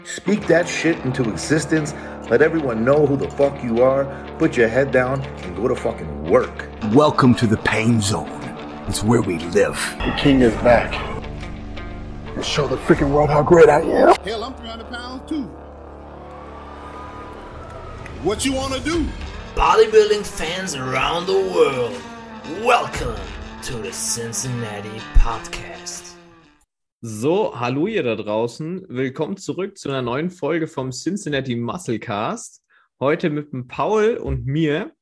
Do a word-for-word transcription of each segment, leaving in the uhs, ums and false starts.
Speak that shit into existence. Let everyone know who the fuck you are. Put your head down and go to fucking work. Welcome to the Pain Zone. It's where we live. The king is back. And show the freaking world how great I am. Hell, I'm three hundred pounds too. What you wanna do? Bodybuilding fans around the world, welcome to the Cincinnati Podcast. So, hallo ihr da draußen. Willkommen zurück zu einer neuen Folge vom Cincinnati Musclecast. Heute mit dem Paul und mir.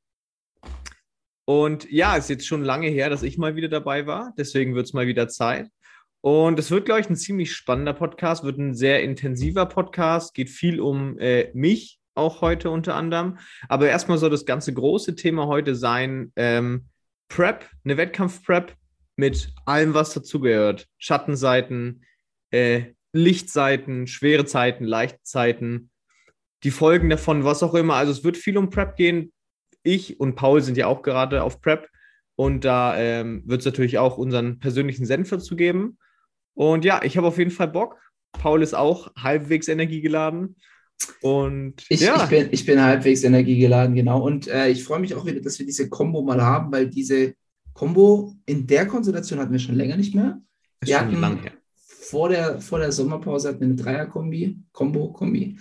Und ja, ist jetzt schon lange her, dass ich mal wieder dabei war. Deswegen wird es mal wieder Zeit. Und es wird, glaube ich, ein ziemlich spannender Podcast, wird ein sehr intensiver Podcast, geht viel um äh, mich, auch heute unter anderem. Aber erstmal soll das ganze große Thema heute sein, ähm, Prep, eine Wettkampf-Prep mit allem, was dazugehört. Schattenseiten, äh, Lichtseiten, schwere Zeiten, leichte Zeiten, die Folgen davon, was auch immer. Also es wird viel um Prep gehen. Ich und Paul sind ja auch gerade auf Prep und da ähm, wird es natürlich auch unseren persönlichen Senf dazu geben. Und ja, ich habe auf jeden Fall Bock. Paul ist auch halbwegs energiegeladen. Und ich, ja. ich, bin, ich bin halbwegs energiegeladen, genau. Und äh, ich freue mich auch wieder, dass wir diese Kombo mal haben, weil diese Kombo in der Konstellation hatten wir schon länger nicht mehr. Ist wir schon hatten lang her. Vor der, vor der Sommerpause hatten wir eine Dreier-Kombi, Kombo-Kombi.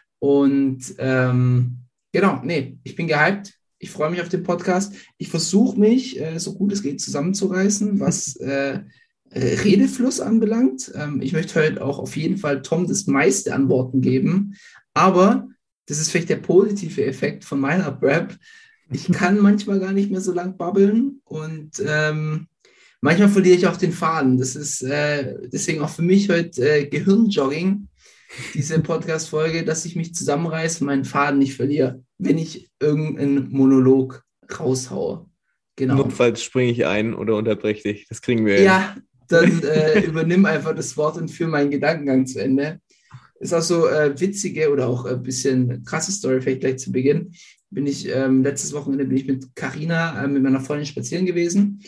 Und ähm, genau, nee, ich bin gehypt. Ich freue mich auf den Podcast. Ich versuche mich, äh, so gut es geht, zusammenzureißen, was äh, Redefluss anbelangt. Ähm, ich möchte heute auch auf jeden Fall Tom das meiste an Worten geben. Aber das ist vielleicht der positive Effekt von meiner Prep. Ich kann manchmal gar nicht mehr so lang babbeln und ähm, manchmal verliere ich auch den Faden. Das ist äh, deswegen auch für mich heute äh, Gehirnjogging, diese Podcast-Folge, dass ich mich zusammenreiße und meinen Faden nicht verliere, wenn ich irgendeinen Monolog raushaue. Genau. Notfalls springe ich ein oder unterbreche dich. Das kriegen wir. Ja, dann äh, übernimm einfach das Wort und führe meinen Gedankengang zu Ende. Ist auch so äh, witzige oder auch ein bisschen krasse Story, vielleicht gleich zu Beginn. Bin ich, ähm, letztes Wochenende bin ich mit Carina, äh, mit meiner Freundin spazieren gewesen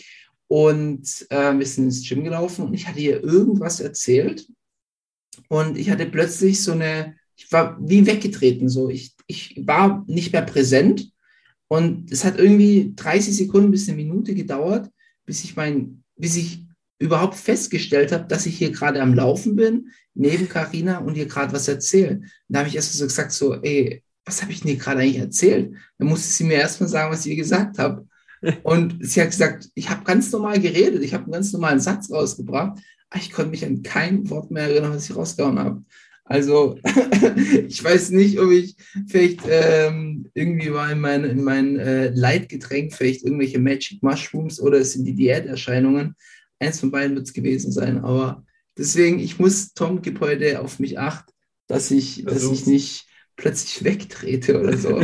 und äh, wir sind ins Gym gelaufen und ich hatte ihr irgendwas erzählt und ich hatte plötzlich so eine, ich war wie weggetreten, so ich, ich war nicht mehr präsent und es hat irgendwie dreißig Sekunden bis eine Minute gedauert, bis ich mein, bis ich überhaupt festgestellt habe, dass ich hier gerade am Laufen bin, neben Carina und ihr gerade was erzähle. Da habe ich erst so gesagt, so, ey, was habe ich denn hier gerade eigentlich erzählt? Dann musste sie mir erstmal sagen, was ich ihr gesagt habe. Und sie hat gesagt, ich habe ganz normal geredet, ich habe einen ganz normalen Satz rausgebracht, aber ich konnte mich an kein Wort mehr erinnern, was ich rausgehauen habe. Also ich weiß nicht, ob ich vielleicht ähm, irgendwie war in mein, in mein äh, Leitgetränk vielleicht irgendwelche Magic Mushrooms oder es sind die Diäterscheinungen. Eins von beiden wird es gewesen sein, aber deswegen, ich muss, Tom, gib heute auf mich acht, dass ich, dass ich nicht plötzlich wegtrete oder so.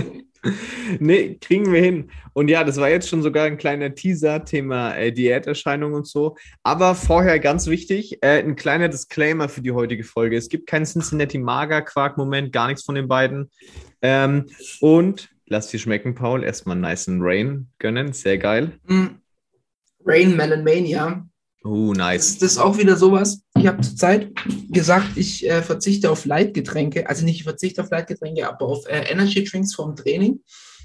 Nee, kriegen wir hin. Und ja, das war jetzt schon sogar ein kleiner Teaser, Thema äh, Diäterscheinung und so. Aber vorher ganz wichtig, äh, ein kleiner Disclaimer für die heutige Folge. Es gibt keinen Cincinnati Mager-Quark-Moment, gar nichts von den beiden. Ähm, und, lass dir schmecken, Paul, erstmal einen nice Rain gönnen, sehr geil. Mm. Rain Melon Mania. Oh, nice. Das, das ist auch wieder sowas. Ich habe zurzeit gesagt, ich äh, verzichte auf Leitgetränke, also nicht ich verzichte auf Leitgetränke, aber auf äh, Energy Drinks vorm Training,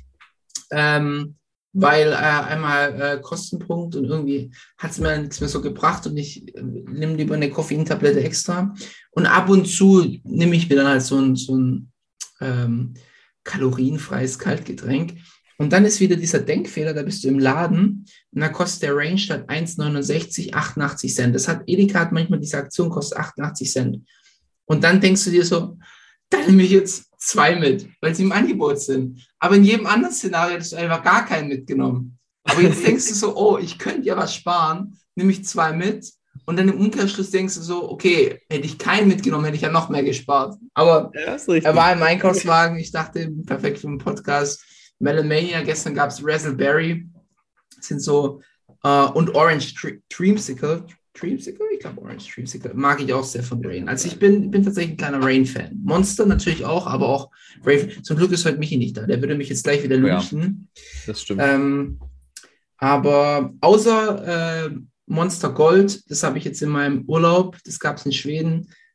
ähm, weil äh, einmal äh, Kostenpunkt und irgendwie hat es mir nichts mehr so gebracht und ich äh, nehme lieber eine Koffeintablette extra und ab und zu nehme ich mir dann halt so ein, so ein ähm, kalorienfreies Kaltgetränk. Und dann ist wieder dieser Denkfehler, da bist du im Laden und da kostet der Range statt eins neunundsechzig achtundachtzig Cent. Das hat Edeka hat manchmal diese Aktion, kostet achtundachtzig Cent. Und dann denkst du dir so, dann nehme ich jetzt zwei mit, weil sie im Angebot sind. Aber in jedem anderen Szenario hättest du einfach gar keinen mitgenommen. Aber jetzt denkst du so, oh, ich könnte ja was sparen, nehme ich zwei mit. Und dann im Umkehrschluss denkst du so, okay, hätte ich keinen mitgenommen, hätte ich ja noch mehr gespart. Aber Ja, er war im Einkaufswagen, ich dachte, perfekt für den Podcast. Melon Mania, gestern gab es Razzleberry, sind so, uh, und Orange Dreamsicle, Dreamsicle? Ich glaube Orange Dreamsicle, mag ich auch sehr von Rain. Also ich bin, bin tatsächlich ein kleiner Rain-Fan. Monster natürlich auch, aber auch Rain. Zum Glück ist heute Michi nicht da, der würde mich jetzt gleich wieder lynchen. Ja, das stimmt. Ähm, aber außer äh, Monster Gold, das habe ich jetzt in meinem Urlaub, das gab es in Schweden,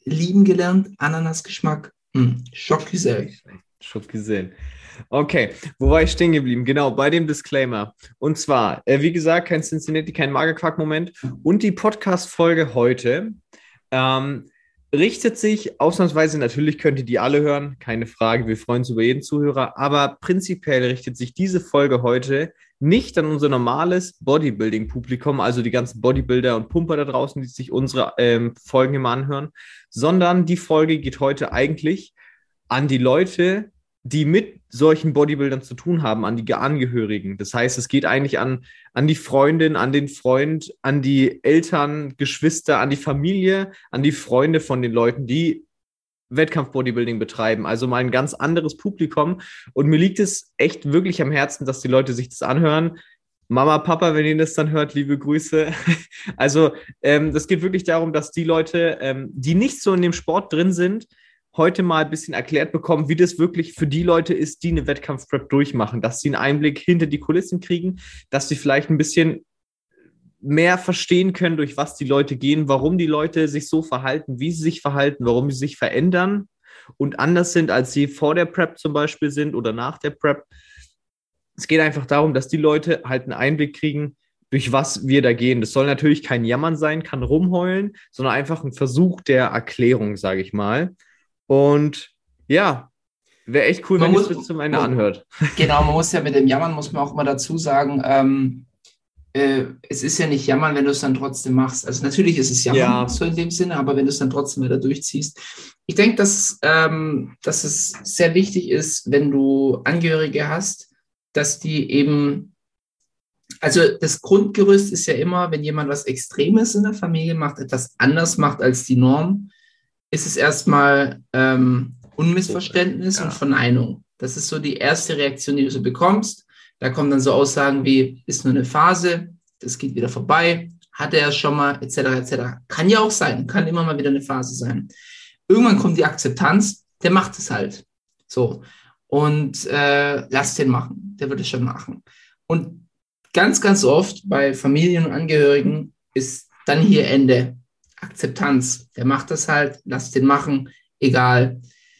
lieben gelernt. Ananasgeschmack. Hm. Schockgesell. Schon gesehen. Okay, wo war ich stehen geblieben? Genau, bei dem Disclaimer. Und zwar, äh, wie gesagt, kein Cincinnati, kein Magerquark-Moment. Und die Podcast-Folge heute ähm, richtet sich ausnahmsweise, natürlich könnt ihr die alle hören, keine Frage, wir freuen uns über jeden Zuhörer, aber prinzipiell richtet sich diese Folge heute nicht an unser normales Bodybuilding-Publikum, also die ganzen Bodybuilder und Pumper da draußen, die sich unsere ähm, Folgen immer anhören, sondern die Folge geht heute eigentlich an die Leute, die mit solchen Bodybuildern zu tun haben, an die Angehörigen. Das heißt, es geht eigentlich an, an die Freundin, an den Freund, an die Eltern, Geschwister, an die Familie, an die Freunde von den Leuten, die Wettkampf-Bodybuilding betreiben. Also mal ein ganz anderes Publikum. Und mir liegt es echt wirklich am Herzen, dass die Leute sich das anhören. Mama, Papa, wenn ihr das dann hört, liebe Grüße. Also ähm, das geht wirklich darum, dass die Leute, ähm, die nicht so in dem Sport drin sind, heute mal ein bisschen erklärt bekommen, wie das wirklich für die Leute ist, die eine Wettkampfprep durchmachen, dass sie einen Einblick hinter die Kulissen kriegen, dass sie vielleicht ein bisschen mehr verstehen können, durch was die Leute gehen, warum die Leute sich so verhalten, wie sie sich verhalten, warum sie sich verändern und anders sind, als sie vor der Prep zum Beispiel sind oder nach der Prep. Es geht einfach darum, dass die Leute halt einen Einblick kriegen, durch was wir da gehen. Das soll natürlich kein Jammern sein, kann rumheulen, sondern einfach ein Versuch der Erklärung, sage ich mal. Und ja, wäre echt cool, Man wenn ihr muss- es bis zum Ende man- anhört. Genau, man muss ja mit dem Jammern, muss man auch mal dazu sagen, ähm, äh, es ist ja nicht Jammern, wenn du es dann trotzdem machst. Also natürlich ist es Jammern, Ja. so in dem Sinne, aber wenn du es dann trotzdem wieder durchziehst. Ich denke, dass, ähm, dass es sehr wichtig ist, wenn du Angehörige hast, dass die eben, also das Grundgerüst ist ja immer, wenn jemand was Extremes in der Familie macht, etwas anders macht als die Norm, ist es erstmal ähm, Unmissverständnis Ja. und Verneinung. Das ist so die erste Reaktion, die du so bekommst. Da kommen dann so Aussagen wie, ist nur eine Phase, das geht wieder vorbei, hatte er schon mal, et cetera et cetera. Kann ja auch sein, kann immer mal wieder eine Phase sein. Irgendwann kommt die Akzeptanz, der macht es halt. So. Und äh, lass den machen, der wird es schon machen. Und ganz, ganz oft bei Familien und Angehörigen ist dann hier Ende. Akzeptanz. Der macht das halt, lass den machen, egal.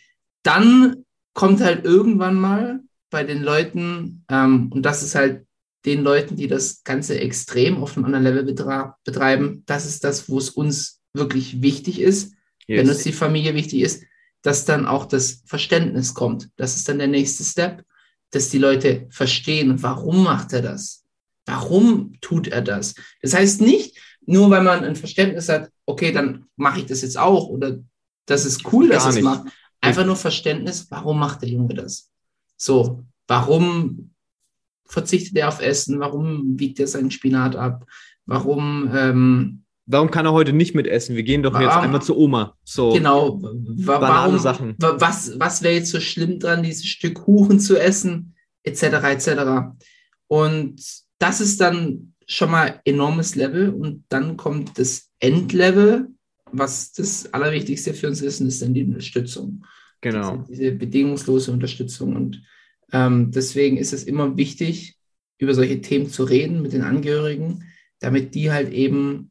Dann kommt halt irgendwann mal bei den Leuten, ähm, und das ist halt den Leuten, die das Ganze extrem auf einem anderen Level betra- betreiben, das ist das, wo es uns wirklich wichtig ist, wenn uns die Familie wichtig ist, dass dann auch das Verständnis kommt. Das ist dann der nächste Step, dass die Leute verstehen, warum macht er das? Warum tut er das? Das heißt nicht, nur weil man ein Verständnis hat, okay, dann mache ich das jetzt auch oder das ist cool, dass Gar es nicht. macht. Einfach nur Verständnis, warum macht der Junge das? So, warum verzichtet er auf Essen? Warum wiegt er seinen Spinat ab? Warum, ähm, Warum kann er heute nicht mitessen? Wir gehen doch jetzt Warum- einmal zu Oma. So, genau, wa- banale warum, Sachen. wa- was, was wäre jetzt so schlimm dran, dieses Stück Kuchen zu essen, et cetera et cetera. Und das ist dann schon mal enormes Level und dann kommt das Endlevel, was das Allerwichtigste für uns ist, und ist dann die Unterstützung. Genau. Diese, diese bedingungslose Unterstützung. Und ähm, deswegen ist es immer wichtig, über solche Themen zu reden mit den Angehörigen, damit die halt eben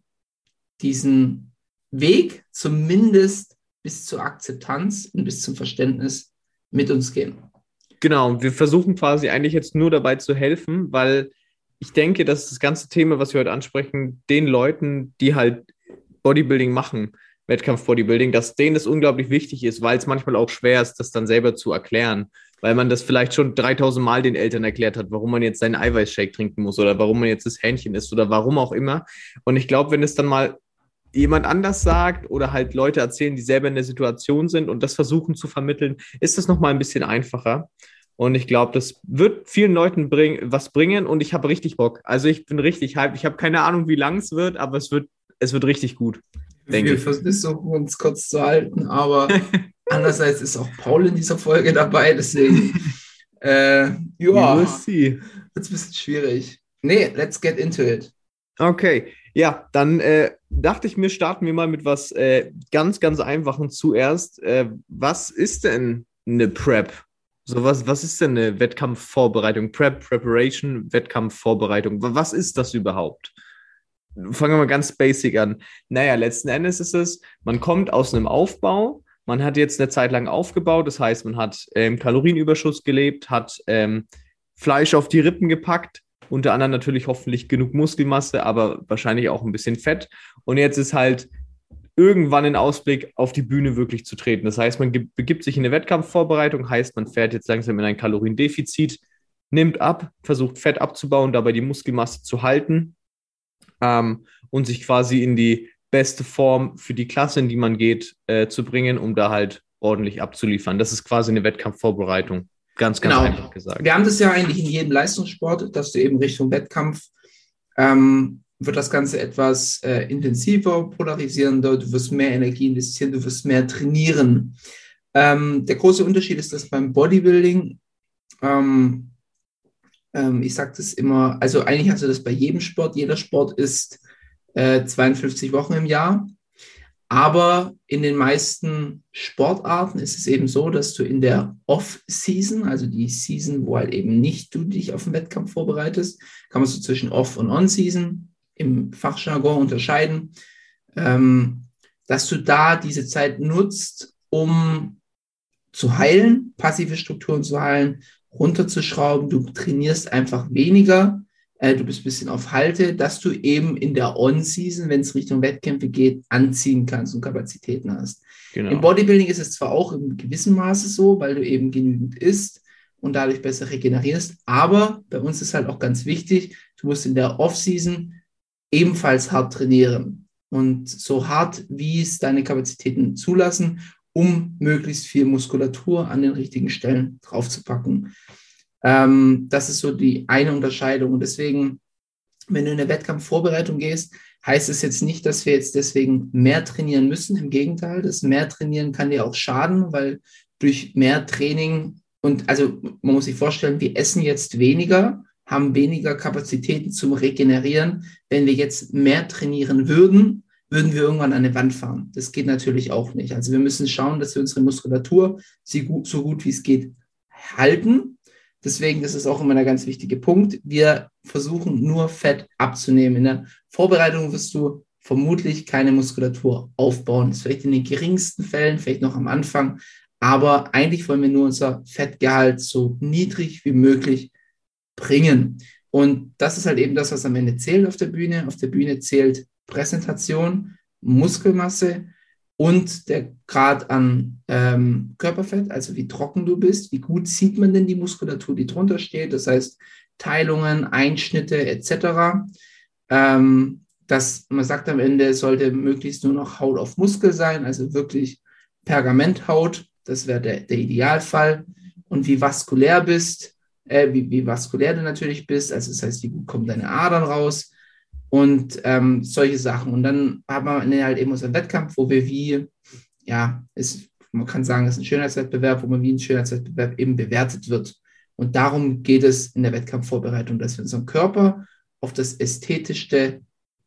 diesen Weg zumindest bis zur Akzeptanz und bis zum Verständnis mit uns gehen. Genau, wir versuchen quasi eigentlich jetzt nur dabei zu helfen, weil ich denke, dass das ganze Thema, was wir heute ansprechen, den Leuten, die halt Bodybuilding machen, Wettkampf-Bodybuilding, dass denen das unglaublich wichtig ist, weil es manchmal auch schwer ist, das dann selber zu erklären, weil man das vielleicht schon dreitausend Mal den Eltern erklärt hat, warum man jetzt seinen Eiweißshake trinken muss oder warum man jetzt das Hähnchen isst oder warum auch immer. Und ich glaube, wenn es dann mal jemand anders sagt oder halt Leute erzählen, die selber in der Situation sind und das versuchen zu vermitteln, ist das nochmal ein bisschen einfacher. Und ich glaube, das wird vielen Leuten bring, was bringen und ich habe richtig Bock. Also ich bin richtig hyped. Ich habe keine Ahnung, wie lang es wird, aber es wird, es wird richtig gut, denke Wir ich. versuchen uns kurz zu halten, aber andererseits ist auch Paul in dieser Folge dabei, deswegen äh, ja, We will wird see. es ein bisschen schwierig. Nee, let's get into it. Okay, ja, dann äh, dachte ich mir, starten wir mal mit was äh, ganz, ganz Einfachen zuerst. Äh, was ist denn eine Prep? So was, was ist denn eine Wettkampfvorbereitung? Prep, Preparation, Wettkampfvorbereitung. Was ist das überhaupt? fangen wir mal ganz basic an. Naja, letzten Endes ist es, man kommt aus einem Aufbau, man hat jetzt eine Zeit lang aufgebaut, das heißt, man hat ähm, Kalorienüberschuss gelebt, hat ähm, Fleisch auf die Rippen gepackt, unter anderem natürlich hoffentlich genug Muskelmasse, aber wahrscheinlich auch ein bisschen Fett. Und jetzt ist halt irgendwann ein Ausblick, auf die Bühne wirklich zu treten. Das heißt, man ge- begibt sich in eine Wettkampfvorbereitung, heißt, man fährt jetzt langsam in ein Kaloriendefizit, nimmt ab, versucht Fett abzubauen, dabei die Muskelmasse zu halten ähm, und sich quasi in die beste Form für die Klasse, in die man geht, äh, zu bringen, um da halt ordentlich abzuliefern. Das ist quasi eine Wettkampfvorbereitung. Ganz, ganz Genau. einfach gesagt. Wir haben das ja eigentlich in jedem Leistungssport, dass du eben Richtung Wettkampf ähm, wird das Ganze etwas äh, intensiver, polarisierender, du wirst mehr Energie investieren, du wirst mehr trainieren. Ähm, der große Unterschied ist, dass beim Bodybuilding, ähm, ähm, ich sage das immer, also eigentlich hast du das bei jedem Sport, jeder Sport ist äh, zweiundfünfzig Wochen im Jahr, aber in den meisten Sportarten ist es eben so, dass du in der Off-Season, also die Season, wo halt eben nicht du dich auf den Wettkampf vorbereitest, kann man so zwischen Off- und On-Season im Fachjargon unterscheiden, ähm, dass du da diese Zeit nutzt, um zu heilen, passive Strukturen zu heilen, runterzuschrauben. Du trainierst einfach weniger, äh, du bist ein bisschen auf Halte, dass du eben in der On-Season, wenn es Richtung Wettkämpfe geht, anziehen kannst und Kapazitäten hast. Genau. Im Bodybuilding ist es zwar auch in gewissem Maße so, weil du eben genügend isst und dadurch besser regenerierst, aber bei uns ist halt auch ganz wichtig, du musst in der Off-Season ebenfalls hart trainieren und so hart, wie es deine Kapazitäten zulassen, um möglichst viel Muskulatur an den richtigen Stellen draufzupacken. Ähm, das ist so die eine Unterscheidung und deswegen, wenn du in eine Wettkampfvorbereitung gehst, heißt es jetzt nicht, dass wir jetzt deswegen mehr trainieren müssen. Im Gegenteil, das mehr trainieren kann dir auch schaden, weil durch mehr Training und also man muss sich vorstellen, wir essen jetzt weniger, haben weniger Kapazitäten zum Regenerieren. Wenn wir jetzt mehr trainieren würden, würden wir irgendwann an eine Wand fahren. Das geht natürlich auch nicht. Also wir müssen schauen, dass wir unsere Muskulatur so gut, so gut wie es geht halten. Deswegen ist es auch immer ein ganz wichtiger Punkt. Wir versuchen nur Fett abzunehmen. In der Vorbereitung wirst du vermutlich keine Muskulatur aufbauen. Das ist vielleicht in den geringsten Fällen, vielleicht noch am Anfang. Aber eigentlich wollen wir nur unser Fettgehalt so niedrig wie möglich bringen. Und das ist halt eben das, was am Ende zählt auf der Bühne. Auf der Bühne zählt Präsentation, Muskelmasse und der Grad an ähm, Körperfett, also wie trocken du bist, wie gut sieht man denn die Muskulatur, die drunter steht, das heißt Teilungen, Einschnitte et cetera. Ähm, das, man sagt am Ende, sollte möglichst nur noch Haut auf Muskel sein, also wirklich Pergamenthaut, das wäre der, der Idealfall. Und wie vaskulär bist, Äh, wie, wie vaskulär du natürlich bist, also das heißt, wie gut kommen deine Adern raus und ähm, solche Sachen. Und dann haben wir halt eben unseren Wettkampf, wo wir wie, ja, ist, man kann sagen, es ist ein Schönheitswettbewerb, wo man wie ein Schönheitswettbewerb eben bewertet wird. Und darum geht es in der Wettkampfvorbereitung, dass wir unseren Körper auf das ästhetischste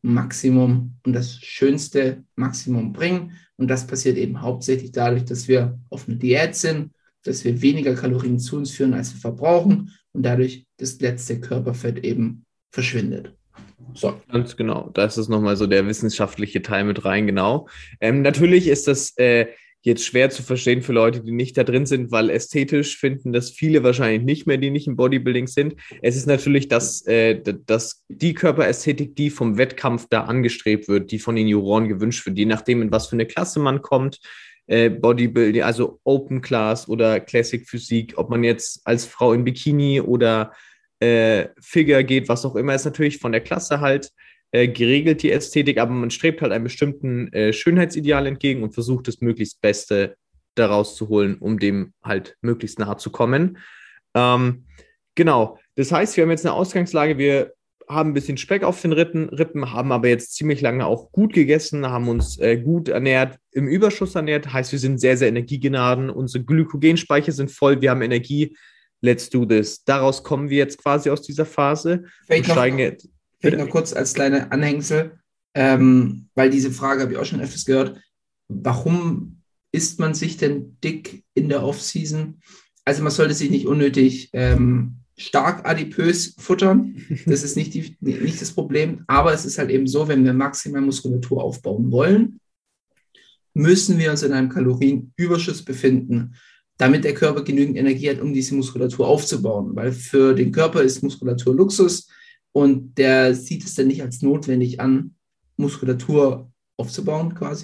Maximum und das schönste Maximum bringen. Und das passiert eben hauptsächlich dadurch, dass wir auf einer Diät sind, dass wir weniger Kalorien zu uns führen, als wir verbrauchen und dadurch das letzte Körperfett eben verschwindet. So. Ganz genau, da ist es nochmal so der wissenschaftliche Teil mit rein, genau. Ähm, natürlich ist das äh, jetzt schwer zu verstehen für Leute, die nicht da drin sind, weil ästhetisch finden das viele wahrscheinlich nicht mehr, die nicht im Bodybuilding sind. Es ist natürlich das, äh, das, die Körperästhetik, die vom Wettkampf da angestrebt wird, die von den Juroren gewünscht wird, je nachdem, in was für eine Klasse man kommt. Bodybuilding, also Open Class oder Classic Physik, ob man jetzt als Frau in Bikini oder äh, Figure geht, was auch immer, ist natürlich von der Klasse halt äh, geregelt, die Ästhetik, aber man strebt halt einem bestimmten äh, Schönheitsideal entgegen und versucht das möglichst Beste daraus zu holen, um dem halt möglichst nahe zu kommen. Ähm, genau, das heißt, wir haben jetzt eine Ausgangslage, wir haben ein bisschen Speck auf den Rippen, Rippen, haben aber jetzt ziemlich lange auch gut gegessen, haben uns äh, gut ernährt, im Überschuss ernährt, heißt, wir sind sehr, sehr energiegeladen, unsere Glykogenspeicher sind voll, wir haben Energie, let's do this. Daraus kommen wir jetzt quasi aus dieser Phase. Vielleicht, noch, steigen jetzt, vielleicht noch kurz als kleine Anhängsel, ähm, weil diese Frage habe ich auch schon öfters gehört, warum isst man sich denn dick in der Off-Season? Also man sollte sich nicht unnötig ähm, stark adipös futtern. Das ist nicht, die, nicht das Problem. Aber es ist halt eben so, wenn wir maximal Muskulatur aufbauen wollen, müssen wir uns in einem Kalorienüberschuss befinden, damit der Körper genügend Energie hat, um diese Muskulatur aufzubauen. Weil für den Körper ist Muskulatur Luxus und der sieht es dann nicht als notwendig an, Muskulatur aufzubauen quasi,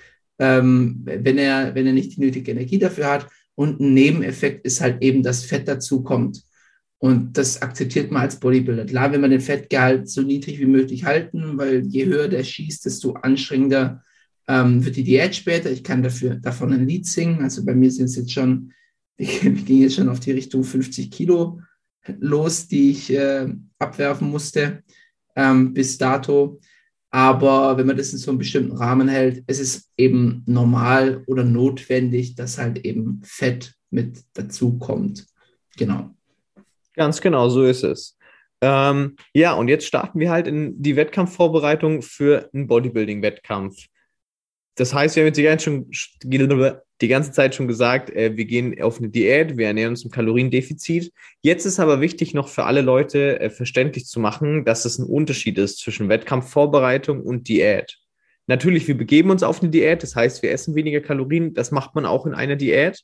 ähm, wenn er, wenn er nicht die nötige Energie dafür hat. Und ein Nebeneffekt ist halt eben, dass Fett dazu kommt. Und das akzeptiert man als Bodybuilder. Klar, wenn man den Fettgehalt so niedrig wie möglich halten, weil je höher der schießt, desto anstrengender ähm, wird die Diät später. Ich kann dafür, davon ein Lied singen. Also bei mir sind es jetzt schon, wir, wir gingen jetzt schon auf die Richtung fünfzig Kilo los, die ich äh, abwerfen musste ähm, bis dato. Aber wenn man das in so einem bestimmten Rahmen hält, es ist eben normal oder notwendig, dass halt eben Fett mit dazu kommt. Genau. Ganz genau, so ist es. Ähm, ja, und jetzt starten wir halt in die Wettkampfvorbereitung für einen Bodybuilding-Wettkampf. Das heißt, wir haben jetzt die ganze, schon, die ganze Zeit schon gesagt, äh, wir gehen auf eine Diät, wir ernähren uns im Kaloriendefizit. Jetzt ist aber wichtig, noch für alle Leute äh, verständlich zu machen, dass es ein Unterschied ist zwischen Wettkampfvorbereitung und Diät. Natürlich, wir begeben uns auf eine Diät, das heißt, wir essen weniger Kalorien, das macht man auch in einer Diät.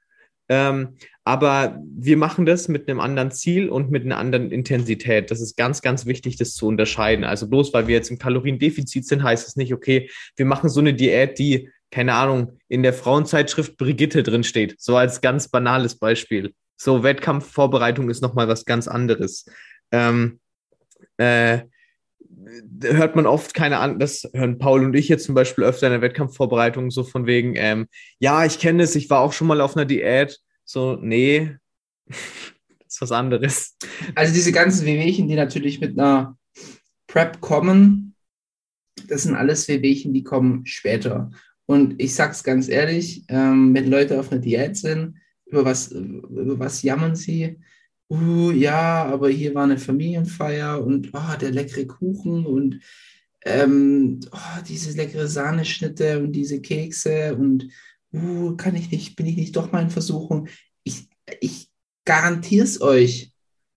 Ähm, aber wir machen das mit einem anderen Ziel und mit einer anderen Intensität. Das ist ganz, ganz wichtig, das zu unterscheiden. Also bloß weil wir jetzt im Kaloriendefizit sind, heißt es nicht, okay, wir machen so eine Diät, die, keine Ahnung, in der Frauenzeitschrift Brigitte drin steht. So als ganz banales Beispiel. So, Wettkampfvorbereitung ist nochmal was ganz anderes. Ähm, äh, hört man oft keine an, das hören Paul und ich jetzt zum Beispiel öfter in der Wettkampfvorbereitung so von wegen, ähm, ja, ich kenne es, ich war auch schon mal auf einer Diät. So, nee, das ist was anderes. Also diese ganzen Wehwehchen, die natürlich mit einer Prep kommen, das sind alles Wehwehchen, die kommen später. Und ich sag's ganz ehrlich, ähm, wenn Leute auf einer Diät sind, über was, über was jammern sie? Uh, ja, aber hier war eine Familienfeier und oh, der leckere Kuchen und ähm, oh, diese leckere Sahneschnitte und diese Kekse und uh, kann ich nicht, bin ich nicht doch mal in Versuchung? Ich, ich garantiere es euch.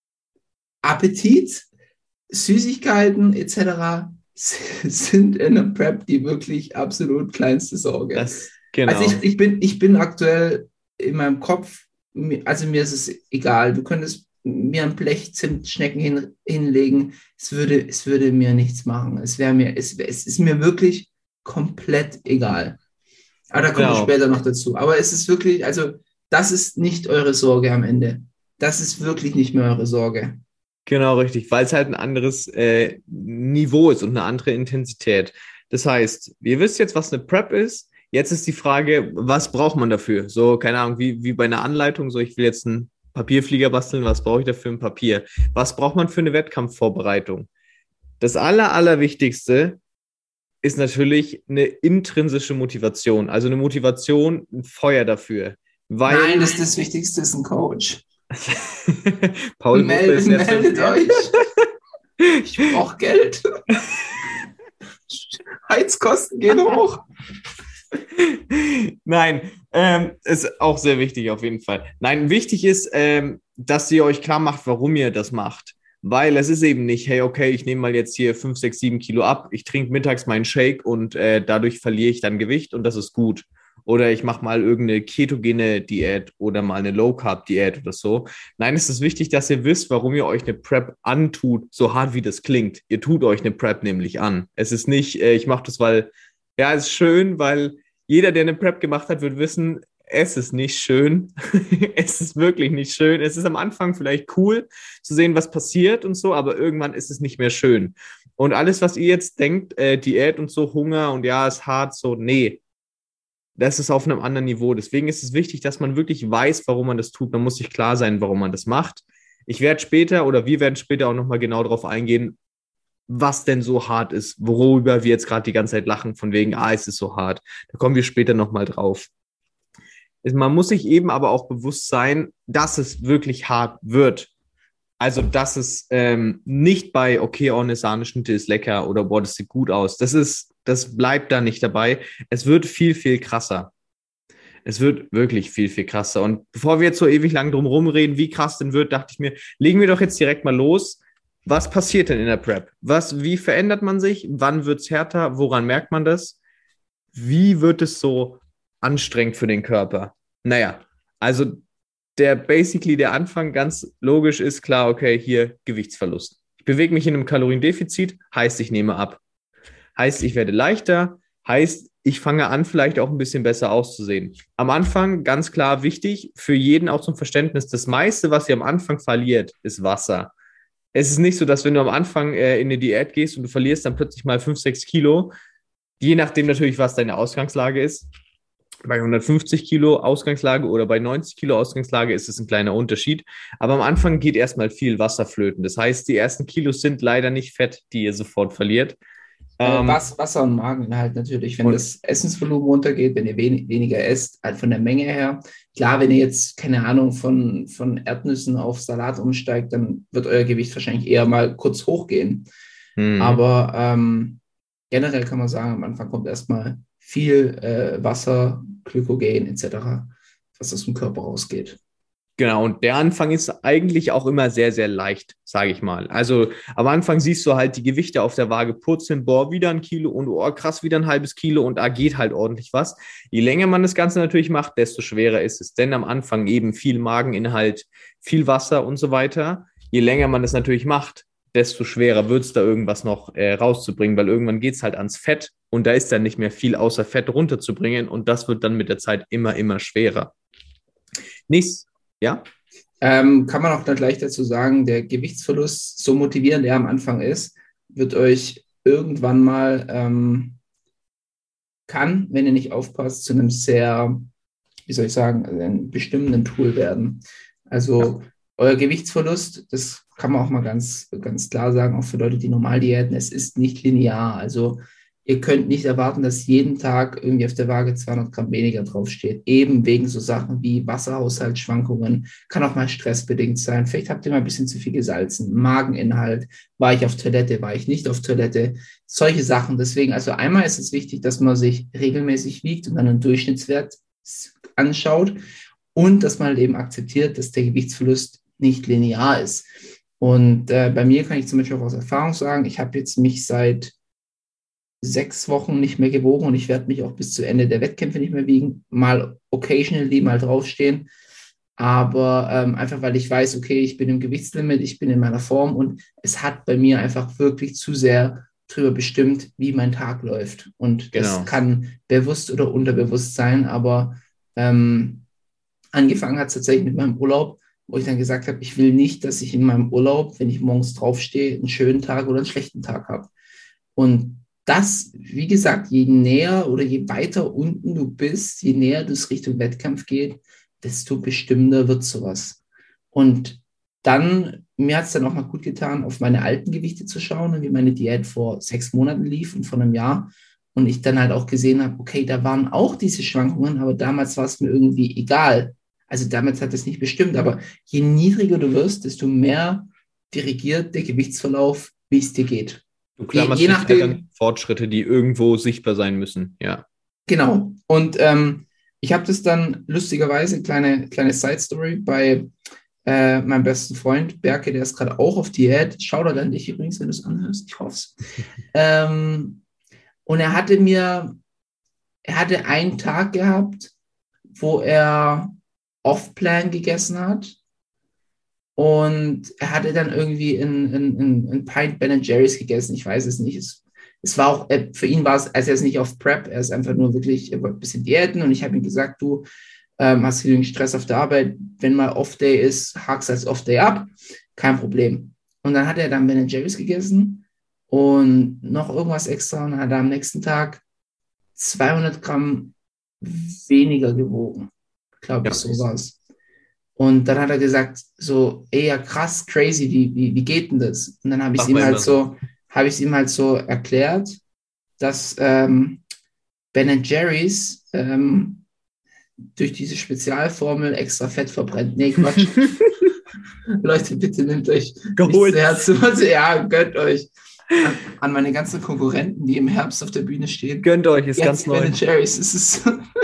Appetit, Süßigkeiten et cetera sind in der Prep die wirklich absolut kleinste Sorge. Das, genau. Also ich, ich, bin, ich bin aktuell in meinem Kopf, also mir ist es egal, du könntest mir ein Blech Zimtschnecken hin, hinlegen, es würde, es würde mir nichts machen. Es wäre mir, es, es ist mir wirklich komplett egal. Aber da kommen wir Genau. später noch dazu. Aber es ist wirklich, also das ist nicht eure Sorge am Ende. Das ist wirklich nicht mehr eure Sorge. Genau, richtig, weil es halt ein anderes äh, Niveau ist und eine andere Intensität. Das heißt, ihr wisst jetzt, was eine Prep ist. Jetzt ist die Frage, was braucht man dafür? So, keine Ahnung, wie, wie bei einer Anleitung, so ich will jetzt einen Papierflieger basteln, was brauche ich dafür ein Papier? Was braucht man für eine Wettkampfvorbereitung? Das aller, allerwichtigste ist natürlich eine intrinsische Motivation, also eine Motivation, ein Feuer dafür. Weil Nein, das, das Wichtigste ist ein Coach. Paul Meldet, ist jetzt meldet euch. Ich brauche Geld. Heizkosten gehen hoch. Nein, ähm, ist auch sehr wichtig auf jeden Fall. Nein, wichtig ist, ähm, dass ihr euch klar macht, warum ihr das macht. Weil es ist eben nicht, hey, okay, ich nehme mal jetzt hier fünf, sechs, sieben Kilo ab, ich trinke mittags meinen Shake und äh, dadurch verliere ich dann Gewicht und das ist gut. Oder ich mache mal irgendeine ketogene Diät oder mal eine Low-Carb-Diät oder so. Nein, es ist wichtig, dass ihr wisst, warum ihr euch eine Prep antut, so hart wie das klingt. Ihr tut euch eine Prep nämlich an. Es ist nicht, äh, ich mache das, weil, ja, es ist schön, weil jeder, der eine Prep gemacht hat, wird wissen, es ist nicht schön. Es ist wirklich nicht schön. Es ist am Anfang vielleicht cool zu sehen, was passiert und so, aber irgendwann ist es nicht mehr schön. Und alles, was ihr jetzt denkt, äh, Diät und so, Hunger und ja, ist hart, so, nee. Das ist auf einem anderen Niveau. Deswegen ist es wichtig, dass man wirklich weiß, warum man das tut. Man muss sich klar sein, warum man das macht. Ich werde später oder wir werden später auch nochmal genau darauf eingehen, was denn so hart ist, worüber wir jetzt gerade die ganze Zeit lachen, von wegen, ah, es ist so hart. Da kommen wir später nochmal drauf. Man muss sich eben aber auch bewusst sein, dass es wirklich hart wird. Also, dass es ähm, nicht bei, okay, oh, eine Sahneschnitte ist lecker oder boah, das sieht gut aus. Das ist, das bleibt da nicht dabei. Es wird viel, viel krasser. Es wird wirklich viel, viel krasser. Und bevor wir jetzt so ewig lang drum rumreden, wie krass denn wird, dachte ich mir, legen wir doch jetzt direkt mal los. Was passiert denn in der Prep? Was, wie verändert man sich? Wann wird es härter? Woran merkt man das? Wie wird es so anstrengend für den Körper? Naja, also der basically der Anfang ganz logisch ist klar, okay, hier Gewichtsverlust. Ich bewege mich in einem Kaloriendefizit, heißt, ich nehme ab. Heißt, ich werde leichter, heißt, ich fange an, vielleicht auch ein bisschen besser auszusehen. Am Anfang, ganz klar wichtig, für jeden auch zum Verständnis, das meiste, was ihr am Anfang verliert, ist Wasser. Es ist nicht so, dass wenn du am Anfang äh, in eine Diät gehst und du verlierst dann plötzlich mal fünf, sechs Kilo, je nachdem natürlich, was deine Ausgangslage ist. Bei hundertfünfzig Kilo Ausgangslage oder bei neunzig Kilo Ausgangslage ist es ein kleiner Unterschied. Aber am Anfang geht erstmal viel Wasser flöten. Das heißt, die ersten Kilos sind leider nicht Fett, die ihr sofort verliert. Äh, Ähm, Was, Wasser und Mageninhalt natürlich. Wenn und- das Essensvolumen runtergeht, wenn ihr wen, weniger esst, halt von der Menge her. Klar, wenn ihr jetzt, keine Ahnung, von, von Erdnüssen auf Salat umsteigt, dann wird euer Gewicht wahrscheinlich eher mal kurz hochgehen. hm. Aber ähm, generell kann man sagen, am Anfang kommt erstmal viel äh, Wasser, Glykogen et cetera, was aus dem Körper rausgeht. Genau, und der Anfang ist eigentlich auch immer sehr, sehr leicht, sage ich mal. Also am Anfang siehst du halt die Gewichte auf der Waage purzeln, boah, wieder ein Kilo und oh, krass, wieder ein halbes Kilo und da geht halt ordentlich was. Je länger man das Ganze natürlich macht, desto schwerer ist es. Denn am Anfang eben viel Mageninhalt, viel Wasser und so weiter. Je länger man das natürlich macht, desto schwerer wird es da irgendwas noch äh, rauszubringen, weil irgendwann geht es halt ans Fett und da ist dann nicht mehr viel außer Fett runterzubringen und das wird dann mit der Zeit immer, immer schwerer. Nächstes. Ja? Ähm, kann man auch dann gleich dazu sagen, der Gewichtsverlust, so motivierend er am Anfang ist, wird euch irgendwann mal, ähm, kann, wenn ihr nicht aufpasst, zu einem sehr, wie soll ich sagen, einem bestimmenden Tool werden. Also euer Gewichtsverlust, das kann man auch mal ganz, ganz klar sagen, auch für Leute, die normal diäten, es ist nicht linear. Also ihr könnt nicht erwarten, dass jeden Tag irgendwie auf der Waage zweihundert Gramm weniger draufsteht. Eben wegen so Sachen wie Wasserhaushaltsschwankungen, kann auch mal stressbedingt sein. Vielleicht habt ihr mal ein bisschen zu viel gesalzen, Mageninhalt, war ich auf Toilette, war ich nicht auf Toilette, solche Sachen. Deswegen, also einmal ist es wichtig, dass man sich regelmäßig wiegt und dann einen Durchschnittswert anschaut und dass man eben akzeptiert, dass der Gewichtsverlust nicht linear ist. Und äh, bei mir kann ich zum Beispiel auch aus Erfahrung sagen, ich habe jetzt mich seit sechs Wochen nicht mehr gewogen und ich werde mich auch bis zu Ende der Wettkämpfe nicht mehr wiegen, mal occasionally mal draufstehen, aber ähm, einfach, weil ich weiß, okay, ich bin im Gewichtslimit, ich bin in meiner Form und es hat bei mir einfach wirklich zu sehr darüber bestimmt, wie mein Tag läuft und Genau. das kann bewusst oder unterbewusst sein, aber ähm, angefangen hat es tatsächlich mit meinem Urlaub, wo ich dann gesagt habe, ich will nicht, dass ich in meinem Urlaub, wenn ich morgens draufstehe, einen schönen Tag oder einen schlechten Tag habe. Und das, wie gesagt, je näher oder je weiter unten du bist, je näher du es Richtung Wettkampf geht, desto bestimmender wird sowas. Und dann, mir hat es dann auch mal gut getan, auf meine alten Gewichte zu schauen und wie meine Diät vor sechs Monaten lief und vor einem Jahr. Und ich dann halt auch gesehen habe, okay, da waren auch diese Schwankungen, aber damals war es mir irgendwie egal. Also damals hat es nicht bestimmt, aber je niedriger du wirst, desto mehr dirigiert der Gewichtsverlauf, wie es dir geht. Du klammerst je dich nachdem- halt an Fortschritte, die irgendwo sichtbar sein müssen. Ja. Genau. Und ähm, ich habe das dann lustigerweise, kleine, kleine Side-Story, bei äh, meinem besten Freund Berke, der ist gerade auch auf Diät. Shoutout an dich übrigens, wenn du es anhörst. Ich hoffe es. ähm, und er hatte mir, er hatte einen Tag gehabt, wo er off-plan gegessen hat. Und er hatte dann irgendwie in, in, in, in Pint Ben and Jerry's gegessen. Ich weiß es nicht. Es, es war auch, äh, für ihn war es, also er ist nicht auf Prep, er ist einfach nur wirklich, er wollte ein bisschen diäten. Und ich habe ihm gesagt, du ähm, hast genügend Stress auf der Arbeit. Wenn mal Off-Day ist, hakst als Off-Day ab. Kein Problem. Und dann hat er dann Ben and Jerry's gegessen und noch irgendwas extra. Und dann hat er am nächsten Tag zweihundert Gramm weniger gewogen. Glaube ich, Ja. so war es. Und dann hat er gesagt, so, ey, ja krass, crazy, wie, wie, wie geht denn das? Und dann habe ich es Mach ihm mal halt immer so, habe ich es ihm halt so erklärt, dass ähm, Ben and Jerry's ähm, durch diese Spezialformel extra Fett verbrennt. Nee, Quatsch. Leute, bitte nehmt euch nicht Geholt. zu Herzen. Also, ja, gönnt euch. An, an meine ganzen Konkurrenten, die im Herbst auf der Bühne stehen. Gönnt euch, ist Jetzt ganz Ben neu. and Jerry's. Es ist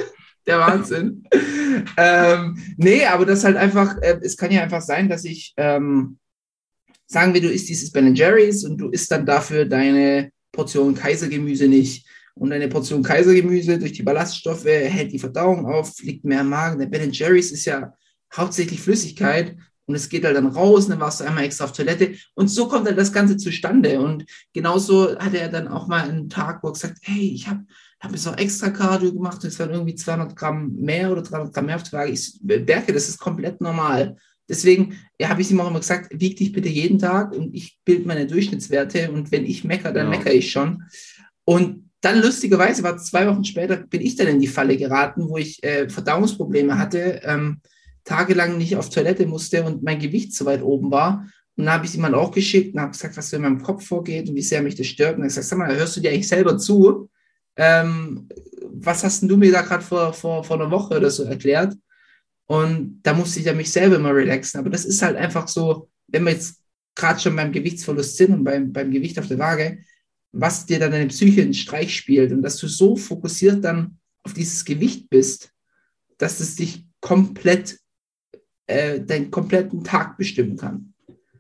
Der Wahnsinn. ähm, nee, aber das halt einfach, äh, es kann ja einfach sein, dass ich, ähm, sagen wir, du isst dieses Ben and Jerry's und du isst dann dafür deine Portion Kaisergemüse nicht. Und deine Portion Kaisergemüse durch die Ballaststoffe hält die Verdauung auf, liegt mehr im Magen. Der Ben and Jerry's ist ja hauptsächlich Flüssigkeit und es geht halt dann raus und dann warst du einmal extra auf Toilette. Und so kommt halt das Ganze zustande. Und genauso hat er dann auch mal einen Tag, wo er gesagt, hey, ich habe habe jetzt auch extra Cardio gemacht, das waren irgendwie zweihundert Gramm mehr oder dreihundert Gramm mehr auf die Waage. Ich merke, das ist komplett normal. Deswegen ja, habe ich ihm auch immer gesagt, wieg dich bitte jeden Tag und ich bilde meine Durchschnittswerte und wenn ich meckere, dann ja. meckere ich schon. Und dann lustigerweise war zwei Wochen später, bin ich dann in die Falle geraten, wo ich äh, Verdauungsprobleme hatte, ähm, tagelang nicht auf Toilette musste und mein Gewicht so weit oben war. Und dann habe ich es ihm dann auch geschickt und habe gesagt, was so in meinem Kopf vorgeht und wie sehr mich das stört. Und er hat gesagt, sag mal, hörst du dir eigentlich selber zu? Ähm, was hast denn du mir da gerade vor, vor, vor einer Woche oder so erklärt? Und da musste ich ja mich selber immer relaxen. Aber das ist halt einfach so, wenn wir jetzt gerade schon beim Gewichtsverlust sind und beim, beim Gewicht auf der Waage, was dir dann deine Psyche einen Streich spielt und dass du so fokussiert dann auf dieses Gewicht bist, dass es dich komplett, äh, deinen kompletten Tag bestimmen kann.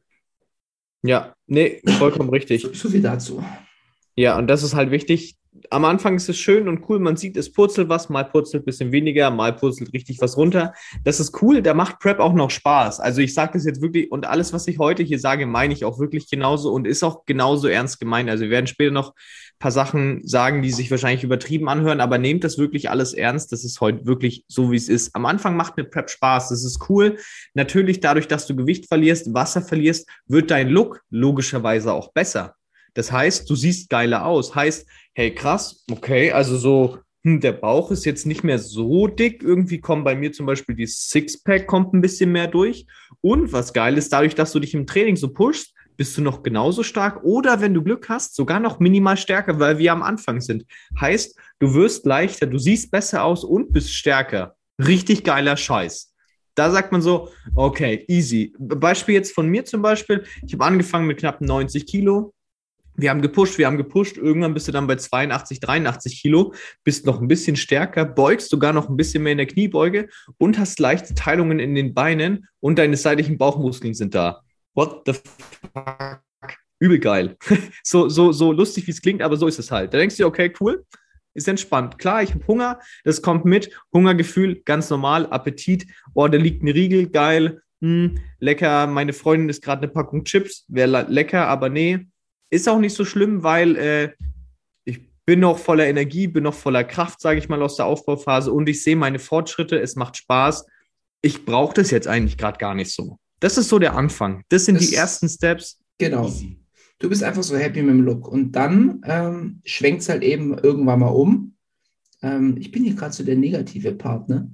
Ja, nee, vollkommen richtig. So, so viel dazu. Ja, und das ist halt wichtig. Am Anfang ist es schön und cool, man sieht, es purzelt was, mal purzelt ein bisschen weniger, mal purzelt richtig was runter. Das ist cool, da macht Prep auch noch Spaß. Also ich sage das jetzt wirklich und alles, was ich heute hier sage, meine ich auch wirklich genauso und ist auch genauso ernst gemeint. Also wir werden später noch ein paar Sachen sagen, die sich wahrscheinlich übertrieben anhören, aber nehmt das wirklich alles ernst. Das ist heute wirklich so, wie es ist. Am Anfang macht mir Prep Spaß, das ist cool. Natürlich dadurch, dass du Gewicht verlierst, Wasser verlierst, wird dein Look logischerweise auch besser. Das heißt, du siehst geiler aus. Heißt, hey, krass, okay, also so, hm, der Bauch ist jetzt nicht mehr so dick. Irgendwie kommt bei mir zum Beispiel die Sixpack kommt ein bisschen mehr durch. Und was geil ist, dadurch, dass du dich im Training so pushst, bist du noch genauso stark oder wenn du Glück hast, sogar noch minimal stärker, weil wir am Anfang sind. Heißt, du wirst leichter, du siehst besser aus und bist stärker. Richtig geiler Scheiß. Da sagt man so, okay, easy. Beispiel jetzt von mir zum Beispiel, ich habe angefangen mit knapp neunzig Kilo. Wir haben gepusht, wir haben gepusht, irgendwann bist du dann bei zweiundachtzig, dreiundachtzig Kilo, bist noch ein bisschen stärker, beugst sogar noch ein bisschen mehr in der Kniebeuge und hast leichte Teilungen in den Beinen und deine seitlichen Bauchmuskeln sind da. What the fuck? Übel geil. so, so, so lustig, wie es klingt, aber so ist es halt. Da denkst du dir, okay, cool, ist entspannt. Klar, ich habe Hunger, das kommt mit, Hungergefühl, ganz normal, Appetit, oh, da liegt ein Riegel, geil, hm, lecker, meine Freundin isst gerade eine Packung Chips, wäre lecker, aber nee, ist auch nicht so schlimm, weil äh, ich bin noch voller Energie, bin noch voller Kraft, sage ich mal, aus der Aufbauphase und ich sehe meine Fortschritte, es macht Spaß. Ich brauche das jetzt eigentlich gerade gar nicht so. Das ist so der Anfang. Das sind das, die ersten Steps. Genau. Easy. Du bist einfach so happy mit dem Look und dann ähm, schwenkt es halt eben irgendwann mal um. Ähm, ich bin hier gerade so der negative Partner.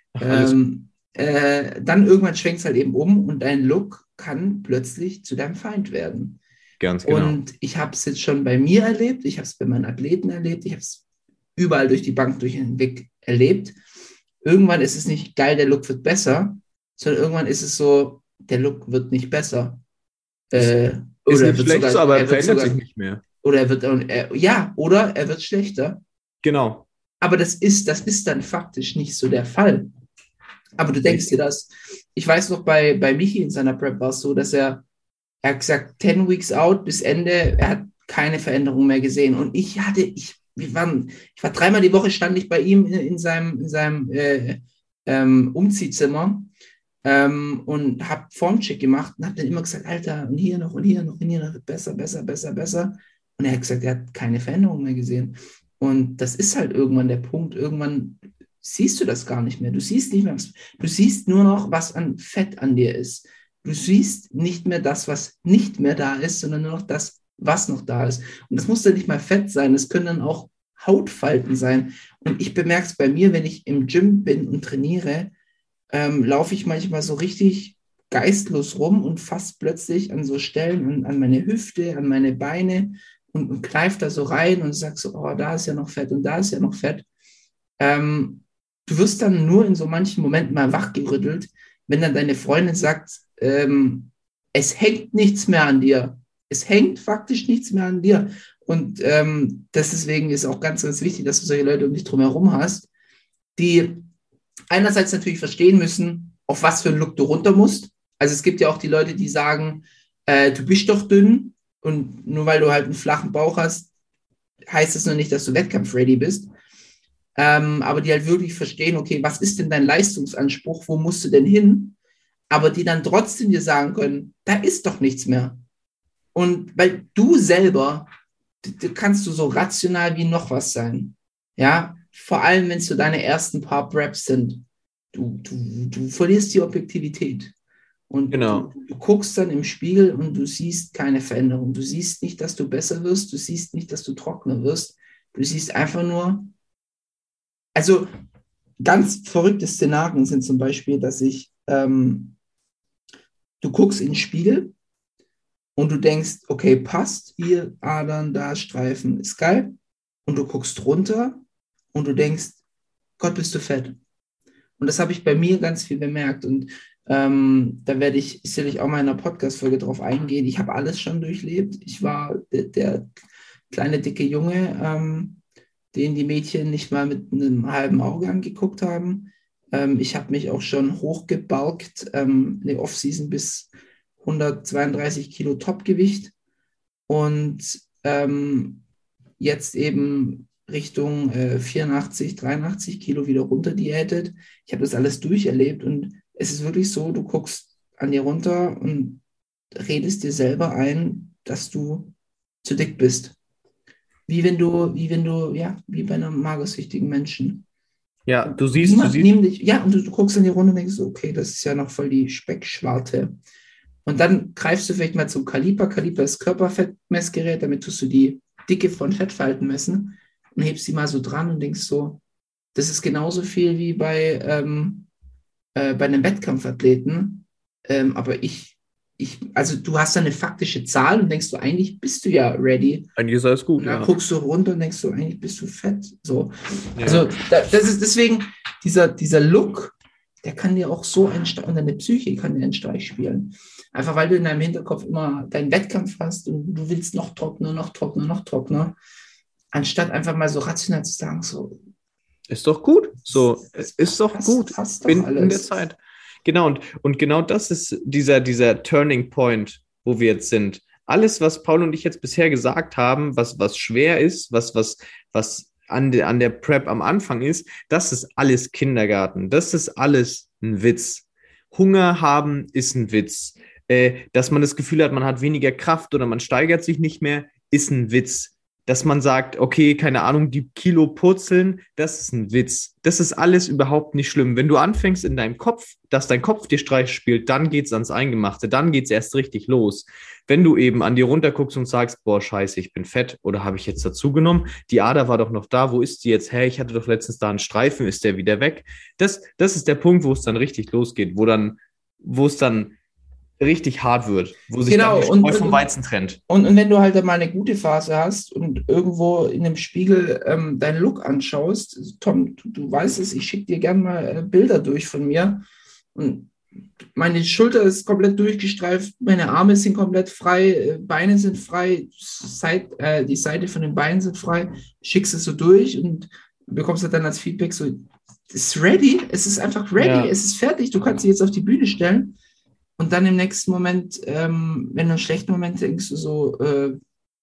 Ähm, äh, dann irgendwann schwenkt es halt eben um und dein Look kann plötzlich zu deinem Feind werden. Ganz genau. Und ich habe es jetzt schon bei mir erlebt, ich habe es bei meinen Athleten erlebt, ich habe es überall durch die Bank durch hinweg erlebt. Irgendwann ist es nicht geil, der Look wird besser, sondern irgendwann ist es so, der Look wird nicht besser. Äh, ist oder nicht wird schlecht, sogar, aber er verändert sogar, sich nicht mehr. Oder er wird, er, ja, oder er wird schlechter. Genau. Aber das ist, das ist dann faktisch nicht so der Fall. Aber du denkst dir das. Ich weiß noch, bei, bei Michi in seiner Prep war es so, dass er Er hat gesagt, ten weeks out bis Ende, er hat keine Veränderung mehr gesehen. Und ich hatte, ich, wir waren, ich war dreimal die Woche, stand ich bei ihm in, in seinem, in seinem äh, ähm, Umziehzimmer ähm, und habe Formcheck gemacht und habe dann immer gesagt, Alter, und hier noch und hier noch und hier noch, besser, besser, besser, besser. Und er hat gesagt, er hat keine Veränderung mehr gesehen. Und das ist halt irgendwann der Punkt, irgendwann siehst du das gar nicht mehr. Du siehst nicht mehr, was, du siehst nur noch, was an Fett an dir ist. Du siehst nicht mehr das, was nicht mehr da ist, sondern nur noch das, was noch da ist. Und das muss dann nicht mal Fett sein, es können dann auch Hautfalten sein. Und ich bemerke es bei mir, wenn ich im Gym bin und trainiere, ähm, laufe ich manchmal so richtig geistlos rum und fasse plötzlich an so Stellen, an, an meine Hüfte, an meine Beine und, und kneife da so rein und sage so, oh, da ist ja noch Fett und da ist ja noch Fett. Ähm, du wirst dann nur in so manchen Momenten mal wachgerüttelt, wenn dann deine Freundin sagt, ähm, es hängt nichts mehr an dir. Es hängt faktisch nichts mehr an dir. Und ähm, deswegen ist auch ganz, ganz wichtig, dass du solche Leute um dich drum herum hast, die einerseits natürlich verstehen müssen, auf was für einen Look du runter musst. Also es gibt ja auch die Leute, die sagen, äh, du bist doch dünn und nur weil du halt einen flachen Bauch hast, heißt das noch nicht, dass du wettkampfready bist. Ähm, aber die halt wirklich verstehen, okay, was ist denn dein Leistungsanspruch, wo musst du denn hin? Aber die dann trotzdem dir sagen können, da ist doch nichts mehr. Und weil du selber, du kannst du so rational wie noch was sein. Ja, vor allem, wenn es so deine ersten paar Preps sind. Du, du, du verlierst die Objektivität. Und Genau. du, du guckst dann im Spiegel und du siehst keine Veränderung. Du siehst nicht, dass du besser wirst. Du siehst nicht, dass du trockener wirst. Du siehst einfach nur, also ganz verrückte Szenarien sind zum Beispiel, dass ich, ähm, du guckst in den Spiegel und du denkst, okay, passt, hier Adern, da Streifen, ist geil. Und du guckst runter und du denkst, Gott, bist du fett. Und das habe ich bei mir ganz viel bemerkt. Und ähm, da werde ich sicherlich auch mal in einer Podcast-Folge drauf eingehen. Ich habe alles schon durchlebt. Ich war der, der kleine, dicke Junge, ähm, den die Mädchen nicht mal mit einem halben Auge angeguckt haben. Ähm, ich habe mich auch schon hochgebalkt, ähm, in der Off-Season bis hundertzweiunddreißig Kilo Topgewicht und ähm, jetzt eben Richtung äh, vierundachtzig, dreiundachtzig Kilo wieder runter diätet. Ich habe das alles durcherlebt und es ist wirklich so, du guckst an dir runter und redest dir selber ein, dass du zu dick bist. Wie wenn du, wie wenn du, ja, wie bei einem magersüchtigen Menschen. Ja, du siehst, Niemand, du siehst. nimm dich, ja, und du, du guckst an die Runde und denkst so, okay, das ist ja noch voll die Speckschwarte. Und dann greifst du vielleicht mal zum Kaliper. Kaliper ist Körperfettmessgerät, damit tust du die Dicke von Fettfalten messen und hebst die mal so dran und denkst so, das ist genauso viel wie bei, ähm, äh, bei einem Wettkampfathleten. Ähm, aber ich Ich, also du hast da eine faktische Zahl und denkst du, eigentlich bist du ja ready. Eigentlich ist alles gut, Und dann ja. guckst du runter und denkst du, eigentlich bist du fett. So. Ja. Also da, das ist deswegen, dieser, dieser Look, der kann dir auch so einen Streich, und deine Psyche kann dir einen Streich spielen. Einfach weil du in deinem Hinterkopf immer deinen Wettkampf hast und du willst noch trockener, noch trockener, noch trockener. Anstatt einfach mal so rational zu sagen, so. Ist doch gut. So, ist doch passt- gut. passt doch In, in der alles. Zeit. Genau, und, und genau das ist dieser, dieser Turning Point, wo wir jetzt sind. Alles, was Paul und ich jetzt bisher gesagt haben, was, was schwer ist, was, was, was an der, an der Prep am Anfang ist, das ist alles Kindergarten. Das ist alles ein Witz. Hunger haben ist ein Witz. Äh, dass man das Gefühl hat, man hat weniger Kraft oder man steigert sich nicht mehr, ist ein Witz. Dass man sagt, okay, keine Ahnung, die Kilo purzeln, das ist ein Witz. Das ist alles überhaupt nicht schlimm. Wenn du anfängst in deinem Kopf, dass dein Kopf dir Streich spielt, dann geht's ans Eingemachte, dann geht's erst richtig los. Wenn du eben an dir runterguckst und sagst, boah, scheiße, ich bin fett oder habe ich jetzt dazugenommen, die Ader war doch noch da, wo ist die jetzt? Hä, ich hatte doch letztens da einen Streifen, ist der wieder weg? Das, das ist der Punkt, wo es dann richtig losgeht, wo dann, wo es dann richtig hart wird, wo sich Genau, dann die und- Spreu vom und- Weizen trennt. Und, und wenn du halt mal eine gute Phase hast und irgendwo in einem Spiegel ähm, deinen Look anschaust, Tom, du, du weißt es, ich schicke dir gerne mal äh, Bilder durch von mir und meine Schulter ist komplett durchgestreift, meine Arme sind komplett frei, äh, Beine sind frei, Seit, äh, die Seite von den Beinen sind frei, schickst es so durch und bekommst halt dann als Feedback so, es ist ready, es ist einfach ready, Ja. es ist fertig, du kannst dich jetzt auf die Bühne stellen. Und dann im nächsten Moment, ähm, wenn du einen schlechten Moment denkst, du so, äh,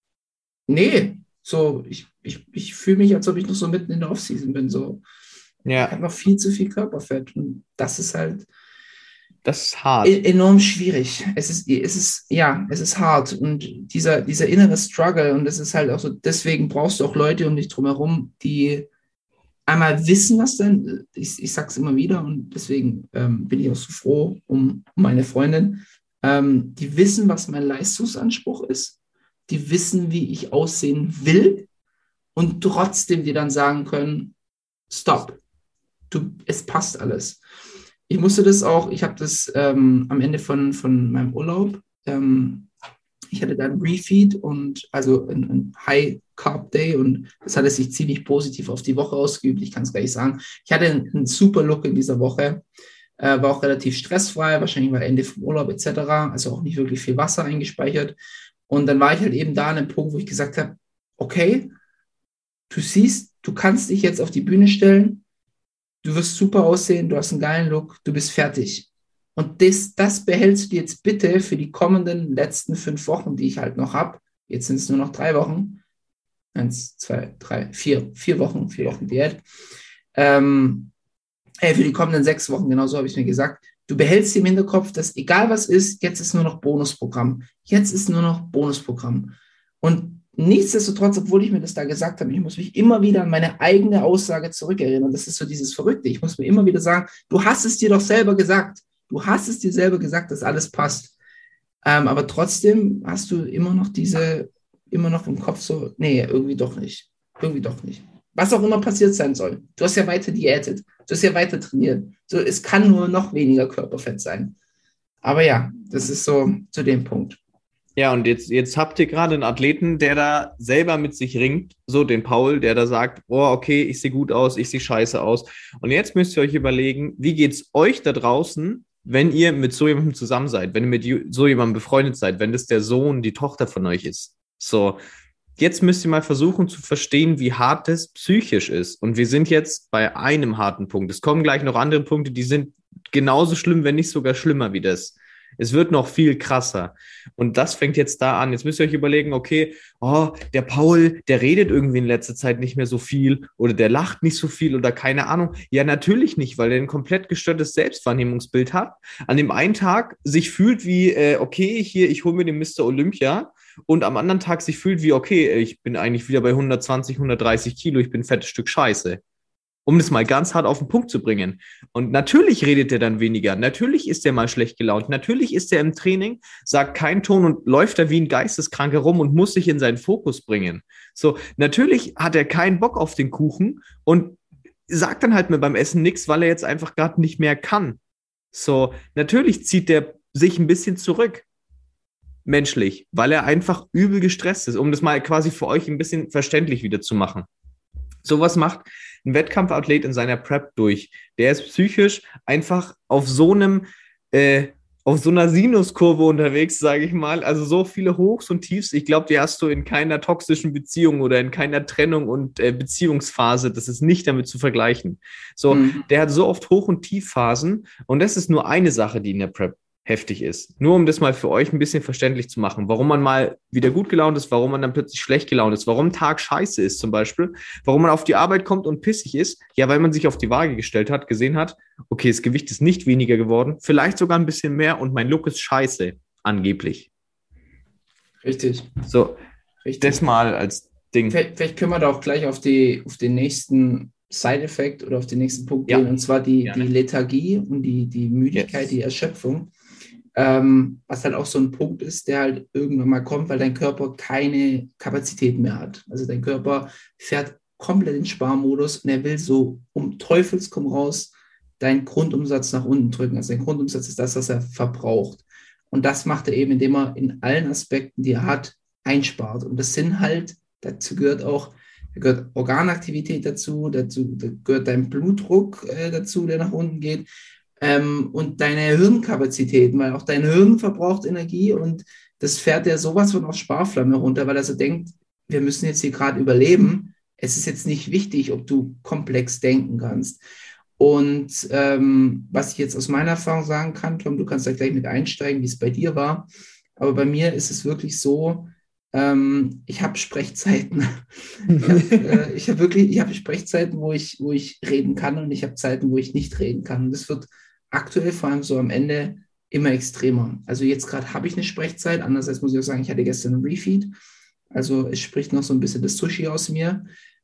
nee, so, ich, ich, ich fühle mich, als ob ich noch so mitten in der Offseason bin. So. Ich Ja, habe noch viel zu viel Körperfett. Und das ist halt das ist hart. e- enorm schwierig. Es ist, es ist, ja, es ist hart. Und dieser, dieser innere Struggle, und das ist halt auch so, deswegen brauchst du auch Leute um dich drumherum, die einmal wissen, was denn, ich, ich sag's immer wieder und deswegen ähm, bin ich auch so froh um, um meine Freundin, ähm, die wissen, was mein Leistungsanspruch ist, die wissen, wie ich aussehen will und trotzdem die dann sagen können, stopp, du, es passt alles. Ich musste das auch, ich habe das ähm, am Ende von, von meinem Urlaub, ähm, ich hatte dann Refeed und also ein, ein High-Carb-Day und das hatte sich ziemlich positiv auf die Woche ausgeübt, ich kann es gleich sagen. Ich hatte einen, einen super Look in dieser Woche, äh, war auch relativ stressfrei, wahrscheinlich war Ende vom Urlaub et cetera, also auch nicht wirklich viel Wasser eingespeichert. Und dann war ich halt eben da an einem Punkt, wo ich gesagt habe, okay, du siehst, du kannst dich jetzt auf die Bühne stellen, du wirst super aussehen, du hast einen geilen Look, du bist fertig. Und das, das behältst du dir jetzt bitte für die kommenden letzten fünf Wochen, die ich halt noch habe. Jetzt sind es nur noch drei Wochen. Eins, zwei, drei, vier, vier Wochen, vier Wochen Diät. Ähm, hey, für die kommenden sechs Wochen, genau so habe ich mir gesagt. Du behältst im Hinterkopf, dass egal was ist, jetzt ist nur noch Bonusprogramm. Jetzt ist nur noch Bonusprogramm. Und nichtsdestotrotz, obwohl ich mir das da gesagt habe, ich muss mich immer wieder an meine eigene Aussage zurückerinnern. Das ist so dieses Verrückte. Ich muss mir immer wieder sagen, du hast es dir doch selber gesagt. Du hast es dir selber gesagt, dass alles passt. Ähm, aber trotzdem hast du immer noch diese, immer noch im Kopf so, nee, irgendwie doch nicht. Irgendwie doch nicht. Was auch immer passiert sein soll. Du hast ja weiter diätet. Du hast ja weiter trainiert. So, es kann nur noch weniger Körperfett sein. Aber ja, das ist so zu dem Punkt. Ja, und jetzt, jetzt habt ihr gerade einen Athleten, der da selber mit sich ringt, so den Paul, der da sagt, oh, okay, ich sehe gut aus, ich sehe scheiße aus. Und jetzt müsst ihr euch überlegen, wie geht's euch da draußen, wenn ihr mit so jemandem zusammen seid, wenn ihr mit so jemandem befreundet seid, wenn das der Sohn, die Tochter von euch ist. So, jetzt müsst ihr mal versuchen zu verstehen, wie hart das psychisch ist. Und wir sind jetzt bei einem harten Punkt. Es kommen gleich noch andere Punkte, die sind genauso schlimm, wenn nicht sogar schlimmer wie das. Es wird noch viel krasser. Und das fängt jetzt da an. Jetzt müsst ihr euch überlegen, okay, oh, der Paul, der redet irgendwie in letzter Zeit nicht mehr so viel oder der lacht nicht so viel oder keine Ahnung. Ja, natürlich nicht, weil er ein komplett gestörtes Selbstwahrnehmungsbild hat. An dem einen Tag sich fühlt wie, äh, okay, hier, ich hole mir den Mister Olympia und am anderen Tag sich fühlt wie, okay, ich bin eigentlich wieder bei hundertzwanzig, hundertdreißig Kilo, ich bin ein fettes Stück Scheiße. Um das mal ganz hart auf den Punkt zu bringen. Und natürlich redet er dann weniger. Natürlich ist er mal schlecht gelaunt. Natürlich ist er im Training, sagt keinen Ton und läuft da wie ein Geisteskranker rum und muss sich in seinen Fokus bringen. So, natürlich hat er keinen Bock auf den Kuchen und sagt dann halt mir beim Essen nichts, weil er jetzt einfach gerade nicht mehr kann. So, natürlich zieht er sich ein bisschen zurück. Menschlich, weil er einfach übel gestresst ist, um das mal quasi für euch ein bisschen verständlich wieder zu machen. Sowas macht ein Wettkampfathlet in seiner Prep durch. Der ist psychisch einfach auf so einem, äh, auf so einer Sinuskurve unterwegs, sage ich mal. Also so viele Hochs und Tiefs. Ich glaube, die hast du in keiner toxischen Beziehung oder in keiner Trennung und äh, Beziehungsphase. Das ist nicht damit zu vergleichen. So, mhm. Der hat so oft Hoch- und Tiefphasen und das ist nur eine Sache, die in der Prep heftig ist. Nur um das mal für euch ein bisschen verständlich zu machen, warum man mal wieder gut gelaunt ist, warum man dann plötzlich schlecht gelaunt ist, warum ein Tag scheiße ist zum Beispiel, warum man auf die Arbeit kommt und pissig ist, ja, weil man sich auf die Waage gestellt hat, gesehen hat, okay, das Gewicht ist nicht weniger geworden, vielleicht sogar ein bisschen mehr und mein Look ist scheiße, angeblich. Richtig. So, Richtig. Das mal als Ding. Vielleicht, vielleicht können wir da auch gleich auf, die, auf den nächsten Side-Effekt oder auf den nächsten Punkt ja. gehen, und zwar die, ja, die Lethargie und die, die Müdigkeit, yes. die Erschöpfung. Ähm, was halt auch so ein Punkt ist, der halt irgendwann mal kommt, weil dein Körper keine Kapazitäten mehr hat. Also dein Körper fährt komplett in Sparmodus und er will so um Teufels komm raus deinen Grundumsatz nach unten drücken. Also dein Grundumsatz ist das, was er verbraucht. Und das macht er eben, indem er in allen Aspekten, die er hat, einspart. Und das sind halt, dazu gehört auch, da gehört Organaktivität dazu, dazu da gehört dein Blutdruck äh, dazu, der nach unten geht. Ähm, und deine Hirnkapazitäten, weil auch dein Hirn verbraucht Energie und das fährt ja sowas von auf Sparflamme runter, weil er so denkt, wir müssen jetzt hier gerade überleben. Es ist jetzt nicht wichtig, ob du komplex denken kannst. Und ähm, was ich jetzt aus meiner Erfahrung sagen kann, Tom, du kannst da gleich mit einsteigen, wie es bei dir war, aber bei mir ist es wirklich so, ähm, ich habe Sprechzeiten. ich habe äh, ich hab wirklich, ich habe Sprechzeiten, wo ich, wo ich reden kann und ich habe Zeiten, wo ich nicht reden kann. Und das wird aktuell vor allem so am Ende immer extremer. Also jetzt gerade habe ich eine Sprechzeit, andererseits muss ich auch sagen, ich hatte gestern einen Refeed, also es spricht noch so ein bisschen das Sushi aus mir,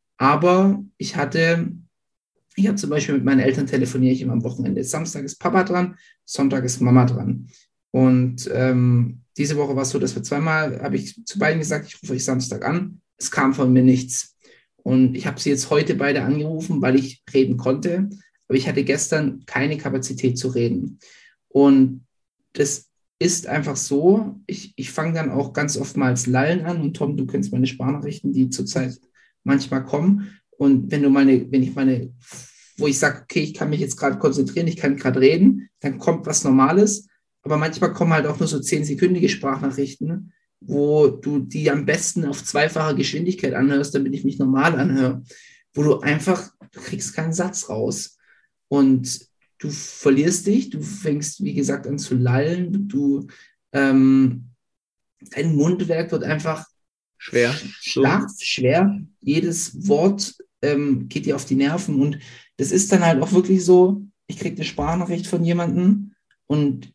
aber ich hatte, ich habe zum Beispiel mit meinen Eltern telefoniere ich immer am Wochenende. Samstag ist Papa dran, Sonntag ist Mama dran und ähm, diese Woche war es so, dass wir zweimal, habe ich zu beiden gesagt, ich rufe euch Samstag an, es kam von mir nichts und ich habe sie jetzt heute beide angerufen, weil ich reden konnte, aber ich hatte gestern keine Kapazität zu reden. Und das ist einfach so, ich, ich fange dann auch ganz oftmals Lallen an. Und Tom, du kennst meine Sprachnachrichten, die zurzeit manchmal kommen. Und wenn du meine, wenn ich meine, wo ich sage, okay, ich kann mich jetzt gerade konzentrieren, ich kann gerade reden, dann kommt was Normales. Aber manchmal kommen halt auch nur so zehnsekündige Sprachnachrichten, wo du die am besten auf zweifache Geschwindigkeit anhörst, damit ich mich normal anhöre. Wo du einfach, du kriegst keinen Satz raus. und du verlierst dich, du fängst, wie gesagt, an zu lallen, du, ähm, dein Mundwerk wird einfach Schwer. Schlaf, schwer. Jedes Wort ähm, geht dir auf die Nerven und das ist dann halt auch wirklich so, ich kriege eine Sprachnachricht von jemandem und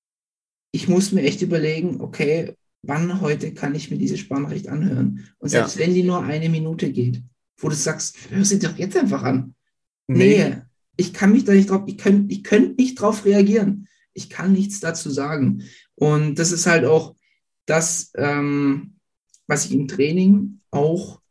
ich muss mir echt überlegen, okay, wann heute kann ich mir diese Sprachnachricht anhören? Und selbst Ja. wenn die nur eine Minute geht, wo du sagst, hör sie doch jetzt einfach an. Nee. Nee, ich kann mich da nicht drauf, ich könnte ich könnt nicht drauf reagieren. Ich kann nichts dazu sagen. Und das ist halt auch das, ähm, was ich im Training auch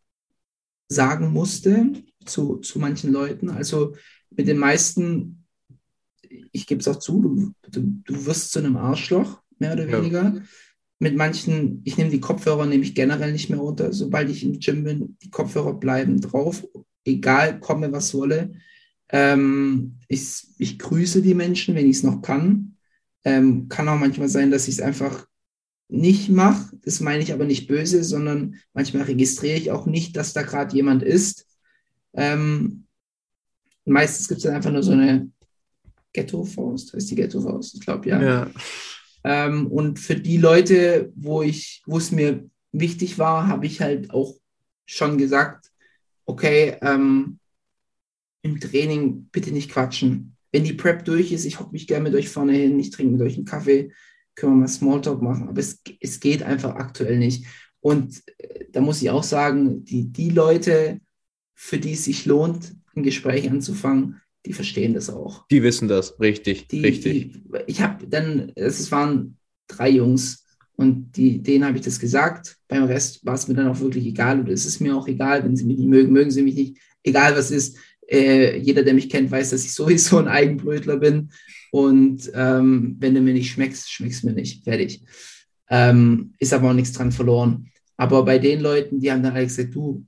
sagen musste zu, zu manchen Leuten. Also mit den meisten, ich gebe es auch zu, du, du, du wirst zu einem Arschloch, mehr oder Ja. weniger. Mit manchen, ich nehme die Kopfhörer, nehme ich generell nicht mehr runter. Sobald ich im Gym bin, die Kopfhörer bleiben drauf, egal, komme, was wolle. Ähm, ich, ich grüße die Menschen, wenn ich es noch kann. Ähm, kann auch manchmal sein, dass ich es einfach nicht mache. Das meine ich aber nicht böse, sondern manchmal registriere ich auch nicht, dass da gerade jemand ist. Ähm, meistens gibt es dann einfach nur so eine Ghetto-Faust. Heißt die Ghetto-Faust? Ich glaube, ja. Ja. Ähm, und für die Leute, wo ich, wo es mir wichtig war, habe ich halt auch schon gesagt, okay, ähm, im Training bitte nicht quatschen. Wenn die Prep durch ist, ich hocke mich gerne mit euch vorne hin, ich trinke mit euch einen Kaffee, können wir mal Smalltalk machen, aber es, es geht einfach aktuell nicht. Und äh, da muss ich auch sagen, die, die Leute, für die es sich lohnt, ein Gespräch anzufangen, die verstehen das auch. Die wissen das, richtig, Die, richtig. Die, ich habe dann, es waren drei Jungs und die, denen habe ich das gesagt. Beim Rest war es mir dann auch wirklich egal oder es ist mir auch egal, wenn sie mich nicht mögen, mögen sie mich nicht. Egal was ist, äh, jeder, der mich kennt, weiß, dass ich sowieso ein Eigenbrötler bin und ähm, wenn du mir nicht schmeckst, schmeckst mir nicht. Fertig. Ähm, ist aber auch nichts dran verloren. Aber bei den Leuten, die haben dann alle gesagt, du,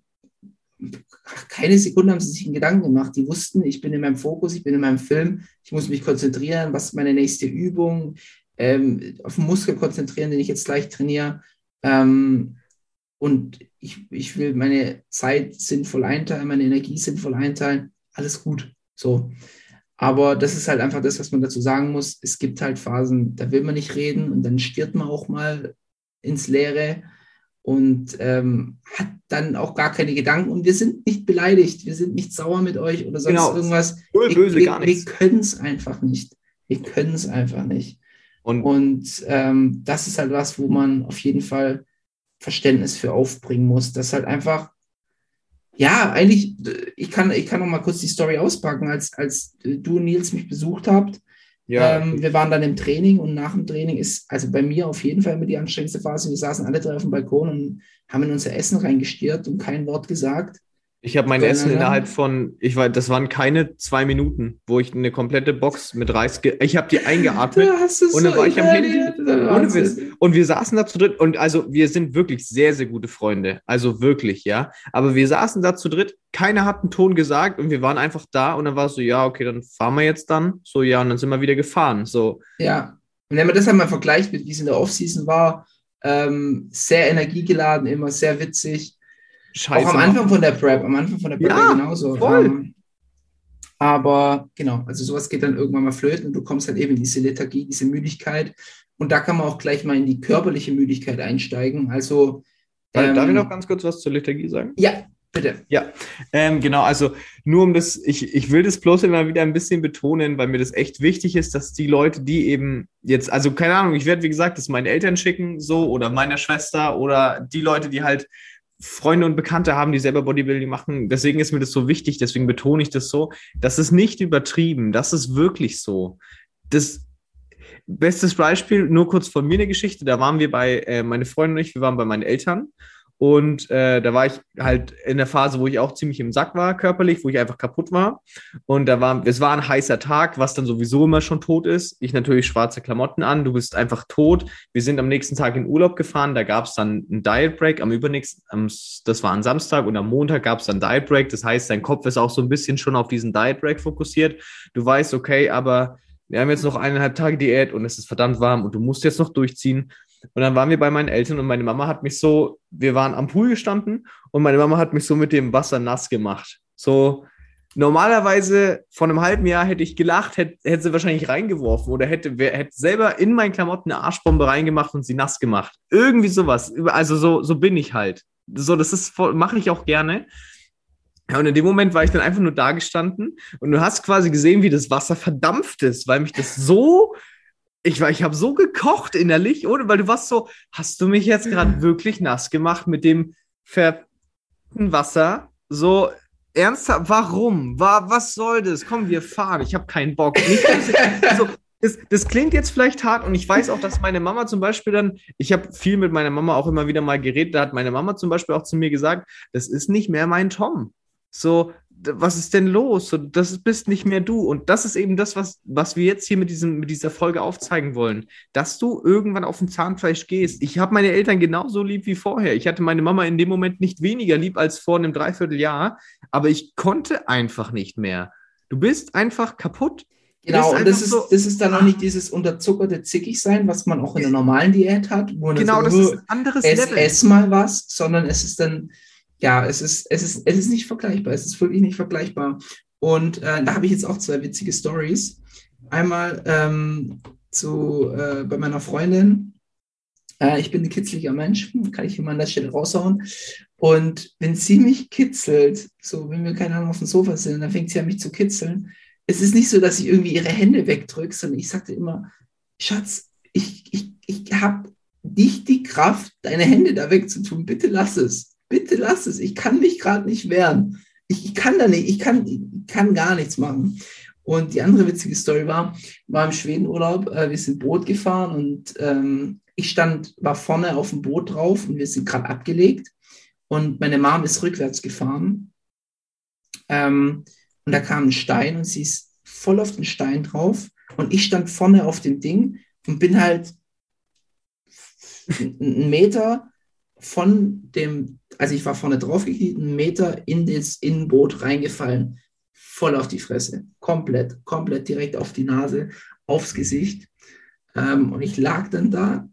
keine Sekunde haben sie sich einen Gedanken gemacht. Die wussten, ich bin in meinem Fokus, ich bin in meinem Film, ich muss mich konzentrieren, was ist meine nächste Übung, ähm, auf den Muskel konzentrieren, den ich jetzt gleich trainiere. Ähm, und ich, ich will meine Zeit sinnvoll einteilen, meine Energie sinnvoll einteilen. Alles gut. So. Aber das ist halt einfach das, was man dazu sagen muss. Es gibt halt Phasen, da will man nicht reden und dann stirbt man auch mal ins Leere und ähm, hat dann auch gar keine Gedanken. Und wir sind nicht beleidigt, wir sind nicht sauer mit euch oder sonst Genau. irgendwas. Null Wir- böse, wir, gar nichts. Wir können es einfach nicht. Wir können es einfach nicht. Und Und ähm, das ist halt was, wo man auf jeden Fall Verständnis für aufbringen muss. Das halt einfach, ja, eigentlich, ich kann, ich kann noch mal kurz die Story auspacken, als, als du, Nils, mich besucht habt. ja, Ähm, wir waren dann im Training und nach dem Training ist, also bei mir auf jeden Fall immer die anstrengendste Phase. Wir saßen alle drei auf dem Balkon und haben in unser Essen reingestiert und kein Wort gesagt. ich habe mein Sondern Essen dann- innerhalb von, ich weiß, das waren keine zwei Minuten, wo ich eine komplette Box mit Reis, ge ich habe die eingeatmet. Da hast du Und dann so war ich am Handy, inhaliert, der ohne Wahnsinn. Witz. Und wir saßen da zu dritt und also wir sind wirklich sehr, sehr gute Freunde. Also wirklich, ja. Aber wir saßen da zu dritt, keiner hat einen Ton gesagt und wir waren einfach da und dann war es so, ja, okay, dann fahren wir jetzt dann. So, ja, und dann sind wir wieder gefahren. So, Ja, und wenn man das einmal vergleicht mit, wie es in der Offseason war, ähm, sehr energiegeladen, immer sehr witzig. scheiße. Auch am Anfang von der Prep, am Anfang von der Prep Ja, ja, genauso. voll. Ähm, aber genau, also sowas geht dann irgendwann mal flöten und du kommst halt eben in diese Lethargie, diese Müdigkeit. Und da kann man auch gleich mal in die körperliche Müdigkeit einsteigen. Also, Darf ich ähm, noch ganz kurz was zur Liturgie sagen? ja, bitte. Ähm, genau, also nur um das, ich, ich will das bloß immer wieder ein bisschen betonen, weil mir das echt wichtig ist, dass die Leute, die eben jetzt, also keine Ahnung, ich werde wie gesagt das meinen Eltern schicken, so, oder meiner Schwester oder die Leute, die halt Freunde und Bekannte haben, die selber Bodybuilding machen. Deswegen ist mir das so wichtig, deswegen betone ich das so. Das ist nicht übertrieben, das ist wirklich so. Das bestes Beispiel, nur kurz von mir eine Geschichte, da waren wir bei, äh, meine Freundin und ich, wir waren bei meinen Eltern und äh, da war ich halt in der Phase, wo ich auch ziemlich im Sack war, körperlich, wo ich einfach kaputt war und da war, es war ein heißer Tag, was dann sowieso immer schon tot ist. Ich natürlich schwarze Klamotten an, du bist einfach tot. Wir sind am nächsten Tag in Urlaub gefahren, da gab es dann einen Diet Break, am übernächsten, am, das war ein Samstag und am Montag gab es dann Diet Break, das heißt, dein Kopf ist auch so ein bisschen schon auf diesen Diet Break fokussiert. Du weißt, okay, aber wir haben jetzt noch eineinhalb Tage Diät und es ist verdammt warm und du musst jetzt noch durchziehen. Und dann waren wir bei meinen Eltern und meine Mama hat mich so, wir waren am Pool gestanden und meine Mama hat mich so mit dem Wasser nass gemacht. So, normalerweise vor einem halben Jahr hätte ich gelacht, hätte, hätte sie wahrscheinlich reingeworfen oder hätte, wer, hätte selber in meinen Klamotten eine Arschbombe reingemacht und sie nass gemacht. Irgendwie sowas. Also so, so bin ich halt. So, das ist mache ich auch gerne. Ja, und in dem Moment war ich dann einfach nur da gestanden und du hast quasi gesehen, wie das Wasser verdampft ist, weil mich das so, ich war, ich habe so gekocht innerlich, oder? Weil du warst so, hast du mich jetzt gerade wirklich nass gemacht mit dem verdampften Wasser? So ernsthaft, warum? War, was soll das? Komm, wir fahren. Ich habe keinen Bock. Nicht, also, das, das klingt jetzt vielleicht hart und ich weiß auch, dass meine Mama zum Beispiel dann, ich habe viel mit meiner Mama auch immer wieder mal geredet, da hat meine Mama zum Beispiel auch zu mir gesagt, das ist nicht mehr mein Tom. So, was ist denn los? So, das bist nicht mehr du. Und das ist eben das, was, was wir jetzt hier mit, diesem, mit dieser Folge aufzeigen wollen. Dass du irgendwann auf ein Zahnfleisch gehst. Ich habe meine Eltern genauso lieb wie vorher. Ich hatte meine Mama in dem Moment nicht weniger lieb als vor einem Dreivierteljahr. Aber ich konnte einfach nicht mehr. Du bist einfach kaputt. Genau, und das ist, so, das ist dann auch nicht dieses unterzuckerte Zickigsein, was man auch in der normalen Diät hat. Wo genau, das ist ein anderes ess, Level. Ess mal was, sondern es ist dann... Ja, es ist, es, ist, es ist nicht vergleichbar. Es ist wirklich nicht vergleichbar. Und äh, da habe ich jetzt auch zwei witzige Stories. Einmal ähm, zu, äh, bei meiner Freundin. Äh, ich bin ein kitzliger Mensch, kann ich hier mal an der Stelle raushauen. Und wenn sie mich kitzelt, so wenn wir keine Ahnung auf dem Sofa sind, dann fängt sie an mich zu kitzeln. Es ist nicht so, dass ich irgendwie ihre Hände wegdrücke, sondern ich sagte immer, Schatz, ich, ich, ich habe nicht die Kraft, deine Hände da wegzutun. Bitte lass es. Bitte lass es, ich kann mich gerade nicht wehren. Ich, ich kann da nicht, ich kann, ich kann gar nichts machen. Und die andere witzige Story war, war im Schwedenurlaub, äh, wir sind Boot gefahren und ähm, ich stand, war vorne auf dem Boot drauf und wir sind gerade abgelegt und meine Mom ist rückwärts gefahren ähm, und da kam ein Stein und sie ist voll auf den Stein drauf und ich stand vorne auf dem Ding und bin halt einen Meter von dem, also ich war vorne drauf gekniet, einen Meter in das Innenboot reingefallen, voll auf die Fresse, komplett, komplett direkt auf die Nase, aufs Gesicht. Ähm, und ich lag dann da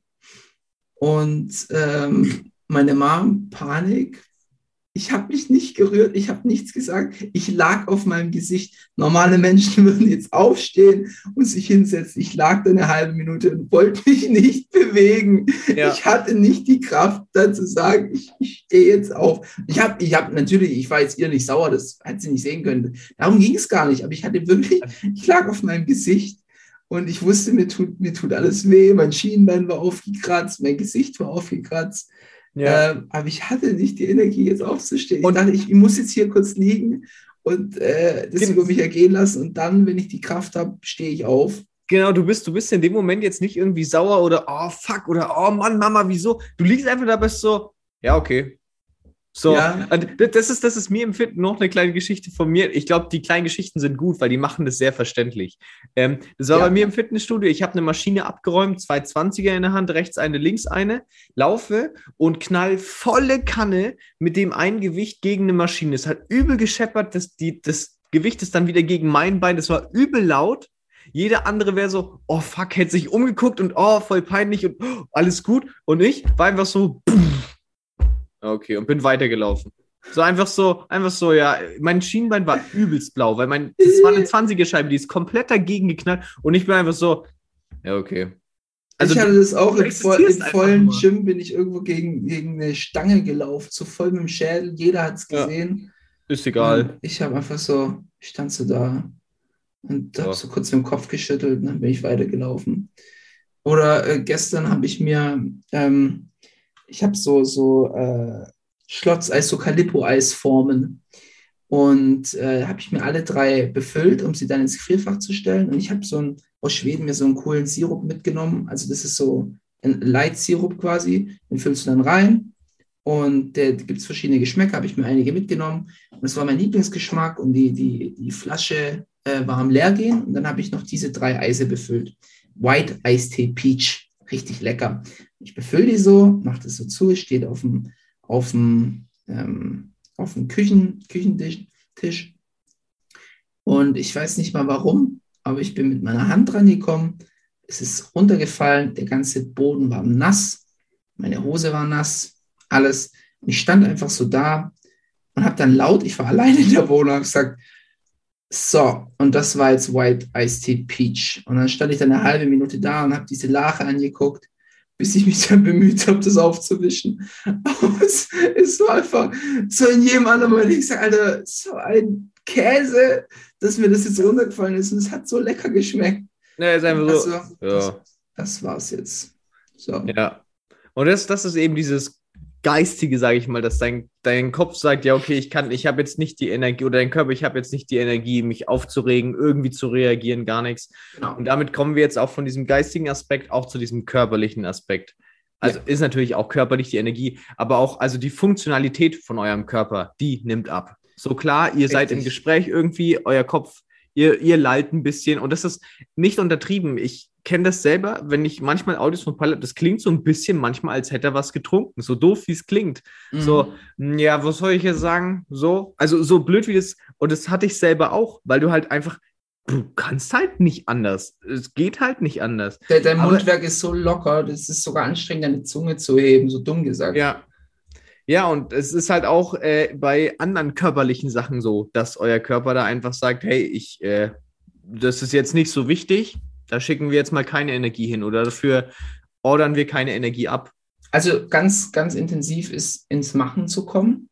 und ähm, meine Mom, Panik, ich habe mich nicht gerührt, ich habe nichts gesagt, ich lag auf meinem Gesicht. Normale Menschen würden jetzt aufstehen und sich hinsetzen. Ich lag da eine halbe Minute und wollte mich nicht bewegen. Ja. Ich hatte nicht die Kraft, dann zu sagen, ich, ich stehe jetzt auf. Ich habe ich hab natürlich, ich war jetzt ihr nicht sauer, das hat sie nicht sehen können. Darum ging es gar nicht, aber ich hatte wirklich, ich lag auf meinem Gesicht und ich wusste, mir tut, mir tut alles weh, mein Schienbein war aufgekratzt, mein Gesicht war aufgekratzt. Ja. Ähm, aber ich hatte nicht die Energie, jetzt aufzustehen. Und ich dachte, ich, ich muss jetzt hier kurz liegen und äh, das über mich ergehen lassen. Und dann, wenn ich die Kraft habe, stehe ich auf. Genau, du bist, du bist in dem Moment jetzt nicht irgendwie sauer oder oh fuck oder oh Mann, Mama, wieso? Du liegst einfach da, bist so, ja, okay. So, ja. das ist, das ist mir im Empfinden noch eine kleine Geschichte von mir. Ich glaube, die kleinen Geschichten sind gut, weil die machen das sehr verständlich. Ähm, das war ja. bei mir im Fitnessstudio. Ich habe eine Maschine abgeräumt, zwei zwanziger in der Hand, rechts eine, links eine, laufe und knall volle Kanne mit dem einen Gewicht gegen eine Maschine. Es hat übel gescheppert, das, die, das Gewicht ist dann wieder gegen mein Bein. Das war übel laut. Jeder andere wäre so, oh fuck, hätte sich umgeguckt und oh, voll peinlich und oh, alles gut. Und ich war einfach so, okay, und bin weitergelaufen. So einfach so, einfach so, ja, mein Schienbein war übelst blau, weil mein, das war eine zwanziger-Scheibe, die ist komplett dagegen geknallt und ich bin einfach so, ja, okay. Also ich hatte das auch im, voll, im vollen Gym, bin ich irgendwo gegen, gegen eine Stange gelaufen, so voll mit dem Schädel, jeder hat es gesehen. Ja, ist egal. Und ich habe einfach so, ich stand so da und habe so kurz mit dem Kopf geschüttelt und dann bin ich weitergelaufen. Oder äh, gestern habe ich mir, ähm, ich habe so, so äh, Schlotzeis, so Calippo-Eisformen und äh, habe ich mir alle drei befüllt, um sie dann ins Gefrierfach zu stellen. Und ich habe so ein, aus Schweden mir so einen coolen Sirup mitgenommen. Also das ist so ein Light-Sirup quasi. Den füllst du dann rein und da gibt es verschiedene Geschmäcker, habe ich mir einige mitgenommen. Und das war mein Lieblingsgeschmack und die, die, die Flasche äh, war am Leergehen. Und dann habe ich noch diese drei Eise befüllt. White Iced Tea Peach, richtig lecker. Ich befülle die so, mache das so zu, steht auf dem, auf dem, ähm, auf dem Küchen, Küchentisch. Tisch. Und ich weiß nicht mal warum, aber ich bin mit meiner Hand dran gekommen. Es ist runtergefallen, der ganze Boden war nass, meine Hose war nass, alles. Und ich stand einfach so da und habe dann laut, ich war alleine in der Wohnung, habe gesagt, So, und das war jetzt White Iced Tea Peach. Und dann stand ich dann eine halbe Minute da und habe diese Lache angeguckt, bis ich mich dann bemüht habe, das aufzuwischen. Aber es, es war einfach so in jedem anderen Moment. Ich sage, Alter, so ein Käse, dass mir das jetzt runtergefallen ist. Und es hat so lecker geschmeckt. Ja, ist einfach so. Also, ja. das, das war's jetzt. So. Ja. Und das, das ist eben dieses Geistige, sage ich mal, dass dein, dein Kopf sagt, ja, okay, ich kann, ich habe jetzt nicht die Energie, oder dein Körper, ich habe jetzt nicht die Energie, mich aufzuregen, irgendwie zu reagieren, gar nichts. Genau. Und damit kommen wir jetzt auch von diesem geistigen Aspekt auch zu diesem körperlichen Aspekt. Also ja. Ist natürlich auch körperlich die Energie, aber auch, also die Funktionalität von eurem Körper, die nimmt ab. So klar, ihr Richtig. seid im Gespräch irgendwie, euer Kopf, ihr, ihr lallt ein bisschen und das ist nicht untertrieben. Ich kenne das selber, wenn ich manchmal Audios von Pilot, das klingt so ein bisschen manchmal, als hätte er was getrunken, so doof, wie es klingt. Mhm. So, ja, was soll ich jetzt sagen? So, also so blöd wie das, und das hatte ich selber auch, weil du halt einfach, du kannst halt nicht anders. Es geht halt nicht anders. De- dein Aber, Mundwerk ist so locker, das ist sogar anstrengend, deine Zunge zu heben, so dumm gesagt. Ja. Ja, und es ist halt auch äh, bei anderen körperlichen Sachen so, dass euer Körper da einfach sagt, hey, ich, äh, das ist jetzt nicht so wichtig, da schicken wir jetzt mal keine Energie hin oder dafür ordern wir keine Energie ab. Also ganz, ganz intensiv ist ins Machen zu kommen.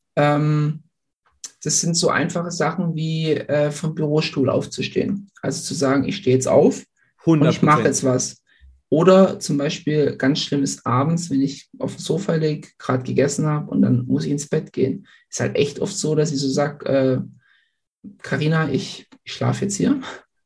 Ähm, das sind so einfache Sachen wie äh, vom Bürostuhl aufzustehen. Also zu sagen, ich stehe jetzt auf hundert Prozent. Und ich mache jetzt was. Oder zum Beispiel ganz schlimm ist abends, wenn ich auf dem Sofa liege, gerade gegessen habe und dann muss ich ins Bett gehen. Ist halt echt oft so, dass ich so sage, Carina, äh, ich, ich schlafe jetzt hier.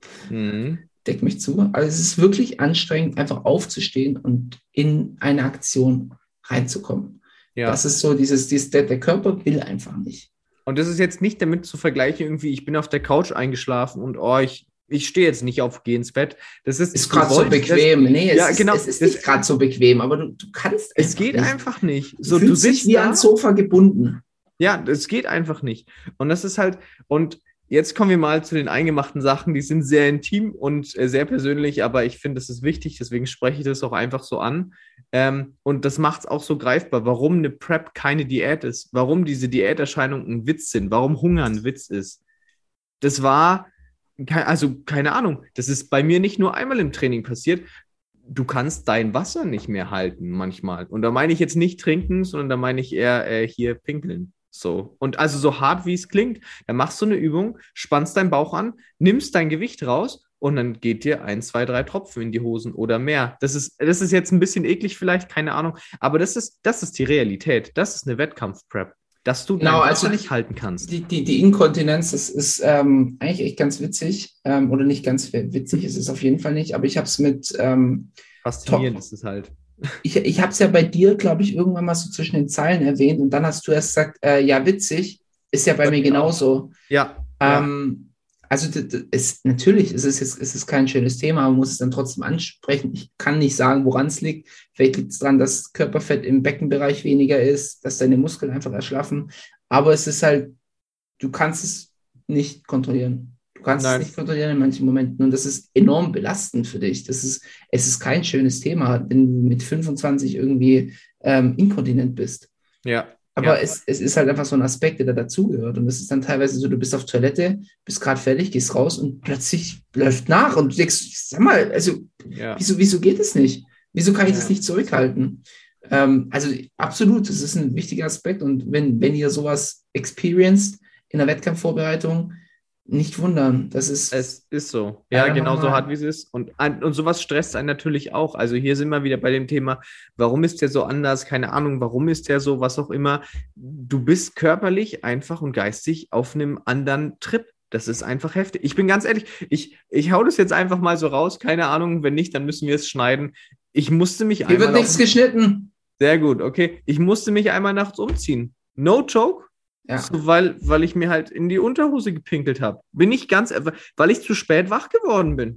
Mhm. Deck mich zu. Also es ist wirklich anstrengend, einfach aufzustehen und in eine Aktion reinzukommen. Ja. Das ist so dieses, dieses der, der Körper will einfach nicht. Und das ist jetzt nicht damit zu vergleichen, irgendwie, ich bin auf der Couch eingeschlafen und oh, ich, ich stehe jetzt nicht auf, gehe ins Bett. Das ist, ist gerade so bequem. Das, nee, es ja, ist, genau, es ist nicht gerade so bequem, aber du, du kannst Es geht nicht. einfach nicht. So, du, du sitzt dich wie da, ans Sofa gebunden. Ja, es geht einfach nicht. Und das ist halt, und jetzt kommen wir mal zu den eingemachten Sachen, die sind sehr intim und äh, sehr persönlich, aber ich finde, das ist wichtig, deswegen spreche ich das auch einfach so an. Ähm, und das macht es auch so greifbar, warum eine Prep keine Diät ist, warum diese Diäterscheinungen ein Witz sind, warum Hunger ein Witz ist. Das war, also keine Ahnung, das ist bei mir nicht nur einmal im Training passiert. Du kannst dein Wasser nicht mehr halten manchmal. Und da meine ich jetzt nicht trinken, sondern da meine ich eher äh, hier pinkeln. So. Und also so hart wie es klingt, dann machst du eine Übung, spannst deinen Bauch an, nimmst dein Gewicht raus und dann geht dir ein, zwei, drei Tropfen in die Hosen oder mehr. Das ist, das ist jetzt ein bisschen eklig vielleicht, keine Ahnung, aber das ist, das ist die Realität. Das ist eine Wettkampf-Prep, dass du genau, dein Wasser also nicht halten kannst. Die, die, die Inkontinenz, das ist ähm, eigentlich echt ganz witzig ähm, oder nicht ganz witzig, ist es auf jeden Fall nicht, aber ich habe es mit ähm, Faszinierend ist es halt. Ich, ich habe es ja bei dir, glaube ich, irgendwann mal so zwischen den Zeilen erwähnt und dann hast du erst gesagt, äh, ja, witzig, ist ja bei, bei mir genauso. Ja. Ähm, ja. Also das, das ist, natürlich ist es jetzt ist es kein schönes Thema, man muss es dann trotzdem ansprechen. Ich kann nicht sagen, woran es liegt. Vielleicht liegt es daran, dass Körperfett im Beckenbereich weniger ist, dass deine Muskeln einfach erschlaffen. Aber es ist halt, du kannst es nicht kontrollieren. Du kannst Nein. es nicht kontrollieren in manchen Momenten und das ist enorm belastend für dich. Das ist, es ist kein schönes Thema, wenn du mit fünfundzwanzig irgendwie ähm, inkontinent bist. Ja. Aber ja. es, es ist halt einfach so ein Aspekt, der da dazugehört. Und es ist dann teilweise so, du bist auf Toilette, bist gerade fertig, gehst raus und plötzlich läuft nach und du denkst, sag mal, also ja. wieso, wieso geht es nicht? Wieso kann ich ja. das nicht zurückhalten? Ähm, also absolut, das ist ein wichtiger Aspekt. Und wenn, wenn ihr sowas experienced in der Wettkampfvorbereitung, nicht wundern, das ist... Es ist so, ja, genau so hart, wie es ist. Und, und sowas stresst einen natürlich auch. Also hier sind wir wieder bei dem Thema, warum ist der so anders? Keine Ahnung, warum ist der so, was auch immer. Du bist körperlich einfach und geistig auf einem anderen Trip. Das ist einfach heftig. Ich bin ganz ehrlich, ich, ich hau das jetzt einfach mal so raus. Keine Ahnung, wenn nicht, dann müssen wir es schneiden. Ich musste mich Hier einmal... Hier wird nichts geschnitten. Sehr gut, okay. Ich musste mich einmal nachts umziehen. No joke. Ja. So, weil, weil ich mir halt in die Unterhose gepinkelt habe. Bin ich ganz, weil ich zu spät wach geworden bin.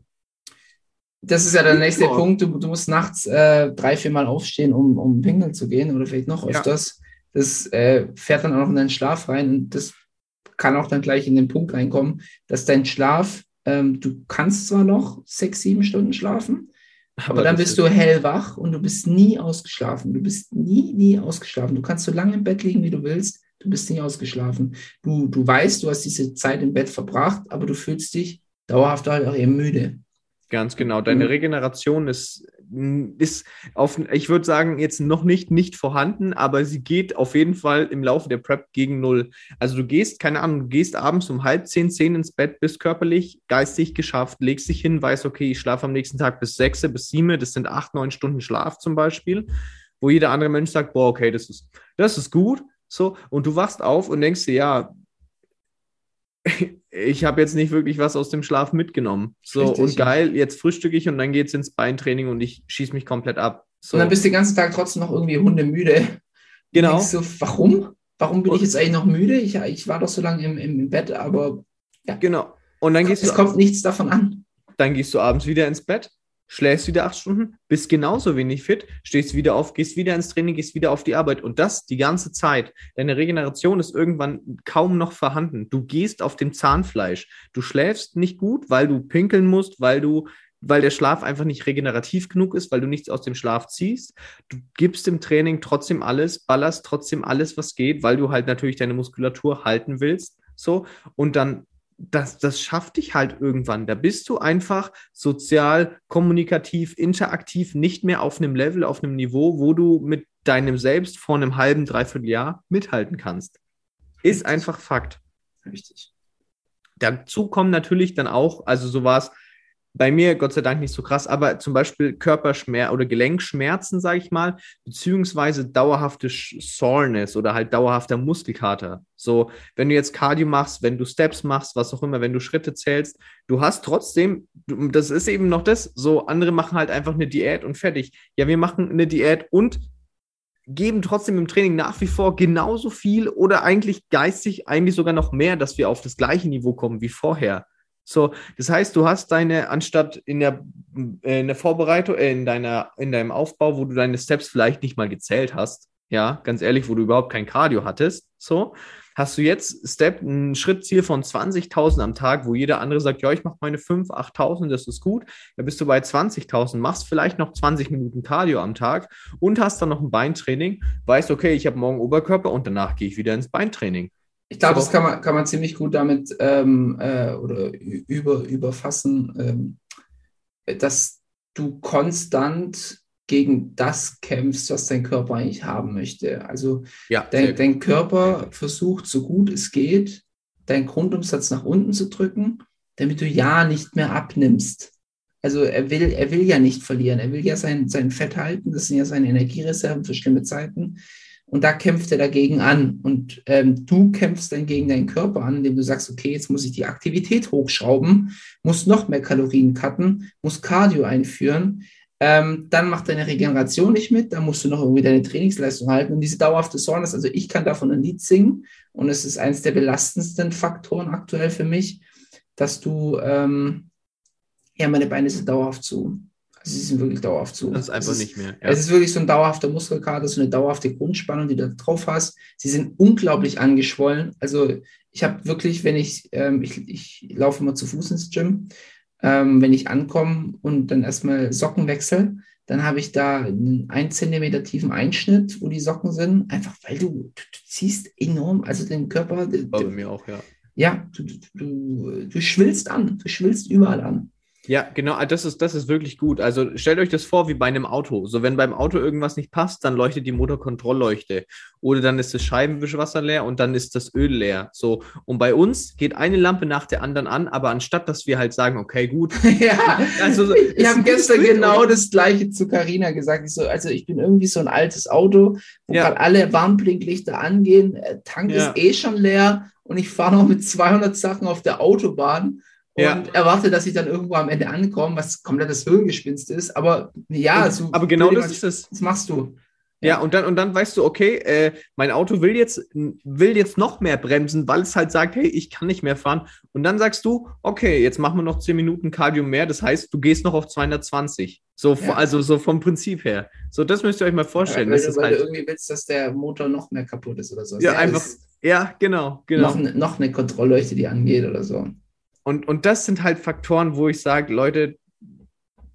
Das ist ja der nächste oh. Punkt. Du, du musst nachts äh, drei, vier Mal aufstehen, um, um pinkeln zu gehen oder vielleicht noch öfters. Ja. Das äh, fährt dann auch noch in deinen Schlaf rein und das kann auch dann gleich in den Punkt reinkommen, dass dein Schlaf, ähm, du kannst zwar noch sechs, sieben Stunden schlafen, aber, aber dann bist du hellwach und du bist nie ausgeschlafen. Du bist nie, nie ausgeschlafen. Du kannst so lange im Bett liegen, wie du willst. Du Du bist nicht ausgeschlafen. Du, du weißt, du hast diese Zeit im Bett verbracht, aber du fühlst dich dauerhaft halt auch eben müde. Ganz genau. Deine Regeneration ist, ist auf, ich würde sagen, jetzt noch nicht nicht vorhanden, aber sie geht auf jeden Fall im Laufe der Prep gegen null. Also du gehst, keine Ahnung, du gehst abends um halb zehn, zehn ins Bett, bist körperlich, geistig geschafft, legst dich hin, weißt, okay, ich schlafe am nächsten Tag bis sechs, bis sieben, das sind acht, neun Stunden Schlaf zum Beispiel, wo jeder andere Mensch sagt, boah, okay, das ist, das ist gut, so, und du wachst auf und denkst dir, ja, ich habe jetzt nicht wirklich was aus dem Schlaf mitgenommen. So, Richtig, und geil, jetzt frühstücke ich und dann geht's ins Beintraining und ich schieße mich komplett ab. So. Und dann bist du den ganzen Tag trotzdem noch irgendwie hundemüde. Genau. Und denkst so, warum? Warum bin Und- ich jetzt eigentlich noch müde? Ich, ich war doch so lange im, im, im Bett, aber ja, Genau. Und dann gehst es du kommt nichts davon an. Dann gehst du abends wieder ins Bett, schläfst wieder acht Stunden, bist genauso wenig fit, stehst wieder auf, gehst wieder ins Training, gehst wieder auf die Arbeit und das die ganze Zeit. Deine Regeneration ist irgendwann kaum noch vorhanden. Du gehst auf dem Zahnfleisch. Du schläfst nicht gut, weil du pinkeln musst, weil du, weil der Schlaf einfach nicht regenerativ genug ist, weil du nichts aus dem Schlaf ziehst. Du gibst im Training trotzdem alles, ballerst trotzdem alles, was geht, weil du halt natürlich deine Muskulatur halten willst. So, und dann Das, das schafft dich halt irgendwann. Da bist du einfach sozial, kommunikativ, interaktiv nicht mehr auf einem Level, auf einem Niveau, wo du mit deinem Selbst vor einem halben, dreiviertel Jahr mithalten kannst. Ist einfach Fakt. Richtig. Dazu kommen natürlich dann auch, also so war es bei mir Gott sei Dank nicht so krass, aber zum Beispiel Körperschmerzen oder Gelenkschmerzen, sage ich mal, beziehungsweise dauerhafte Soreness oder halt dauerhafter Muskelkater. So, wenn du jetzt Cardio machst, wenn du Steps machst, was auch immer, wenn du Schritte zählst, du hast trotzdem, das ist eben noch das, so andere machen halt einfach eine Diät und fertig. Ja, wir machen eine Diät und geben trotzdem im Training nach wie vor genauso viel oder eigentlich geistig eigentlich sogar noch mehr, dass wir auf das gleiche Niveau kommen wie vorher. So, das heißt, du hast deine, anstatt in der, in der Vorbereitung, äh, in deiner, in deinem Aufbau, wo du deine Steps vielleicht nicht mal gezählt hast, ja, ganz ehrlich, wo du überhaupt kein Cardio hattest, so, hast du jetzt Step, ein Schrittziel von zwanzigtausend am Tag, wo jeder andere sagt, ja, ich mache meine fünf, achttausend, das ist gut, da bist du bei zwanzigtausend, machst vielleicht noch zwanzig Minuten Cardio am Tag und hast dann noch ein Beintraining, weißt, okay, ich habe morgen Oberkörper und danach gehe ich wieder ins Beintraining. Ich glaube, So. das kann man, kann man ziemlich gut damit ähm, äh, oder über, überfassen, ähm, dass du konstant gegen das kämpfst, was dein Körper eigentlich haben möchte. Also Ja, dein, dein Körper versucht, so gut es geht, deinen Grundumsatz nach unten zu drücken, damit du ja nicht mehr abnimmst. Also er will, er will ja nicht verlieren, er will ja sein, sein Fett halten, das sind ja seine Energiereserven für schlimme Zeiten. Und da kämpft er dagegen an. Und ähm, du kämpfst dann gegen deinen Körper an, indem du sagst, okay, jetzt muss ich die Aktivität hochschrauben, muss noch mehr Kalorien cutten, muss Cardio einführen. Ähm, dann macht deine Regeneration nicht mit, dann musst du noch irgendwie deine Trainingsleistung halten. Und diese dauerhafte Soreness, also ich kann davon ein Lied singen und es ist eines der belastendsten Faktoren aktuell für mich, dass du, ähm, ja, meine Beine sind dauerhaft zu. Sie sind wirklich dauerhaft zu. das ist einfach es ist, nicht mehr. Ja. Es ist wirklich so ein dauerhafter Muskelkater, so eine dauerhafte Grundspannung, die du da drauf hast. Sie sind unglaublich angeschwollen. Also ich habe wirklich, wenn ich, ähm, ich, ich laufe immer zu Fuß ins Gym, ähm, wenn ich ankomme und dann erstmal Socken wechsle, dann habe ich da einen ein Zentimeter tiefen Einschnitt, wo die Socken sind, einfach weil du, du, du ziehst enorm, also den Körper, du, War bei mir auch, ja. ja, du, du, du, du schwillst an, du schwillst überall an. Ja, genau, das ist, das ist wirklich gut. Also stellt euch das vor wie bei einem Auto. So, wenn beim Auto irgendwas nicht passt, dann leuchtet die Motorkontrollleuchte. Oder dann ist das Scheibenwischwasser leer und dann ist das Öl leer. So, und bei uns geht eine Lampe nach der anderen an, aber anstatt, dass wir halt sagen, okay, gut. Ja, Also, ich ist habe ein gestern Bild, genau oder? das Gleiche zu Carina gesagt. Ich so, also ich bin irgendwie so ein altes Auto, wo Ja. gerade alle Warnblinklichter angehen, äh, Tank Ja. ist eh schon leer und ich fahre noch mit zweihundert Sachen auf der Autobahn und Ja. erwarte, dass ich dann irgendwo am Ende ankomme, was komplettes Hirngespinst ist. Aber ja, so, aber genau will das jemand- ist es. das machst du. Ja, und dann, und dann weißt du, okay, äh, mein Auto will jetzt, will jetzt noch mehr bremsen, weil es halt sagt, hey, ich kann nicht mehr fahren. Und dann sagst du, okay, jetzt machen wir noch zehn Minuten Cardio mehr. Das heißt, du gehst noch auf zweihundertzwanzig. So, Ja. also so vom Prinzip her. So, das müsst ihr euch mal vorstellen. weil das du, ist weil halt, du irgendwie willst, dass der Motor noch mehr kaputt ist oder so. ja, einfach, ist ja, genau, genau. noch, ne- noch eine Kontrollleuchte, die angeht oder so. Und, und das sind halt Faktoren, wo ich sage, Leute,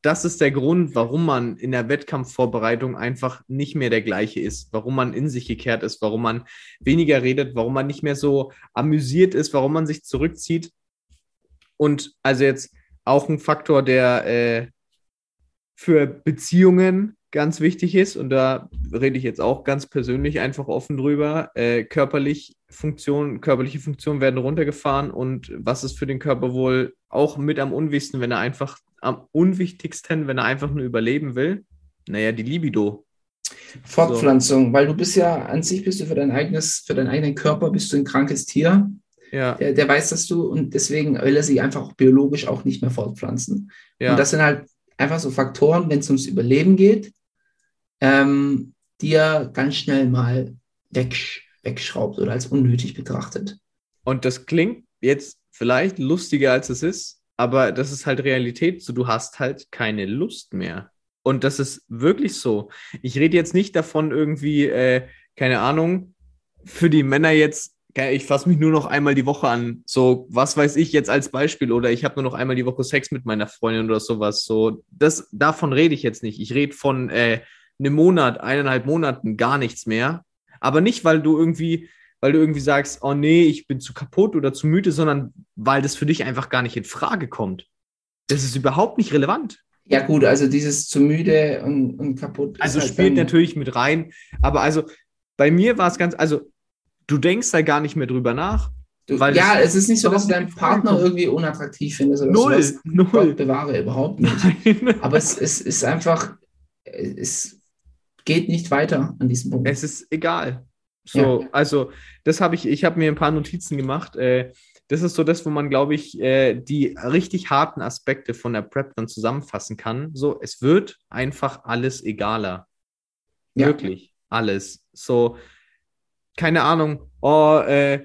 das ist der Grund, warum man in der Wettkampfvorbereitung einfach nicht mehr der gleiche ist, warum man in sich gekehrt ist, warum man weniger redet, warum man nicht mehr so amüsiert ist, warum man sich zurückzieht. Und also jetzt auch ein Faktor, der äh, für Beziehungen ganz wichtig ist, und da rede ich jetzt auch ganz persönlich einfach offen drüber, äh, körperlich Funktion, körperliche Funktionen werden runtergefahren, und was ist für den Körper wohl auch mit am unwichtigsten, wenn er einfach, am unwichtigsten, wenn er einfach nur überleben will? Naja, die Libido. Fortpflanzung, so. Weil du bist ja, an sich bist du für dein eigenes, für deinen eigenen Körper bist du ein krankes Tier. Ja. Der, der weiß, dass du, und deswegen will er sich einfach auch biologisch auch nicht mehr fortpflanzen. Ja. Und das sind halt einfach so Faktoren, wenn es ums Überleben geht, ähm, die er ganz schnell mal weg, wegschraubt oder als unnötig betrachtet. Und das klingt jetzt vielleicht lustiger, als es ist, aber das ist halt Realität. So, du hast halt keine Lust mehr. Und das ist wirklich so. Ich rede jetzt nicht davon irgendwie, äh, keine Ahnung, für die Männer jetzt, ich fasse mich nur noch einmal die Woche an, so, was weiß ich jetzt als Beispiel, oder ich habe nur noch einmal die Woche Sex mit meiner Freundin oder sowas, so, das, davon rede ich jetzt nicht. Ich rede von äh, einem Monat, eineinhalb Monaten gar nichts mehr, aber nicht, weil du irgendwie, weil du irgendwie sagst, oh nee, ich bin zu kaputt oder zu müde, sondern weil das für dich einfach gar nicht in Frage kommt. Das ist überhaupt nicht relevant. Ja gut, also dieses zu müde und, und kaputt. Also ist halt spielt dann, natürlich mit rein, aber also bei mir war es ganz, also du denkst da gar nicht mehr drüber nach. du, weil ja, das es ist nicht so, dass du überhaupt deinen nicht in Frage Partner kommt. irgendwie unattraktiv findest oder Null, sowas. null. Gott bewahre, überhaupt nicht. Nein. Aber es, es ist einfach, es geht nicht weiter an diesem Punkt. Es ist egal. So, Ja. also das habe ich, ich habe mir ein paar Notizen gemacht. Äh, das ist so das, wo man, glaube ich, äh, die richtig harten Aspekte von der Prep dann zusammenfassen kann. So, es wird einfach alles egaler. Ja. Wirklich, alles. So, keine Ahnung, oh, äh,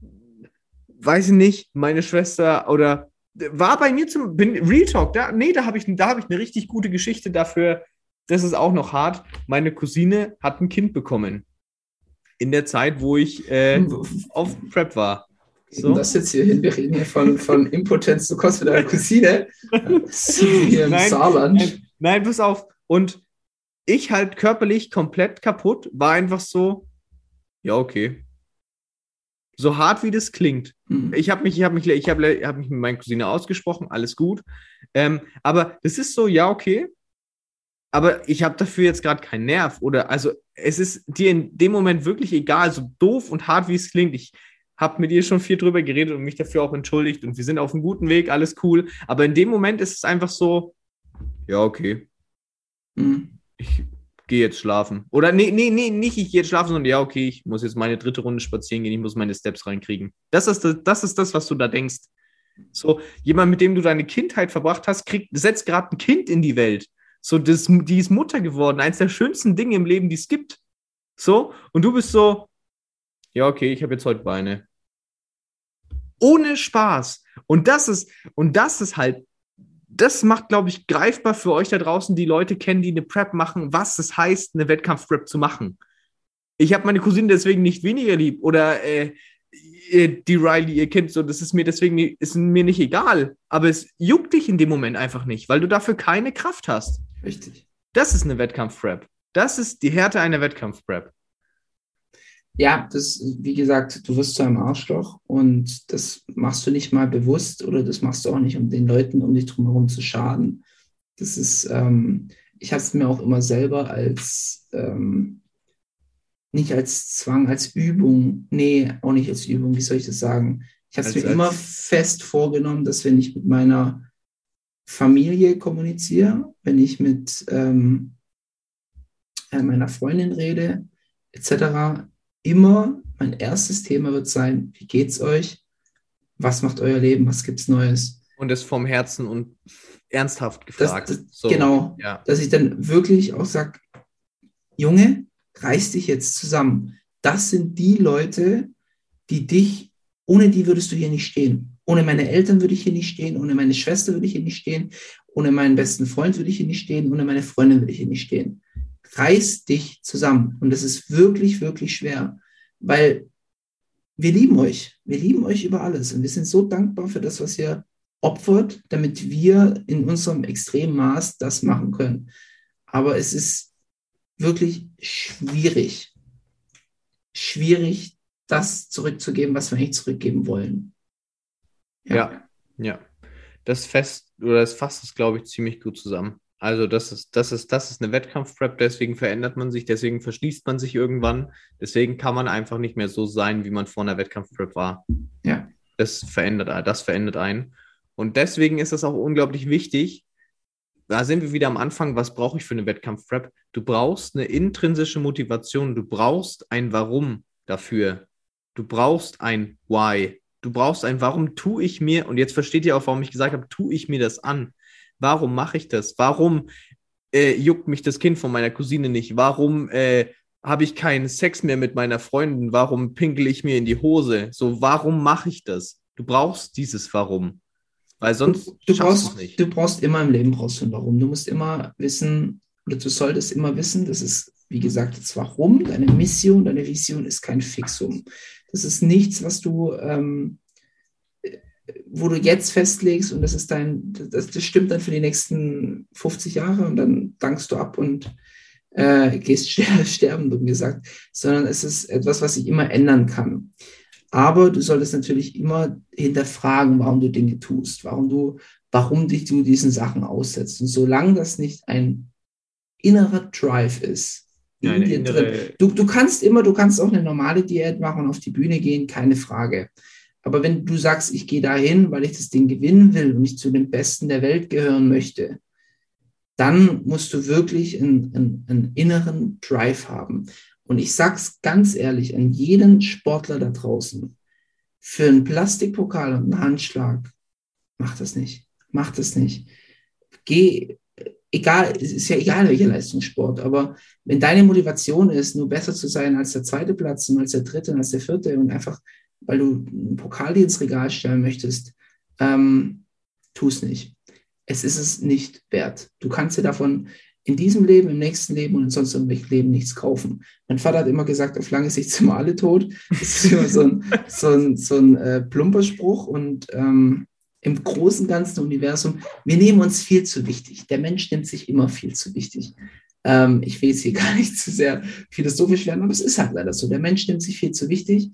weiß ich nicht, meine Schwester oder war bei mir zum bin, Real Talk, da, nee, da habe ich, da hab ich eine richtig gute Geschichte dafür. Das ist auch noch hart. Meine Cousine hat ein Kind bekommen. In der Zeit, wo ich äh, auf Prep war. So. Und das jetzt hier hin, wir reden hier von, von Impotenz, du kommst mit deiner Cousine. Sind wir hier im Nein, Saarland. Nein, nein, pass auf. Und ich halt körperlich komplett kaputt, war einfach so, ja, okay. So hart wie das klingt. Mhm. Ich habe mich, ich habe mich, ich habe hab mich mit meiner Cousine ausgesprochen, alles gut. Ähm, aber das ist so, ja, okay. Aber ich habe dafür jetzt gerade keinen Nerv. Oder also es ist dir in dem Moment wirklich egal, so doof und hart wie es klingt. Ich habe mit ihr schon viel drüber geredet und mich dafür auch entschuldigt. Und wir sind auf einem guten Weg, alles cool. Aber in dem Moment ist es einfach so, ja, okay. Mhm. Ich gehe jetzt schlafen. Oder nee, nee, nee, nicht ich gehe jetzt schlafen, sondern ja, okay, ich muss jetzt meine dritte Runde spazieren gehen, ich muss meine Steps reinkriegen. Das ist das, das, ist das was du da denkst. So, jemand, mit dem du deine Kindheit verbracht hast, kriegt, setzt gerade ein Kind in die Welt. So, das, die ist Mutter geworden. Eins der schönsten Dinge im Leben, die es gibt. So, und du bist so, ja, okay, ich habe jetzt heute Beine. Ohne Spaß. Und das ist, und das ist halt, das macht, glaube ich, greifbar für euch da draußen, die Leute kennen, die eine Prep machen, was es heißt, eine Wettkampf-Prep zu machen. Ich habe meine Cousine deswegen nicht weniger lieb oder äh, die Riley, ihr Kind, so, das ist mir deswegen ist mir nicht egal. Aber es juckt dich in dem Moment einfach nicht, weil du dafür keine Kraft hast. Richtig. Das ist eine Wettkampf-Prep. Das ist die Härte einer Wettkampf-Prep. Ja, das, wie gesagt, du wirst zu einem Arschloch und das machst du nicht mal bewusst oder das machst du auch nicht, um den Leuten um dich drumherum zu schaden. Das ist, ähm, ich habe es mir auch immer selber als, ähm, nicht als Zwang, als Übung, nee, auch nicht als Übung, wie soll ich das sagen? Ich habe es mir als- immer fest vorgenommen, dass wenn ich mit meiner Familie kommuniziere, wenn ich mit ähm, äh, meiner Freundin rede, et cetera, immer mein erstes Thema wird sein, wie geht's euch? Was macht euer Leben? Was gibt's Neues? Und das vom Herzen und ernsthaft Das, gefragt. das, So, genau, Ja. dass ich dann wirklich auch sage, Junge, reiß dich jetzt zusammen. Das sind die Leute, die dich, ohne die würdest du hier nicht stehen. Ohne meine Eltern würde ich hier nicht stehen, ohne meine Schwester würde ich hier nicht stehen, ohne meinen besten Freund würde ich hier nicht stehen, ohne meine Freundin würde ich hier nicht stehen. Reiß dich zusammen. Und das ist wirklich, wirklich schwer, weil wir lieben euch. Wir lieben euch über alles. Und wir sind so dankbar für das, was ihr opfert, damit wir in unserem extremen Maß das machen können. Aber es ist wirklich schwierig, schwierig, das zurückzugeben, was wir eigentlich zurückgeben wollen. Ja, ja. ja. Das fest oder das fasst es, glaube ich, ziemlich gut zusammen. Also das ist, das ist, das ist eine Wettkampf-Prep, deswegen verändert man sich, deswegen verschließt man sich irgendwann, deswegen kann man einfach nicht mehr so sein, wie man vor einer Wettkampf-Prep war. Ja. Das verändert, das verändert einen. Und deswegen ist es auch unglaublich wichtig, da sind wir wieder am Anfang, was brauche ich für eine Wettkampf-Prep? Du brauchst eine intrinsische Motivation, du brauchst ein Warum dafür. Du brauchst ein Why. Du brauchst ein Warum tue ich mir, und jetzt versteht ihr auch, warum ich gesagt habe, tue ich mir das an. Warum mache ich das? Warum äh, juckt mich das Kind von meiner Cousine nicht? Warum äh, habe ich keinen Sex mehr mit meiner Freundin? Warum pinkel ich mir in die Hose? So, warum mache ich das? Du brauchst dieses Warum. Weil sonst du, du schaffst brauchst, du es nicht. Du brauchst immer im Leben brauchst du ein Warum. Du musst immer wissen, oder du solltest immer wissen, das ist, wie gesagt, das Warum, deine Mission, deine Vision ist kein Fixum. Das ist nichts, was du, ähm, wo du jetzt festlegst und das ist dein, das, das stimmt dann für die nächsten fünfzig Jahre und dann dankst du ab und äh, gehst ster- sterben, dumm gesagt, sondern es ist etwas, was sich immer ändern kann. Aber du solltest natürlich immer hinterfragen, warum du Dinge tust, warum du, warum dich du diesen Sachen aussetzt. Und solange das nicht ein innerer Drive ist, Ja, in eine dir innere- drin, du, du kannst immer, du kannst auch eine normale Diät machen und auf die Bühne gehen, keine Frage. Aber wenn du sagst, ich gehe dahin, weil ich das Ding gewinnen will und ich zu den Besten der Welt gehören möchte, dann musst du wirklich einen, einen, einen inneren Drive haben. Und ich sag's ganz ehrlich an jeden Sportler da draußen, für einen Plastikpokal und einen Handschlag, mach das nicht. Mach das nicht. Geh, egal, es ist ja egal, welcher Leistungssport, aber wenn deine Motivation ist, nur besser zu sein als der zweite Platz und als der dritte und als der vierte und einfach, weil du einen Pokal dir ins Regal stellen möchtest, ähm, tu es nicht. Es ist es nicht wert. Du kannst dir davon in diesem Leben, im nächsten Leben und in sonst irgendwelchen Leben nichts kaufen. Mein Vater hat immer gesagt, auf lange Sicht sind wir alle tot. Das ist immer so ein, so ein, so ein äh, plumper Spruch und ähm, im großen, ganzen Universum, wir nehmen uns viel zu wichtig. Der Mensch nimmt sich immer viel zu wichtig. Ähm, ich will jetzt hier gar nicht zu sehr philosophisch werden, aber es ist halt leider so. Der Mensch nimmt sich viel zu wichtig.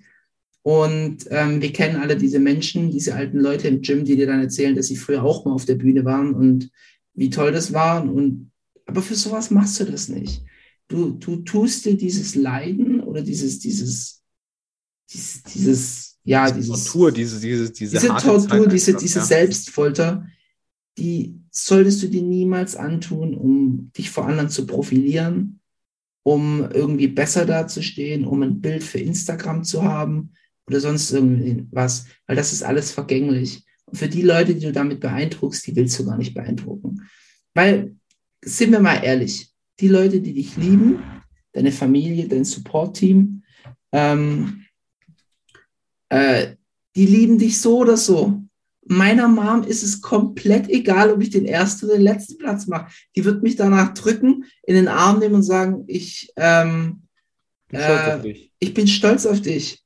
Und ähm, wir kennen alle diese Menschen, diese alten Leute im Gym, die dir dann erzählen, dass sie früher auch mal auf der Bühne waren und wie toll das war. Und, aber für sowas machst du das nicht. Du, du tust dir dieses Leiden oder dieses, dieses, dieses, dieses ja, dieses... Tortur, diese, diese, diese, diese harte Tortur, Zeit diese, einfach, diese ja. Selbstfolter, die solltest du dir niemals antun, um dich vor anderen zu profilieren, um irgendwie besser dazustehen, um ein Bild für Instagram zu haben oder sonst irgendwas, weil das ist alles vergänglich. Und für die Leute, die du damit beeindruckst, die willst du gar nicht beeindrucken. Weil, sind wir mal ehrlich, die Leute, die dich lieben, deine Familie, dein Support-Team, ähm, äh, die lieben dich so oder so. Meiner Mom ist es komplett egal, ob ich den ersten oder den letzten Platz mache. Die wird mich danach drücken, in den Arm nehmen und sagen, ich, ähm, Ich bin stolz äh, auf dich. ich bin stolz auf dich.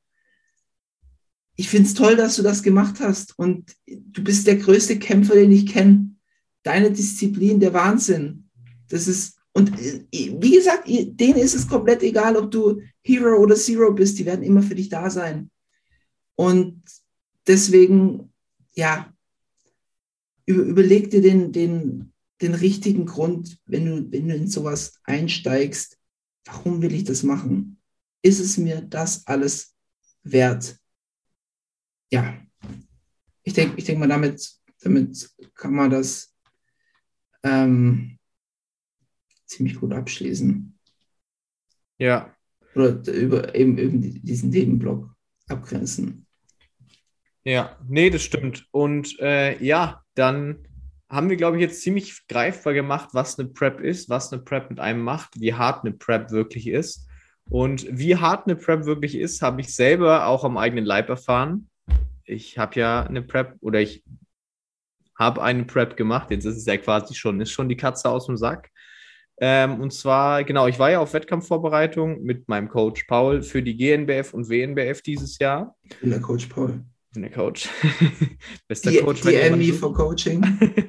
Ich finde es toll, dass du das gemacht hast und du bist der größte Kämpfer, den ich kenne. Deine Disziplin, der Wahnsinn. Das ist, und wie gesagt, denen ist es komplett egal, ob du Hero oder Zero bist. Die werden immer für dich da sein. Und deswegen, ja, über, überleg dir den, den, den richtigen Grund, wenn du, wenn du in sowas einsteigst. Warum will ich das machen? Ist es mir das alles wert? Ja, ich denke ich denk mal, damit, damit kann man das ähm, ziemlich gut abschließen. Ja. Oder über eben, eben diesen Themenblock abgrenzen. Ja, nee, das stimmt. Und äh, ja, dann haben wir, glaube ich, jetzt ziemlich greifbar gemacht, was eine Prep ist, was eine Prep mit einem macht, wie hart eine Prep wirklich ist. Und wie hart eine Prep wirklich ist, habe ich selber auch am eigenen Leib erfahren. Ich habe ja eine Prep oder ich habe eine Prep gemacht. Jetzt ist es ja quasi schon, ist schon die Katze aus dem Sack. Ähm, und zwar, genau, ich war ja auf Wettkampfvorbereitung mit meinem Coach Paul für die G N B F und W N B F dieses Jahr. Der Coach Paul. Ich bin der Coach. Bester Die, Coach. die wenn jemand Emmy sucht. for Coaching.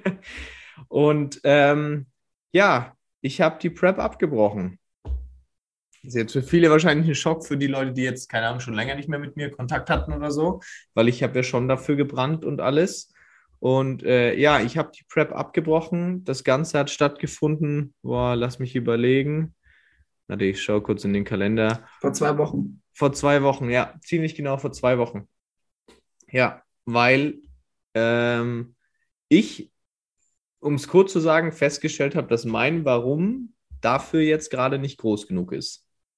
Und ähm, ja, ich habe die Prep abgebrochen. Das ist jetzt für viele wahrscheinlich ein Schock, für die Leute, die jetzt, keine Ahnung, schon länger nicht mehr mit mir Kontakt hatten oder so, weil ich habe ja schon dafür gebrannt und alles. Und äh, ja, ich habe die Prep abgebrochen. Das Ganze hat stattgefunden, boah, lass mich überlegen. Warte, ich schaue kurz in den Kalender. Vor zwei Wochen. Vor zwei Wochen, ja, ziemlich genau vor zwei Wochen. Ja, weil ähm, ich, um es kurz zu sagen, festgestellt habe, dass mein Warum dafür jetzt gerade nicht groß genug ist.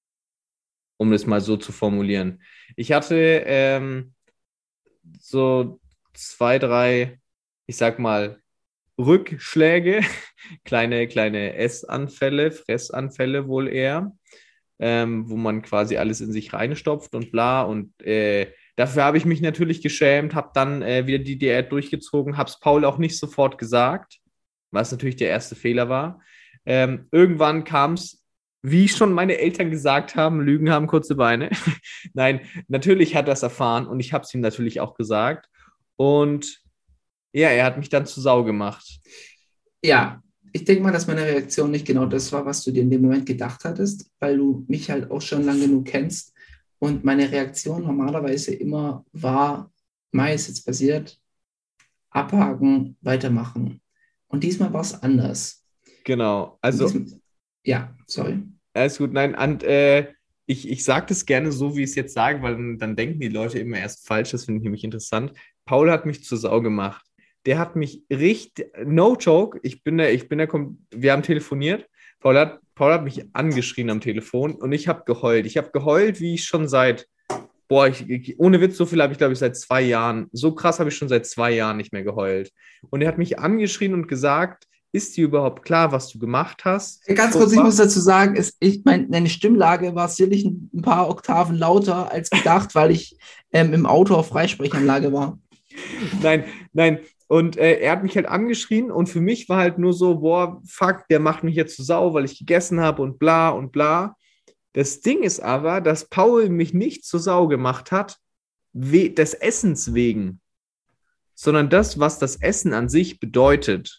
Um das mal so zu formulieren. Ich hatte ähm, so zwei, drei, ich sag mal, Rückschläge, kleine, kleine Essanfälle, Fressanfälle wohl eher, ähm, wo man quasi alles in sich reinstopft und bla. Und äh, dafür habe ich mich natürlich geschämt, habe dann äh, wieder die Diät durchgezogen, habe es Paul auch nicht sofort gesagt, was natürlich der erste Fehler war. Ähm, irgendwann kam es, wie schon meine Eltern gesagt haben, Lügen haben kurze Beine. Nein, natürlich hat er es erfahren und ich habe es ihm natürlich auch gesagt. Und ja, er hat mich dann zu Sau gemacht. Ja, ich denke mal, dass meine Reaktion nicht genau das war, was du dir in dem Moment gedacht hattest, weil du mich halt auch schon lange genug kennst. Und meine Reaktion normalerweise immer war, Mai ist jetzt passiert, abhaken, weitermachen. Und diesmal war es anders. Genau, also... Diesmal, ja, sorry. Alles gut, nein, und, äh, ich, ich sage das gerne so, wie ich es jetzt sage, weil dann, dann denken die Leute immer erst falsch, das finde ich nämlich interessant. Paul hat mich zur Sau gemacht. Der hat mich richtig, no joke, ich bin der, ich bin der, wir haben telefoniert, Paul hat, Paul hat mich angeschrien am Telefon und ich habe geheult. Ich habe geheult, wie ich schon seit, boah, ich, ich, ohne Witz, so viel habe ich, glaube ich, seit zwei Jahren, so krass habe ich schon seit zwei Jahren nicht mehr geheult. Und er hat mich angeschrien und gesagt, ist dir überhaupt klar, was du gemacht hast? Ganz kurz, ich muss dazu sagen, ist, ich mein, meine Stimmlage war sicherlich ein, ein paar Oktaven lauter als gedacht, weil ich ähm, im Auto auf Freisprechanlage war. Nein, nein. Und äh, er hat mich halt angeschrien und für mich war halt nur so, boah, fuck, der macht mich jetzt zu Sau, weil ich gegessen habe und bla und bla. Das Ding ist aber, dass Paul mich nicht zur Sau gemacht hat, we- des Essens wegen, sondern das, was das Essen an sich bedeutet.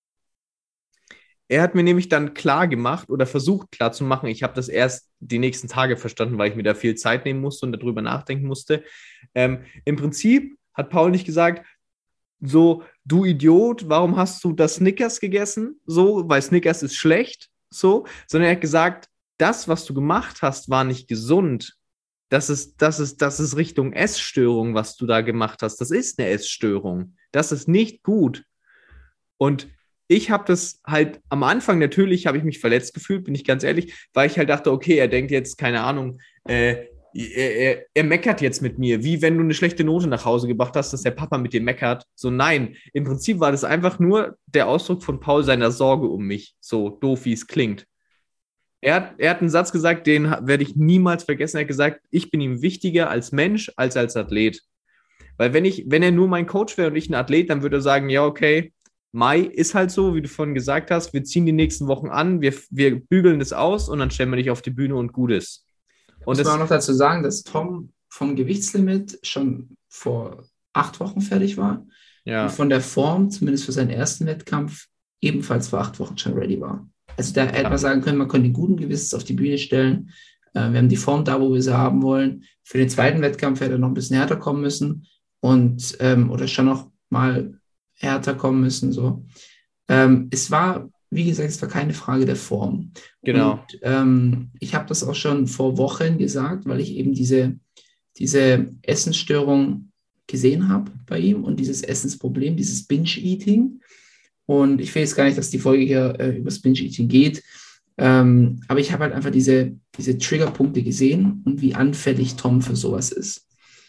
Er hat mir nämlich dann klar gemacht oder versucht klar zu machen, ich habe das erst die nächsten Tage verstanden, weil ich mir da viel Zeit nehmen musste und darüber nachdenken musste. Ähm, im Prinzip hat Paul nicht gesagt, so, du Idiot, warum hast du das Snickers gegessen? So, weil Snickers ist schlecht, so, sondern er hat gesagt, das, was du gemacht hast, war nicht gesund. Das ist, das ist, das ist Richtung Essstörung, was du da gemacht hast. Das ist eine Essstörung. Das ist nicht gut. Und ich habe das halt am Anfang, natürlich habe ich mich verletzt gefühlt, bin ich ganz ehrlich, weil ich halt dachte, okay, er denkt jetzt, keine Ahnung, äh, er, er, er meckert jetzt mit mir, wie wenn du eine schlechte Note nach Hause gebracht hast, dass der Papa mit dir meckert. So, nein, im Prinzip war das einfach nur der Ausdruck von Paul seiner Sorge um mich, so doof wie es klingt. Er hat, er hat einen Satz gesagt, den werde ich niemals vergessen. Er hat gesagt, ich bin ihm wichtiger als Mensch als als Athlet. Weil wenn ich, wenn er nur mein Coach wäre und ich ein Athlet, dann würde er sagen, ja, okay, Mai ist halt so, wie du vorhin gesagt hast, wir ziehen die nächsten Wochen an, wir, wir bügeln das aus und dann stellen wir dich auf die Bühne und gut ist. Und muss das, man auch noch dazu sagen, dass Tom vom Gewichtslimit schon vor acht Wochen fertig war ja. und von der Form, zumindest für seinen ersten Wettkampf, ebenfalls vor acht Wochen schon ready war. Also da hätte man sagen können, man könnte guten Gewissens auf die Bühne stellen. Äh, wir haben die Form da, wo wir sie haben wollen. Für den zweiten Wettkampf hätte er noch ein bisschen härter kommen müssen und ähm, oder schon noch mal härter kommen müssen. So. Ähm, es war, wie gesagt, es war keine Frage der Form. Genau. Und ähm, ich habe das auch schon vor Wochen gesagt, weil ich eben diese, diese Essensstörung gesehen habe bei ihm und dieses Essensproblem, dieses Binge-Eating. Und ich will jetzt gar nicht, dass die Folge hier äh, über das Binge-Eating geht, ähm, aber ich habe halt einfach diese, diese Triggerpunkte gesehen und wie anfällig Tom für sowas ist.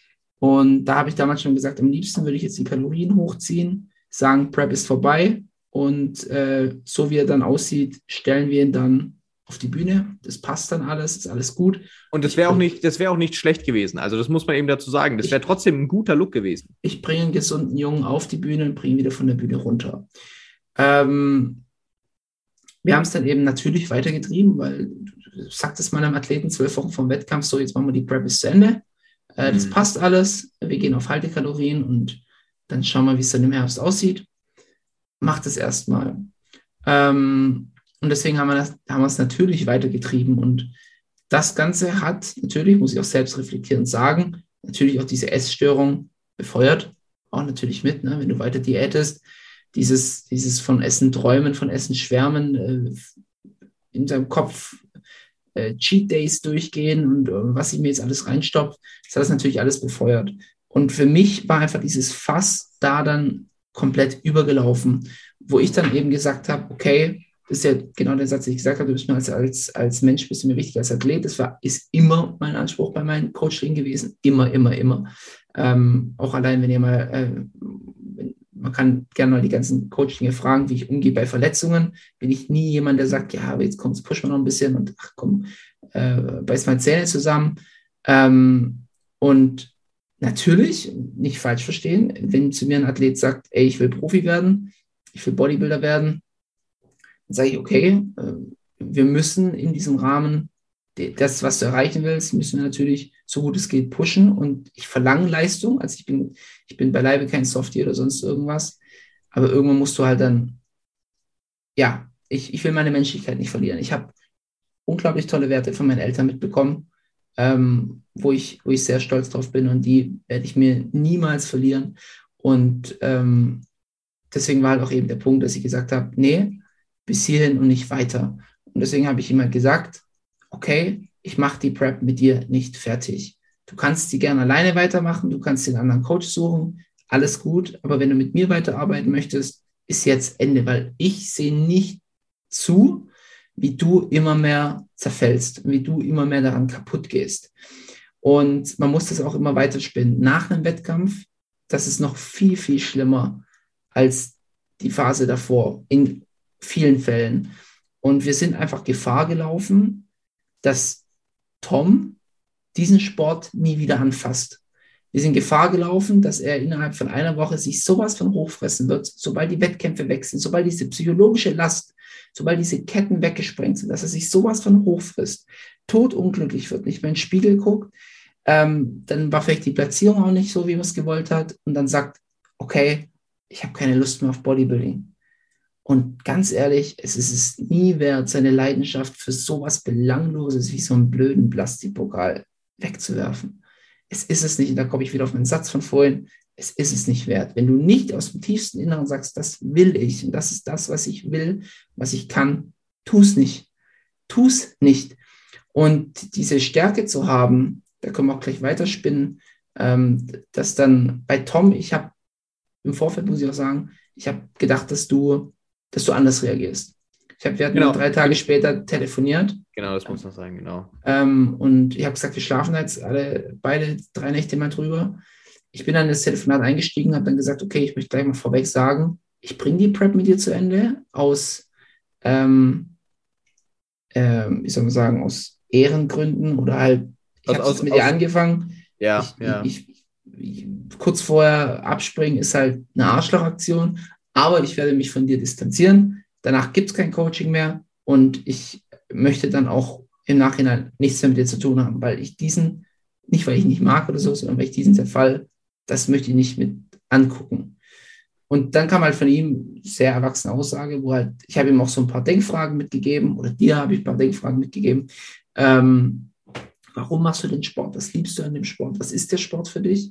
Und da habe ich damals schon gesagt, am liebsten würde ich jetzt die Kalorien hochziehen, sagen, Prep ist vorbei und äh, so wie er dann aussieht, stellen wir ihn dann auf die Bühne. Das passt dann alles, ist alles gut. Und das wäre auch nicht, das wäre auch nicht schlecht gewesen. Also das muss man eben dazu sagen. Das wäre trotzdem ein guter Look gewesen. Ich bringe einen gesunden Jungen auf die Bühne und bringe ihn wieder von der Bühne runter. Ähm, wir haben es dann eben natürlich weitergetrieben, weil du sagtest meinem Athleten zwölf Wochen vom Wettkampf, so jetzt machen wir die Prep bis zu Ende. Äh, das Mhm. passt alles. Wir gehen auf Haltekalorien und dann schauen wir, wie es dann im Herbst aussieht. Mach das erstmal. Ähm, und deswegen haben wir, das, haben wir es natürlich weitergetrieben. Und das Ganze hat natürlich, muss ich auch selbst reflektierend sagen, natürlich auch diese Essstörung befeuert. Auch natürlich mit, ne? Wenn du weiter diätest, dieses, dieses von Essen träumen, von Essen schwärmen, äh, in deinem Kopf äh, Cheat Days durchgehen und äh, was ich mir jetzt alles reinstopfe, das hat das natürlich alles befeuert. Und für mich war einfach dieses Fass da dann komplett übergelaufen, wo ich dann eben gesagt habe, okay, das ist ja genau der Satz, den ich gesagt habe, du bist mir als, als, als Mensch, bist du mir wichtig als Athlet. Das war, ist immer mein Anspruch bei meinen Coaching gewesen. Immer, immer, immer. Ähm, auch allein, wenn ihr mal, äh, man kann gerne mal die ganzen Coaching fragen, wie ich umgehe bei Verletzungen. Bin ich nie jemand, der sagt, ja, aber jetzt kommt's, push mal noch ein bisschen und ach komm, äh, beiß mal Zähne zusammen. Ähm, und natürlich, nicht falsch verstehen, wenn zu mir ein Athlet sagt, ey, ich will Profi werden, ich will Bodybuilder werden, dann sage ich, okay, wir müssen in diesem Rahmen das, was du erreichen willst, müssen wir natürlich so gut es geht pushen und ich verlange Leistung, also ich bin, ich bin beileibe kein Softie oder sonst irgendwas, aber irgendwann musst du halt dann, ja, ich, ich will meine Menschlichkeit nicht verlieren. Ich habe unglaublich tolle Werte von meinen Eltern mitbekommen, ähm, wo, ich, wo ich sehr stolz drauf bin und die werde ich mir niemals verlieren und ähm, deswegen war halt auch eben der Punkt, dass ich gesagt habe, nee, bis hierhin und nicht weiter. Und deswegen habe ich ihm halt gesagt, okay, ich mache die Prep mit dir nicht fertig. Du kannst sie gerne alleine weitermachen, du kannst den anderen Coach suchen, alles gut, aber wenn du mit mir weiterarbeiten möchtest, ist jetzt Ende, weil ich sehe nicht zu, wie du immer mehr zerfällst, wie du immer mehr daran kaputt gehst. Und man muss das auch immer weiterspinnen. Nach einem Wettkampf, das ist noch viel, viel schlimmer als die Phase davor, in vielen Fällen. Und wir sind einfach Gefahr gelaufen, dass Tom diesen Sport nie wieder anfasst. Wir sind Gefahr gelaufen, dass er innerhalb von einer Woche sich sowas von hochfressen wird, sobald die Wettkämpfe weg sind, sobald diese psychologische Last, sobald diese Ketten weggesprengt sind, dass er sich sowas von hochfrisst, todunglücklich wird, nicht mehr in den Spiegel guckt, ähm, dann war vielleicht die Platzierung auch nicht so, wie man es gewollt hat und dann sagt, okay, ich habe keine Lust mehr auf Bodybuilding. Und ganz ehrlich, es ist es nie wert, seine Leidenschaft für sowas Belangloses wie so einen blöden Plastikpokal wegzuwerfen. Es ist es nicht, und da komme ich wieder auf meinen Satz von vorhin, es ist es nicht wert. Wenn du nicht aus dem tiefsten Inneren sagst, das will ich und das ist das, was ich will, was ich kann, tu es nicht. Tu es nicht. Und diese Stärke zu haben, da können wir auch gleich weiterspinnen, ähm, dass dann bei Tom, ich habe im Vorfeld, muss ich auch sagen, ich habe gedacht, dass du dass du anders reagierst. Ich hab, wir hatten Genau. drei Tage später telefoniert. Genau, das muss man sagen, genau. Ähm, und ich habe gesagt, wir schlafen jetzt alle beide drei Nächte mal drüber. Ich bin dann in das Telefonat eingestiegen, habe dann gesagt, okay, ich möchte gleich mal vorweg sagen, ich bringe die Prep mit dir zu Ende aus, ähm, ähm, wie soll man sagen, aus Ehrengründen oder halt, ich Aus- habe aus- jetzt mit aus- dir angefangen. Ja, ich, ja. Ich, ich, ich, kurz vorher abspringen ist halt eine Arschlochaktion, aber ich werde mich von dir distanzieren. Danach gibt es kein Coaching mehr und ich möchte dann auch im Nachhinein nichts mehr mit dir zu tun haben, weil ich diesen, nicht weil ich ihn nicht mag oder so, sondern weil ich diesen Zerfall, das möchte ich nicht mit angucken. Und dann kam halt von ihm sehr erwachsene Aussage, wo halt, ich habe ihm auch so ein paar Denkfragen mitgegeben oder dir habe ich ein paar Denkfragen mitgegeben. Ähm, warum machst du den Sport? Was liebst du an dem Sport? Was ist der Sport für dich?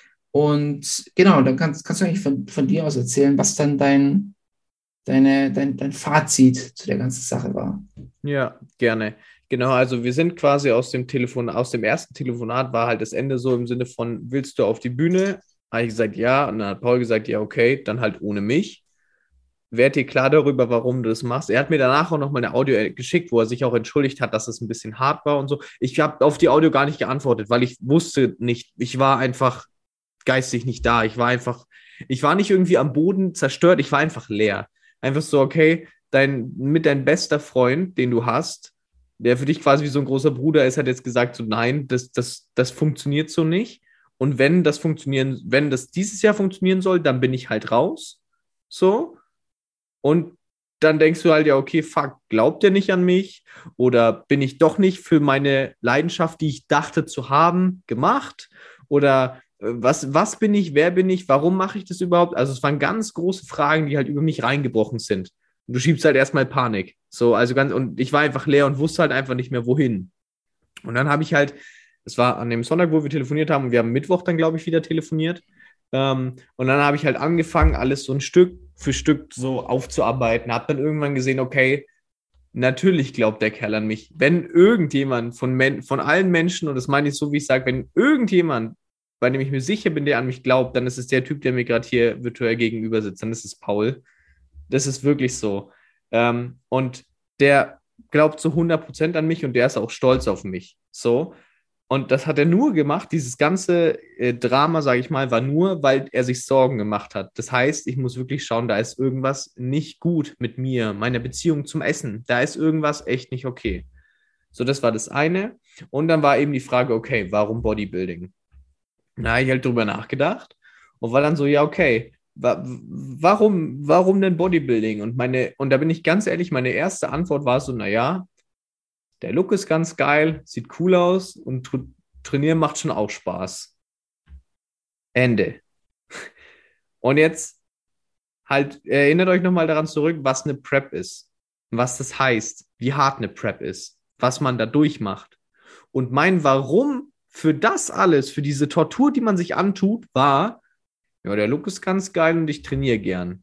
Und genau, dann kannst, kannst du eigentlich von, von dir aus erzählen, was dann dein, deine, dein, dein Fazit zu der ganzen Sache war. Ja, gerne. Genau, also wir sind quasi aus dem Telefon, aus dem ersten Telefonat war halt das Ende so im Sinne von, willst du auf die Bühne? Habe ich gesagt, ja. Und dann hat Paul gesagt, ja, okay, dann halt ohne mich. Werd dir klar darüber, warum du das machst. Er hat mir danach auch noch mal eine Audio geschickt, wo er sich auch entschuldigt hat, dass es ein bisschen hart war und so. Ich habe auf die Audio gar nicht geantwortet, weil ich wusste nicht, ich war einfach geistig nicht da. Ich war einfach, ich war nicht irgendwie am Boden zerstört, ich war einfach leer. Einfach so, okay, dein, mit dein bester Freund, den du hast, der für dich quasi wie so ein großer Bruder ist, hat jetzt gesagt, so nein, das, das, das funktioniert so nicht. Und wenn das funktionieren, wenn das dieses Jahr funktionieren soll, dann bin ich halt raus. So. Und dann denkst du halt, ja, okay, fuck, glaubt der nicht an mich? Oder bin ich doch nicht für meine Leidenschaft, die ich dachte zu haben, gemacht? Oder äh, was, was bin ich, wer bin ich, warum mache ich das überhaupt? Also es waren ganz große Fragen, die halt über mich reingebrochen sind. Und du schiebst halt erstmal Panik. So, also ganz, und ich war einfach leer und wusste halt einfach nicht mehr, wohin. Und dann habe ich halt, es war an dem Sonntag, wo wir telefoniert haben, und wir haben Mittwoch dann, glaube ich, wieder telefoniert. Ähm, und dann habe ich halt angefangen, alles so ein Stück für Stück so aufzuarbeiten. Habe dann irgendwann gesehen, okay, natürlich glaubt der Kerl an mich. Wenn irgendjemand von, Men- von allen Menschen, und das meine ich so, wie ich sage, wenn irgendjemand, bei dem ich mir sicher bin, der an mich glaubt, dann ist es der Typ, der mir gerade hier virtuell gegenüber sitzt. Dann ist es Paul. Das ist wirklich so. Ähm, und der glaubt zu hundert Prozent an mich und der ist auch stolz auf mich. So. Und das hat er nur gemacht, dieses ganze äh, Drama, sage ich mal, war nur, weil er sich Sorgen gemacht hat. Das heißt, ich muss wirklich schauen, da ist irgendwas nicht gut mit mir, meiner Beziehung zum Essen. Da ist irgendwas echt nicht okay. So, das war das eine. Und dann war eben die Frage, okay, warum Bodybuilding? Da habe ich halt drüber nachgedacht und war dann so, ja, okay, wa- warum, warum denn Bodybuilding? Und meine, und da bin ich ganz ehrlich, meine erste Antwort war so, naja, der Look ist ganz geil, sieht cool aus und tra- trainieren macht schon auch Spaß. Ende. Und jetzt halt, erinnert euch nochmal daran zurück, was eine Prep ist, was das heißt, wie hart eine Prep ist, was man da durchmacht. Und mein Warum für das alles, für diese Tortur, die man sich antut, war, ja, der Look ist ganz geil und ich trainiere gern.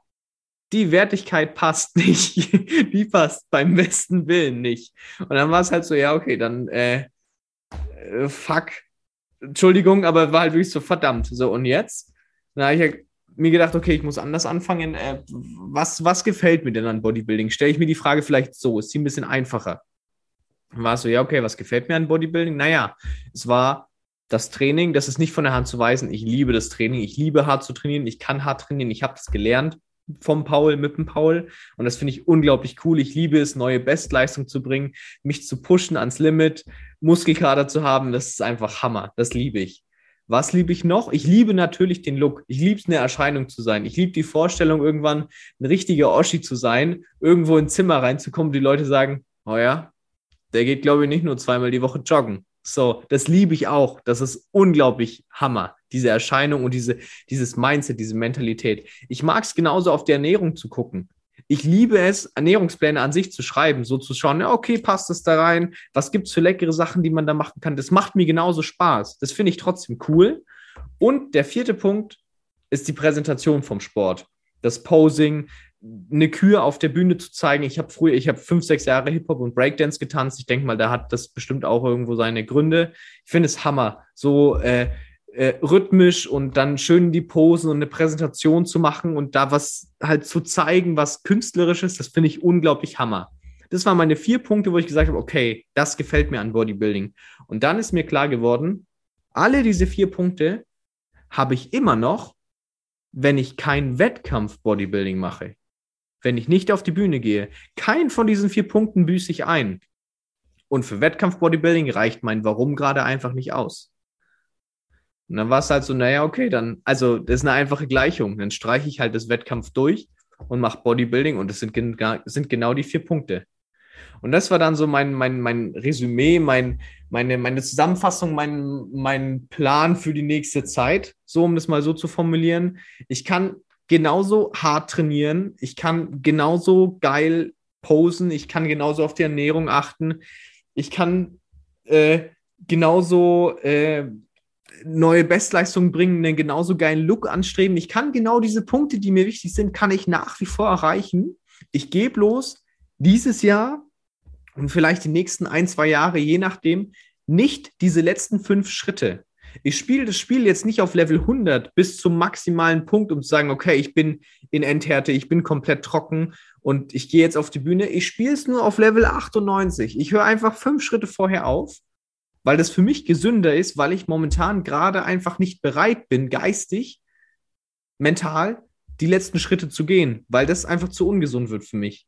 Die Wertigkeit passt nicht. Die passt beim besten Willen nicht. Und dann war es halt so, ja, okay, dann äh, äh, fuck. Entschuldigung, aber war halt wirklich so verdammt. So, und jetzt? Dann habe ich ja mir gedacht, okay, ich muss anders anfangen. Äh, was, was gefällt mir denn an Bodybuilding? Stelle ich mir die Frage vielleicht so, ist sie ein bisschen einfacher. Dann war es so, ja, okay, was gefällt mir an Bodybuilding? Naja, es war das Training, das ist nicht von der Hand zu weisen. Ich liebe das Training, ich liebe hart zu trainieren, ich kann hart trainieren, ich habe das gelernt vom Paul, mit dem Paul. Und das finde ich unglaublich cool. Ich liebe es, neue Bestleistung zu bringen, mich zu pushen ans Limit, Muskelkater zu haben. Das ist einfach Hammer. Das liebe ich. Was liebe ich noch? Ich liebe natürlich den Look. Ich liebe es, eine Erscheinung zu sein. Ich liebe die Vorstellung, irgendwann ein richtiger Oschi zu sein, irgendwo ins Zimmer reinzukommen, die Leute sagen, oh ja, der geht, glaube ich, nicht nur zweimal die Woche joggen. So, das liebe ich auch. Das ist unglaublich Hammer, diese Erscheinung und diese, dieses Mindset, diese Mentalität. Ich mag es genauso auf die Ernährung zu gucken. Ich liebe es, Ernährungspläne an sich zu schreiben, so zu schauen, ja, okay, passt das da rein? Was gibt es für leckere Sachen, die man da machen kann? Das macht mir genauso Spaß. Das finde ich trotzdem cool. Und der vierte Punkt ist die Präsentation vom Sport. Das Posing, eine Kür auf der Bühne zu zeigen. Ich habe früher, ich habe fünf, sechs Jahre Hip-Hop und Breakdance getanzt. Ich denke mal, da hat das bestimmt auch irgendwo seine Gründe. Ich finde es Hammer, so äh, äh, rhythmisch und dann schön die Posen und eine Präsentation zu machen und da was halt zu zeigen, was künstlerisch ist. Das finde ich unglaublich Hammer. Das waren meine vier Punkte, wo ich gesagt habe, okay, das gefällt mir an Bodybuilding. Und dann ist mir klar geworden, alle diese vier Punkte habe ich immer noch, wenn ich kein Wettkampf-Bodybuilding mache. Wenn ich nicht auf die Bühne gehe. Kein von diesen vier Punkten büße ich ein. Und für Wettkampf-Bodybuilding reicht mein Warum gerade einfach nicht aus. Und dann war es halt so, naja, okay, dann, also das ist eine einfache Gleichung. Dann streiche ich halt das Wettkampf durch und mache Bodybuilding und das sind, gen- sind genau die vier Punkte. Und das war dann so mein, mein, mein Resümee, mein, meine, meine Zusammenfassung, mein, mein Plan für die nächste Zeit, so um das mal so zu formulieren. Ich kann genauso hart trainieren, ich kann genauso geil posen, ich kann genauso auf die Ernährung achten, ich kann äh, genauso äh, neue Bestleistungen bringen, einen genauso geilen Look anstreben. Ich kann genau diese Punkte, die mir wichtig sind, kann ich nach wie vor erreichen. Ich gehe bloß dieses Jahr und vielleicht die nächsten ein, zwei Jahre, je nachdem, nicht diese letzten fünf Schritte. Ich spiele das Spiel jetzt nicht auf Level hundert bis zum maximalen Punkt, um zu sagen, okay, ich bin in Endhärte, ich bin komplett trocken und ich gehe jetzt auf die Bühne. Ich spiele es nur auf Level achtundneunzig. Ich höre einfach fünf Schritte vorher auf, weil das für mich gesünder ist, weil ich momentan gerade einfach nicht bereit bin, geistig, mental, die letzten Schritte zu gehen, weil das einfach zu ungesund wird für mich.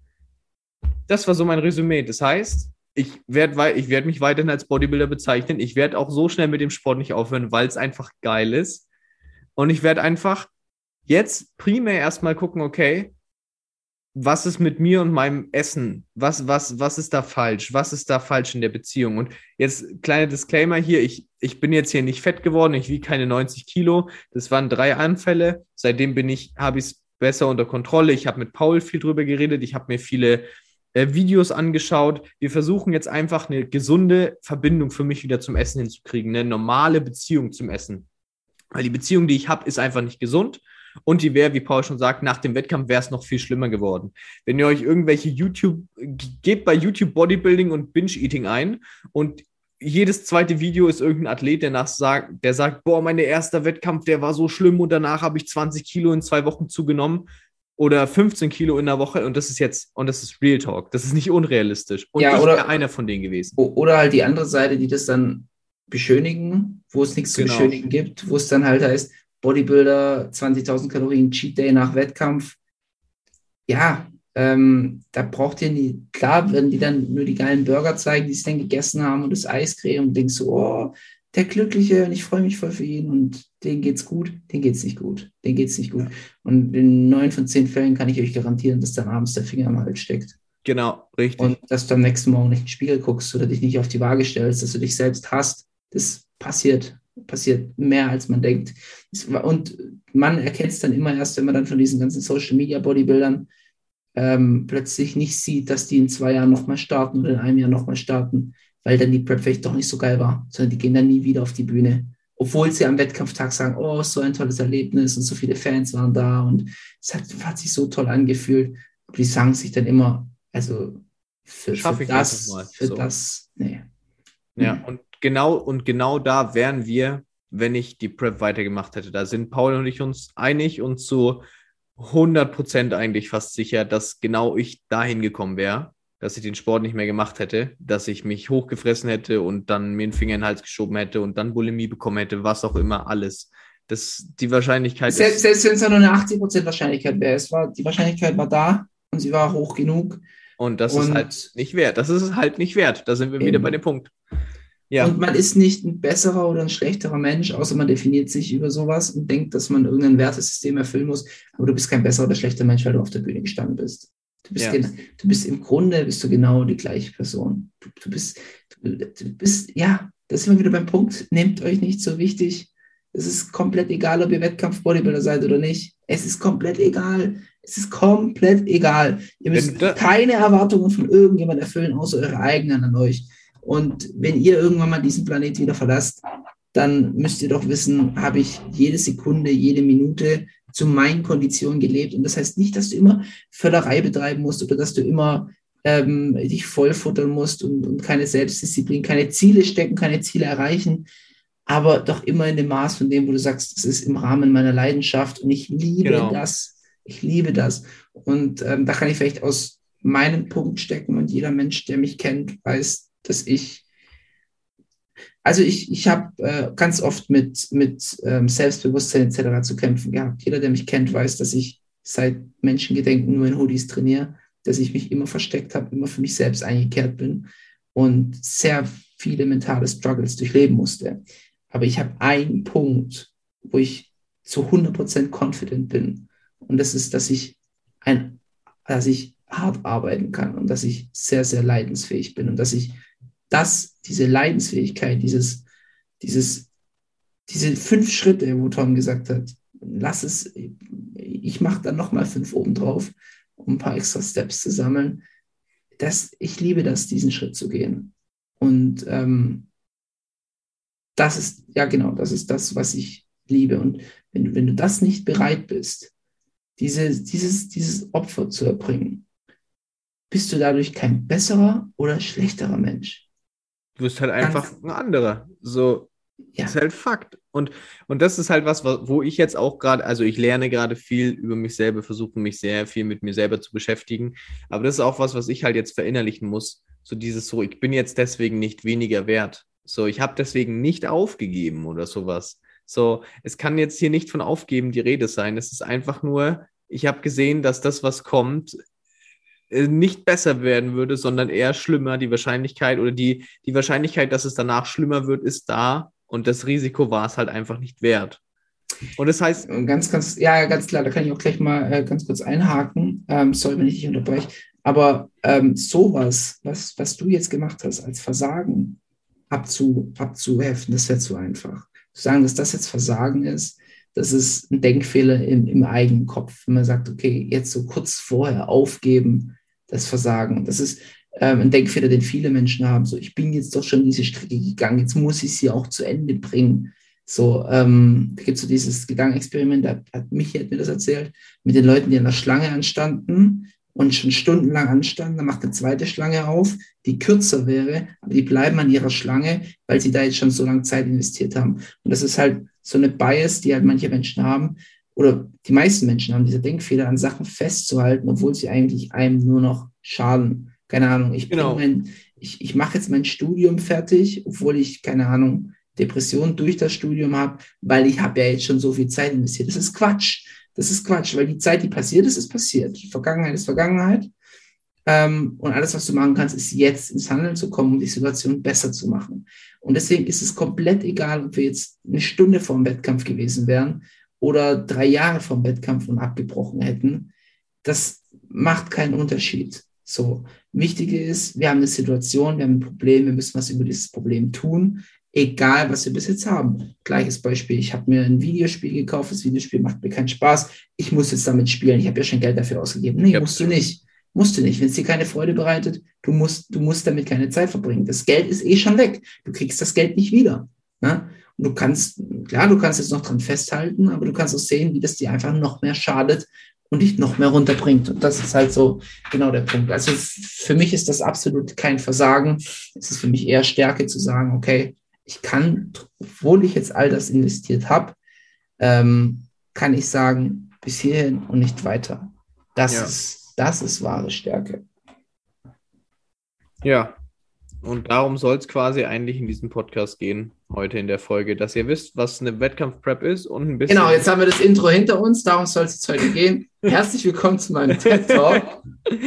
Das war so mein Resümee. Das heißt, ich werde ich werd mich weiterhin als Bodybuilder bezeichnen. Ich werde auch so schnell mit dem Sport nicht aufhören, weil es einfach geil ist. Und ich werde einfach jetzt primär erstmal gucken, okay, was ist mit mir und meinem Essen? Was, was, was ist da falsch? Was ist da falsch in der Beziehung? Und jetzt kleiner Disclaimer hier, ich, ich bin jetzt hier nicht fett geworden, ich wiege keine neunzig Kilo, das waren drei Anfälle, seitdem bin ich, habe ich es besser unter Kontrolle, ich habe mit Paul viel drüber geredet, ich habe mir viele äh, Videos angeschaut, wir versuchen jetzt einfach eine gesunde Verbindung für mich wieder zum Essen hinzukriegen, eine normale Beziehung zum Essen, weil die Beziehung, die ich habe, ist einfach nicht gesund. Und die wäre, wie Paul schon sagt, nach dem Wettkampf wäre es noch viel schlimmer geworden. Wenn ihr euch irgendwelche YouTube, gebt bei YouTube Bodybuilding und Binge-Eating ein und jedes zweite Video ist irgendein Athlet, der, nach sagt, der sagt, boah, mein erster Wettkampf, der war so schlimm und danach habe ich zwanzig Kilo in zwei Wochen zugenommen oder fünfzehn Kilo in der Woche und das ist jetzt, und das ist Real Talk, das ist nicht unrealistisch. Und Ja, ich oder- wäre einer von denen gewesen. O- Oder halt die andere Seite, die das dann beschönigen, wo es nichts zu Genau. beschönigen gibt, wo es dann halt heißt, Bodybuilder, zwanzigtausend Kalorien, Cheat Day nach Wettkampf. Ja, ähm, da braucht ihr nie, klar werden die dann nur die geilen Burger zeigen, die sie dann gegessen haben und das Eiscreme und denkst so, oh, der Glückliche und ich freue mich voll für ihn und denen geht's gut, denen geht's nicht gut, denen geht's nicht gut. Und in neun von zehn Fällen kann ich euch garantieren, dass dann abends der Finger am Hals steckt. Genau, richtig. Und dass du am nächsten Morgen nicht in den Spiegel guckst oder dich nicht auf die Waage stellst, dass du dich selbst hasst, das passiert, passiert mehr als man denkt. Es war- Und man erkennt es dann immer erst, wenn man dann von diesen ganzen Social Media Bodybuildern ähm, plötzlich nicht sieht, dass die in zwei Jahren nochmal starten oder in einem Jahr nochmal starten, weil dann die Prep vielleicht doch nicht so geil war, sondern die gehen dann nie wieder auf die Bühne. Obwohl sie am Wettkampftag sagen, oh, so ein tolles Erlebnis und so viele Fans waren da und es hat, hat sich so toll angefühlt. Aber die sagen sich dann immer, also für, Schaff für ich das, nicht nochmal. für So. das, nee. Ja, Mhm. und genau, und genau da wären wir, wenn ich die Prep weitergemacht hätte. Da sind Paul und ich uns einig und zu hundert Prozent eigentlich fast sicher, dass genau ich dahin gekommen wäre, dass ich den Sport nicht mehr gemacht hätte, dass ich mich hochgefressen hätte und dann mir den Finger in den Hals geschoben hätte und dann Bulimie bekommen hätte, was auch immer, alles. Das, die Wahrscheinlichkeit Selbst, ist, selbst wenn es nur eine achtzig Prozent Wahrscheinlichkeit wäre, es war, die Wahrscheinlichkeit war da und sie war hoch genug. und das ist und- halt nicht wert. Das ist es halt nicht wert. Da sind wir wieder Eben. bei dem Punkt. Ja, Und man ist nicht ein besserer oder ein schlechterer Mensch, außer man definiert sich über sowas und denkt, dass man irgendein Wertesystem erfüllen muss. Aber du bist kein besserer oder schlechter Mensch, weil du auf der Bühne gestanden bist. Du bist, Ja. gen- du bist im Grunde bist du genau die gleiche Person. Du, du, bist, du, du bist, ja, das ist immer wieder beim Punkt, nehmt euch nicht so wichtig. Es ist komplett egal, ob ihr Wettkampf-Bodybuilder seid oder nicht. Es ist komplett egal. Es ist komplett egal. Ihr Wenn müsst da- keine Erwartungen von irgendjemand erfüllen, außer eure eigenen an euch. Und wenn ihr irgendwann mal diesen Planet wieder verlasst, dann müsst ihr doch wissen, habe ich jede Sekunde, jede Minute zu meinen Konditionen gelebt. Und das heißt nicht, dass du immer Völlerei betreiben musst oder dass du immer ähm, dich vollfuttern musst und, und keine Selbstdisziplin, keine Ziele stecken, keine Ziele erreichen, aber doch immer in dem Maß von dem, wo du sagst, das ist im Rahmen meiner Leidenschaft und ich liebe Genau. das. Ich liebe das. Und ähm, da kann ich vielleicht aus meinem Punkt stecken und jeder Mensch, der mich kennt, weiß, dass ich, also ich, ich habe äh, ganz oft mit, mit ähm, Selbstbewusstsein et cetera zu kämpfen gehabt. Jeder, der mich kennt, weiß, dass ich seit Menschengedenken nur in Hoodies trainiere, dass ich mich immer versteckt habe, immer für mich selbst eingekehrt bin und sehr viele mentale Struggles durchleben musste. Aber ich habe einen Punkt, wo ich zu hundert Prozent confident bin. Und das ist, dass ich, ein, dass ich hart arbeiten kann und dass ich sehr, sehr leidensfähig bin und dass ich das, diese Leidensfähigkeit, dieses, dieses, diese fünf Schritte, wo Tom gesagt hat, lass es, ich mache dann nochmal fünf obendrauf, um ein paar extra Steps zu sammeln. Das, ich liebe das, diesen Schritt zu gehen. Und ähm, das ist, ja genau, das ist das, was ich liebe. Und wenn, wenn du das nicht bereit bist, diese, dieses, dieses Opfer zu erbringen, bist du dadurch kein besserer oder schlechterer Mensch. du wirst halt Ganz- einfach ein anderer. So, Ja. ist halt Fakt. Und, und das ist halt was, wo ich jetzt auch gerade, also ich lerne gerade viel über mich selber, versuche mich sehr viel mit mir selber zu beschäftigen. Aber das ist auch was, was ich halt jetzt verinnerlichen muss. So dieses so, ich bin jetzt deswegen nicht weniger wert. So, ich habe deswegen nicht aufgegeben oder sowas. So, es kann jetzt hier nicht von Aufgeben die Rede sein. Es ist einfach nur, ich habe gesehen, dass das, was kommt, äh, nicht besser werden würde, sondern eher schlimmer. Die Wahrscheinlichkeit oder die, die Wahrscheinlichkeit, dass es danach schlimmer wird, ist da. Und das Risiko war es halt einfach nicht wert. Und das heißt, Ganz, ganz, ja, ganz klar, da kann ich auch gleich mal äh, ganz kurz einhaken. Ähm, sorry, wenn ich dich unterbreche. Aber ähm, sowas, was, was du jetzt gemacht hast, als Versagen abzu, abzuheften, das wäre zu einfach. Zu sagen, dass das jetzt Versagen ist, das ist ein Denkfehler im, im eigenen Kopf. Wenn man sagt, okay, jetzt so kurz vorher aufgeben, das Versagen. Das ist ähm, ein Denkfehler, den viele Menschen haben. So, ich bin jetzt doch schon diese Strecke gegangen, jetzt muss ich sie auch zu Ende bringen. So, ähm, da gibt es so dieses Gedankenexperiment, da hat Michi hat mir das erzählt, mit den Leuten, die an der Schlange anstanden und schon stundenlang anstanden, dann macht eine zweite Schlange auf, die kürzer wäre, aber die bleiben an ihrer Schlange, weil sie da jetzt schon so lange Zeit investiert haben. Und das ist halt so eine Bias, die halt manche Menschen haben, oder die meisten Menschen haben diese Denkfehler, an Sachen festzuhalten, obwohl sie eigentlich einem nur noch schaden. Keine Ahnung, ich, Genau. mein, ich, ich mache jetzt mein Studium fertig, obwohl ich, keine Ahnung, Depressionen durch das Studium habe, weil ich habe ja jetzt schon so viel Zeit investiert. Das ist Quatsch. Das ist Quatsch, weil die Zeit, die passiert ist, ist passiert. Vergangenheit ist Vergangenheit. Ähm, und alles, was du machen kannst, ist jetzt ins Handeln zu kommen, um die Situation besser zu machen. Und deswegen ist es komplett egal, ob wir jetzt eine Stunde vor dem Wettkampf gewesen wären oder drei Jahre vor dem Wettkampf und abgebrochen hätten. Das macht keinen Unterschied. So, wichtig ist, wir haben eine Situation, wir haben ein Problem, wir müssen was über dieses Problem tun. Egal, was wir bis jetzt haben. Gleiches Beispiel, ich habe mir ein Videospiel gekauft, das Videospiel macht mir keinen Spaß, ich muss jetzt damit spielen, ich habe ja schon Geld dafür ausgegeben. Nee, Ja. musst du nicht. Musst du nicht. Wenn es dir keine Freude bereitet, du musst, du musst damit keine Zeit verbringen. Das Geld ist eh schon weg. Du kriegst das Geld nicht wieder. Ne? Und du kannst, klar, du kannst jetzt noch dran festhalten, aber du kannst auch sehen, wie das dir einfach noch mehr schadet und dich noch mehr runterbringt. Und das ist halt so genau der Punkt. Also für mich ist das absolut kein Versagen. Es ist für mich eher Stärke zu sagen, okay, ich kann, obwohl ich jetzt all das investiert habe, ähm, kann ich sagen, bis hierhin und nicht weiter. Das, Ja. ist, das ist wahre Stärke. ja, und darum soll es quasi eigentlich in diesem Podcast gehen, heute in der Folge, dass ihr wisst, was eine Wettkampf-Prep ist und ein bisschen... Genau, jetzt haben wir das Intro hinter uns, darum soll es jetzt heute gehen. Herzlich willkommen zu meinem TED-Talk.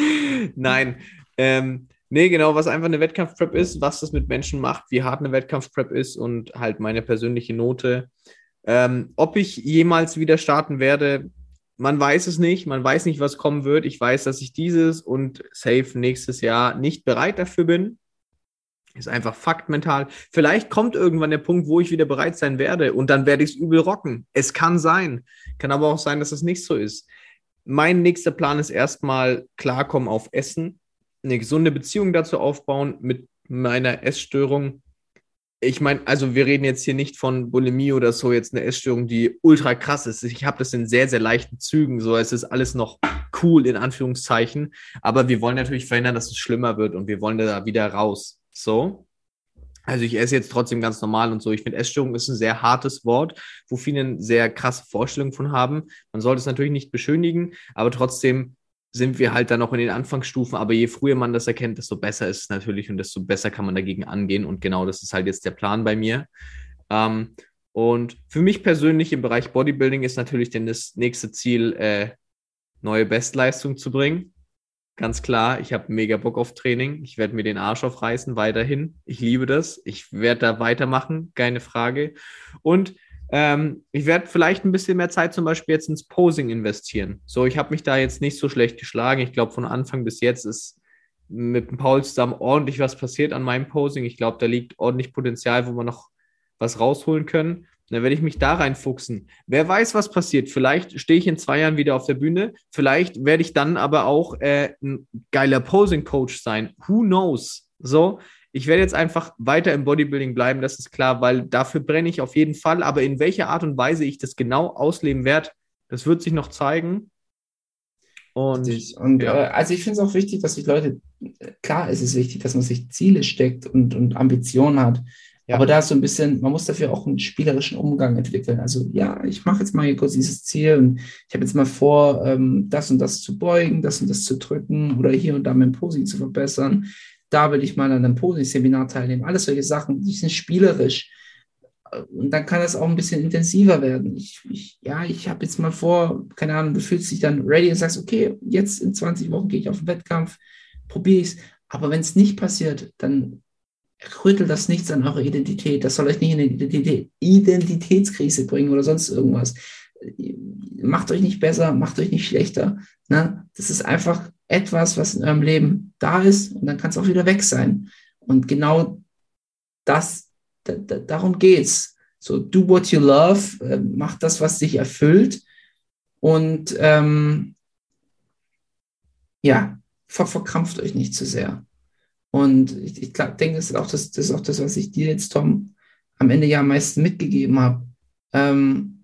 Nein, ähm, nee, genau, was einfach eine Wettkampf-Prep ist, was das mit Menschen macht, wie hart eine Wettkampf-Prep ist und halt meine persönliche Note. Ähm, ob ich jemals wieder starten werde, man weiß es nicht, man weiß nicht, was kommen wird. Ich weiß, dass ich dieses und safe nächstes Jahr nicht bereit dafür bin. Ist einfach Fakt mental. Vielleicht kommt irgendwann der Punkt, wo ich wieder bereit sein werde und dann werde ich es übel rocken. Es kann sein. Kann aber auch sein, dass es nicht so ist. Mein nächster Plan ist erstmal klarkommen auf Essen, eine gesunde Beziehung dazu aufbauen mit meiner Essstörung. Ich meine, also wir reden jetzt hier nicht von Bulimie oder so, jetzt eine Essstörung, die ultra krass ist. Ich habe das in sehr, sehr leichten Zügen, so es ist alles noch cool in Anführungszeichen, aber wir wollen natürlich verhindern, dass es schlimmer wird und wir wollen da wieder raus. So. Also ich esse jetzt trotzdem ganz normal und so. Ich finde, Essstörung ist ein sehr hartes Wort, wo viele eine sehr krasse Vorstellungen von haben. Man sollte es natürlich nicht beschönigen, aber trotzdem sind wir halt dann noch in den Anfangsstufen, aber je früher man das erkennt, desto besser ist es natürlich und desto besser kann man dagegen angehen und genau das ist halt jetzt der Plan bei mir. Ähm, und für mich persönlich im Bereich Bodybuilding ist natürlich denn das nächste Ziel, äh, neue Bestleistung zu bringen. Ganz klar, ich habe mega Bock auf Training. Ich werde mir den Arsch aufreißen weiterhin. Ich liebe das. Ich werde da weitermachen, keine Frage. Und ähm, ich werde vielleicht ein bisschen mehr Zeit zum Beispiel jetzt ins Posing investieren. So, ich habe mich da jetzt nicht so schlecht geschlagen. Ich glaube, von Anfang bis jetzt ist mit dem Paul zusammen ordentlich was passiert an meinem Posing. Ich glaube, da liegt ordentlich Potenzial, wo wir noch was rausholen können. Dann werde ich mich da reinfuchsen. Wer weiß, was passiert. Vielleicht stehe ich in zwei Jahren wieder auf der Bühne. Vielleicht werde ich dann aber auch äh, ein geiler Posing-Coach sein. Who knows? So, ich werde jetzt einfach weiter im Bodybuilding bleiben, das ist klar, weil dafür brenne ich auf jeden Fall. Aber in welcher Art und Weise ich das genau ausleben werde, das wird sich noch zeigen. Und, und ja. äh, also ich finde es auch wichtig, dass sich Leute, klar ist es wichtig, dass man sich Ziele steckt und, und Ambitionen hat. Ja. Aber da ist so ein bisschen, man muss dafür auch einen spielerischen Umgang entwickeln. Also ja, ich mache jetzt mal hier kurz dieses Ziel und ich habe jetzt mal vor, ähm, das und das zu beugen, das und das zu drücken oder hier und da mein Posing zu verbessern. Da will ich mal an einem Posing-Seminar teilnehmen. Alles solche Sachen, die sind spielerisch. Und dann kann das auch ein bisschen intensiver werden. Ich, ich, ja, ich habe jetzt mal vor, keine Ahnung, du fühlst dich dann ready und sagst, okay, jetzt in zwanzig Wochen gehe ich auf den Wettkampf, probiere ich es. Aber wenn es nicht passiert, dann rüttelt das nichts an eurer Identität. Das soll euch nicht in eine Identität, Identitätskrise bringen oder sonst irgendwas. Macht euch nicht besser, macht euch nicht schlechter. Ne? Das ist einfach etwas, was in eurem Leben da ist und dann kann es auch wieder weg sein. Und genau das, da, da, darum geht's. So, do what you love, äh, macht das, was dich erfüllt und ähm, ja, ver verkrampft euch nicht zu sehr. Und ich, ich glaub, denke, das ist, auch das, das ist auch das, was ich dir jetzt, Tom, am Ende ja am meisten mitgegeben habe. Ähm,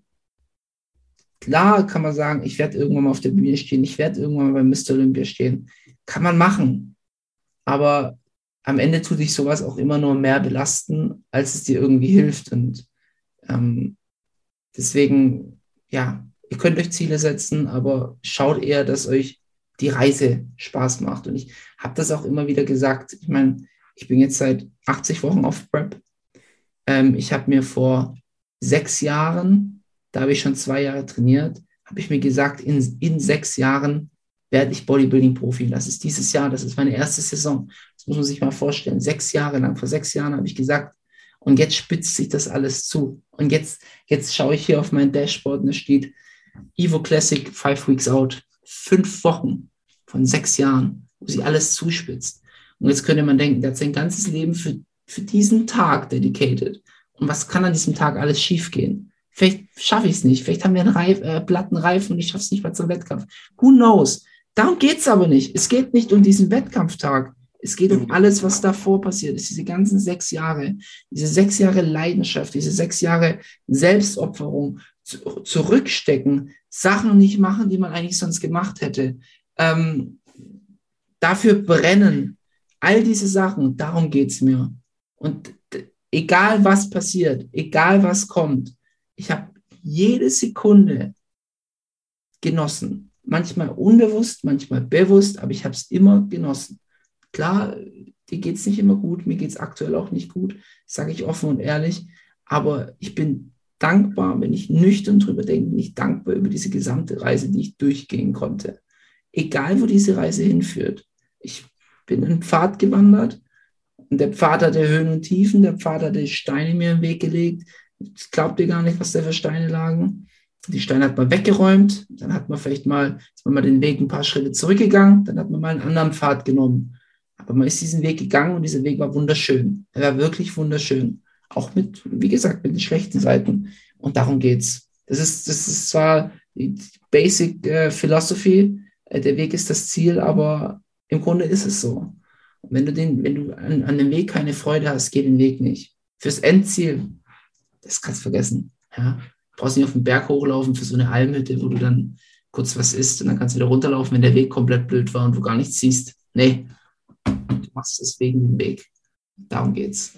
klar kann man sagen, ich werde irgendwann mal auf der Bühne stehen, ich werde irgendwann mal bei Mister Olympia stehen. Kann man machen. Aber am Ende tut dich sowas auch immer nur mehr belasten, als es dir irgendwie hilft. Und ähm, deswegen, ja, ihr könnt euch Ziele setzen, aber schaut eher, dass euch die Reise Spaß macht. Und ich habe das auch immer wieder gesagt. Ich meine, ich bin jetzt seit achtzig Wochen auf Prep. Ähm, ich habe mir vor sechs Jahren, da habe ich schon zwei Jahre trainiert, habe ich mir gesagt, in, in sechs Jahren werde ich Bodybuilding-Profi. Das ist dieses Jahr, das ist meine erste Saison. Das muss man sich mal vorstellen. Sechs Jahre lang, vor sechs Jahren habe ich gesagt, und jetzt spitzt sich das alles zu. Und jetzt, jetzt schaue ich hier auf mein Dashboard und da steht Evo Classic five weeks out. Fünf Wochen von sechs Jahren, wo sich alles zuspitzt. Und jetzt könnte man denken, der hat sein ganzes Leben für, für diesen Tag dedicated. Und was kann an diesem Tag alles schiefgehen? Vielleicht schaffe ich es nicht. Vielleicht haben wir einen Reif, äh, platten Reifen und ich schaffe es nicht mal zum Wettkampf. Who knows? Darum geht es aber nicht. Es geht nicht um diesen Wettkampftag. Es geht um alles, was davor passiert ist. Diese ganzen sechs Jahre, diese sechs Jahre Leidenschaft, diese sechs Jahre Selbstopferung, zu, zurückstecken, Sachen nicht machen, die man eigentlich sonst gemacht hätte. Ähm, dafür brennen. All diese Sachen, darum geht es mir. Und egal was passiert, egal was kommt, ich habe jede Sekunde genossen. Manchmal unbewusst, manchmal bewusst, aber ich habe es immer genossen. Klar, dir geht es nicht immer gut, mir geht es aktuell auch nicht gut, sage ich offen und ehrlich, aber ich bin dankbar, wenn ich nüchtern drüber denke, bin ich dankbar über diese gesamte Reise, die ich durchgehen konnte. Egal, wo diese Reise hinführt. Ich bin einen Pfad gewandert und der Pfad hatte Höhen und Tiefen, der Pfad hatte Steine mir im Weg gelegt. Ich glaubte gar nicht, was da für Steine lagen. Die Steine hat man weggeräumt, dann hat man vielleicht mal, ist man mal den Weg ein paar Schritte zurückgegangen, dann hat man mal einen anderen Pfad genommen. Aber man ist diesen Weg gegangen und dieser Weg war wunderschön. Er war wirklich wunderschön. Auch mit, wie gesagt, mit den schlechten Seiten. Und darum geht's. Das ist, das ist zwar die Basic äh, Philosophy, äh, der Weg ist das Ziel, aber im Grunde ist es so. Und wenn du den, wenn du an, an dem Weg keine Freude hast, geh den Weg nicht. Fürs Endziel, das kannst du vergessen. Ja? Du brauchst nicht auf den Berg hochlaufen für so eine Almhütte, wo du dann kurz was isst und dann kannst du wieder runterlaufen, wenn der Weg komplett blöd war und du gar nichts siehst. Nee, du machst es wegen dem Weg. Darum geht's.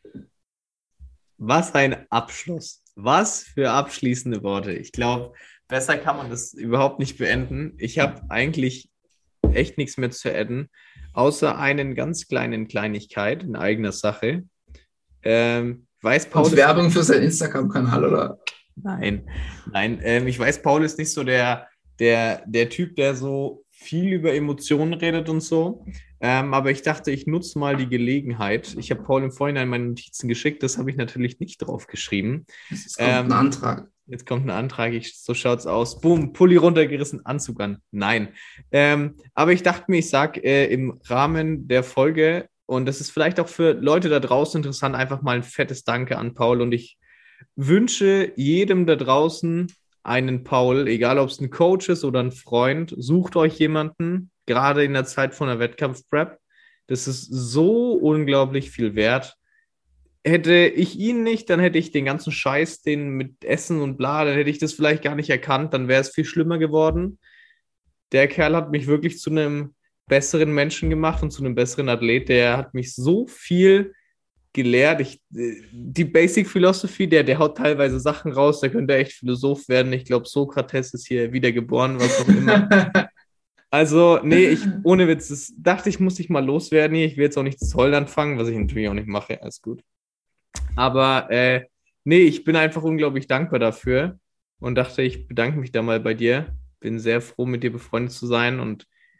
Was ein Abschluss. Was für abschließende Worte. Ich glaube, besser kann man das überhaupt nicht beenden. Ich habe eigentlich echt nichts mehr zu adden, außer einen ganz kleinen Kleinigkeit in eigener Sache. Ähm, weiß Paul Und Werbung für seinen Instagram-Kanal, oder? Nein, nein. Ähm, ich weiß, Paul ist nicht so der, der, der Typ, der so viel über Emotionen redet und so. Ähm, aber ich dachte, ich nutze mal die Gelegenheit. Ich habe Paul im Vorhinein meine Notizen geschickt. Das habe ich natürlich nicht drauf geschrieben. Jetzt kommt ähm, ein Antrag. Jetzt kommt ein Antrag. Ich, so schaut's aus. Boom, Pulli runtergerissen, Anzug an. Nein. Ähm, aber ich dachte mir, ich sage äh, im Rahmen der Folge, und das ist vielleicht auch für Leute da draußen interessant, einfach mal ein fettes Danke an Paul. Und ich wünsche jedem da draußen einen Paul, egal ob es ein Coach ist oder ein Freund, sucht euch jemanden, gerade in der Zeit von der Wettkampfprep. Das ist so unglaublich viel wert. Hätte ich ihn nicht, dann hätte ich den ganzen Scheiß, den mit Essen und bla, dann hätte ich das vielleicht gar nicht erkannt, dann wäre es viel schlimmer geworden. Der Kerl hat mich wirklich zu einem besseren Menschen gemacht und zu einem besseren Athlet. Der hat mich so viel gelehrt. Ich, die Basic Philosophy, der, der haut teilweise Sachen raus, der könnte echt Philosoph werden. Ich glaube, Sokrates ist hier wiedergeboren, was auch immer. Also, nee, ich, ohne Witz, das dachte ich, muss ich mal loswerden hier. Ich will jetzt auch nicht das Heulen anfangen, was ich natürlich auch nicht mache. Alles gut. Aber, äh, nee, ich bin einfach unglaublich dankbar dafür und dachte, ich bedanke mich da mal bei dir. Bin sehr froh, mit dir befreundet zu sein und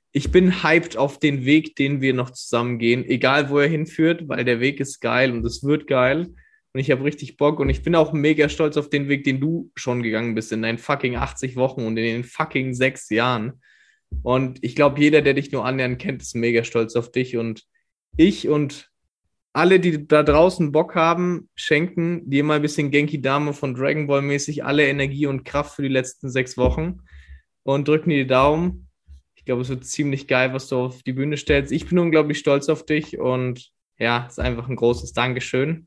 ich bin hyped auf den Weg, den wir noch zusammen gehen, egal wo er hinführt, weil der Weg ist geil und es wird geil. Und ich habe richtig Bock und ich bin auch mega stolz auf den Weg, den du schon gegangen bist in deinen fucking achtzig Wochen und in den fucking sechs Jahren. Und ich glaube, jeder, der dich nur annähernd kennt, ist mega stolz auf dich. Und ich und alle, die da draußen Bock haben, schenken dir mal ein bisschen Genki Dame von Dragon Ball mäßig alle Energie und Kraft für die letzten sechs Wochen und drücken dir die Daumen. Ich glaube, es wird ziemlich geil, was du auf die Bühne stellst. Ich bin unglaublich stolz auf dich und ja, es ist einfach ein großes Dankeschön.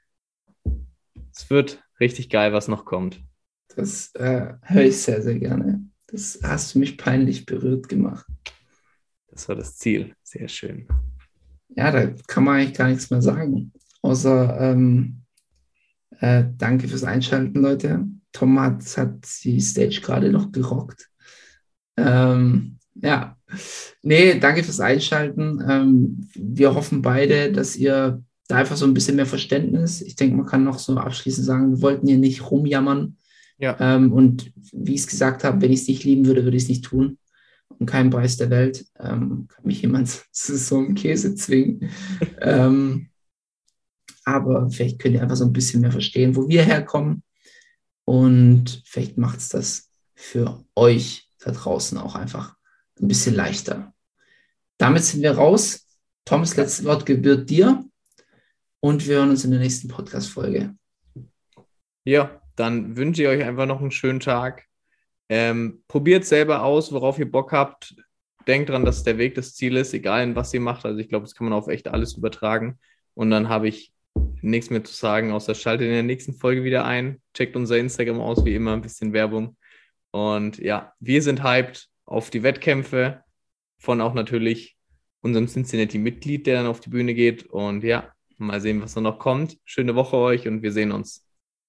Es wird richtig geil, was noch kommt. Das äh, höre ich sehr, sehr gerne. Das hast du mich peinlich berührt gemacht. Das war das Ziel. Sehr schön. Ja, da kann man eigentlich gar nichts mehr sagen. Außer ähm, äh, danke fürs Einschalten, Leute. Tom hat, hat die Stage gerade noch gerockt. Ähm, ja, nee, danke fürs Einschalten. Ähm, wir hoffen beide, dass ihr da einfach so ein bisschen mehr Verständnis. Ich denke, man kann noch so abschließend sagen, wir wollten hier nicht rumjammern. Ja. Ähm, und wie ich es gesagt habe, wenn ich es nicht lieben würde, würde ich es nicht tun. Um keinen Preis der Welt ähm, kann mich jemand zu so einem Käse zwingen. ähm, aber vielleicht könnt ihr einfach so ein bisschen mehr verstehen, wo wir herkommen. Und vielleicht macht es das für euch da draußen auch einfach ein bisschen leichter. Damit sind wir raus. Toms letztes Wort gebührt dir. Und wir hören uns in der nächsten Podcast-Folge. Ja, dann wünsche ich euch einfach noch einen schönen Tag. Ähm, probiert selber aus, worauf ihr Bock habt. Denkt dran, dass der Weg das Ziel ist, egal in was ihr macht. Also ich glaube, das kann man auf echt alles übertragen. Und dann habe ich nichts mehr zu sagen, außer schaltet in der nächsten Folge wieder ein. Checkt unser Instagram aus, wie immer, ein bisschen Werbung. Und ja, wir sind hyped auf die Wettkämpfe von auch natürlich unserem Cincinnati-Mitglied, der dann auf die Bühne geht. Und ja, mal sehen, was da noch kommt. Schöne Woche euch und wir sehen uns.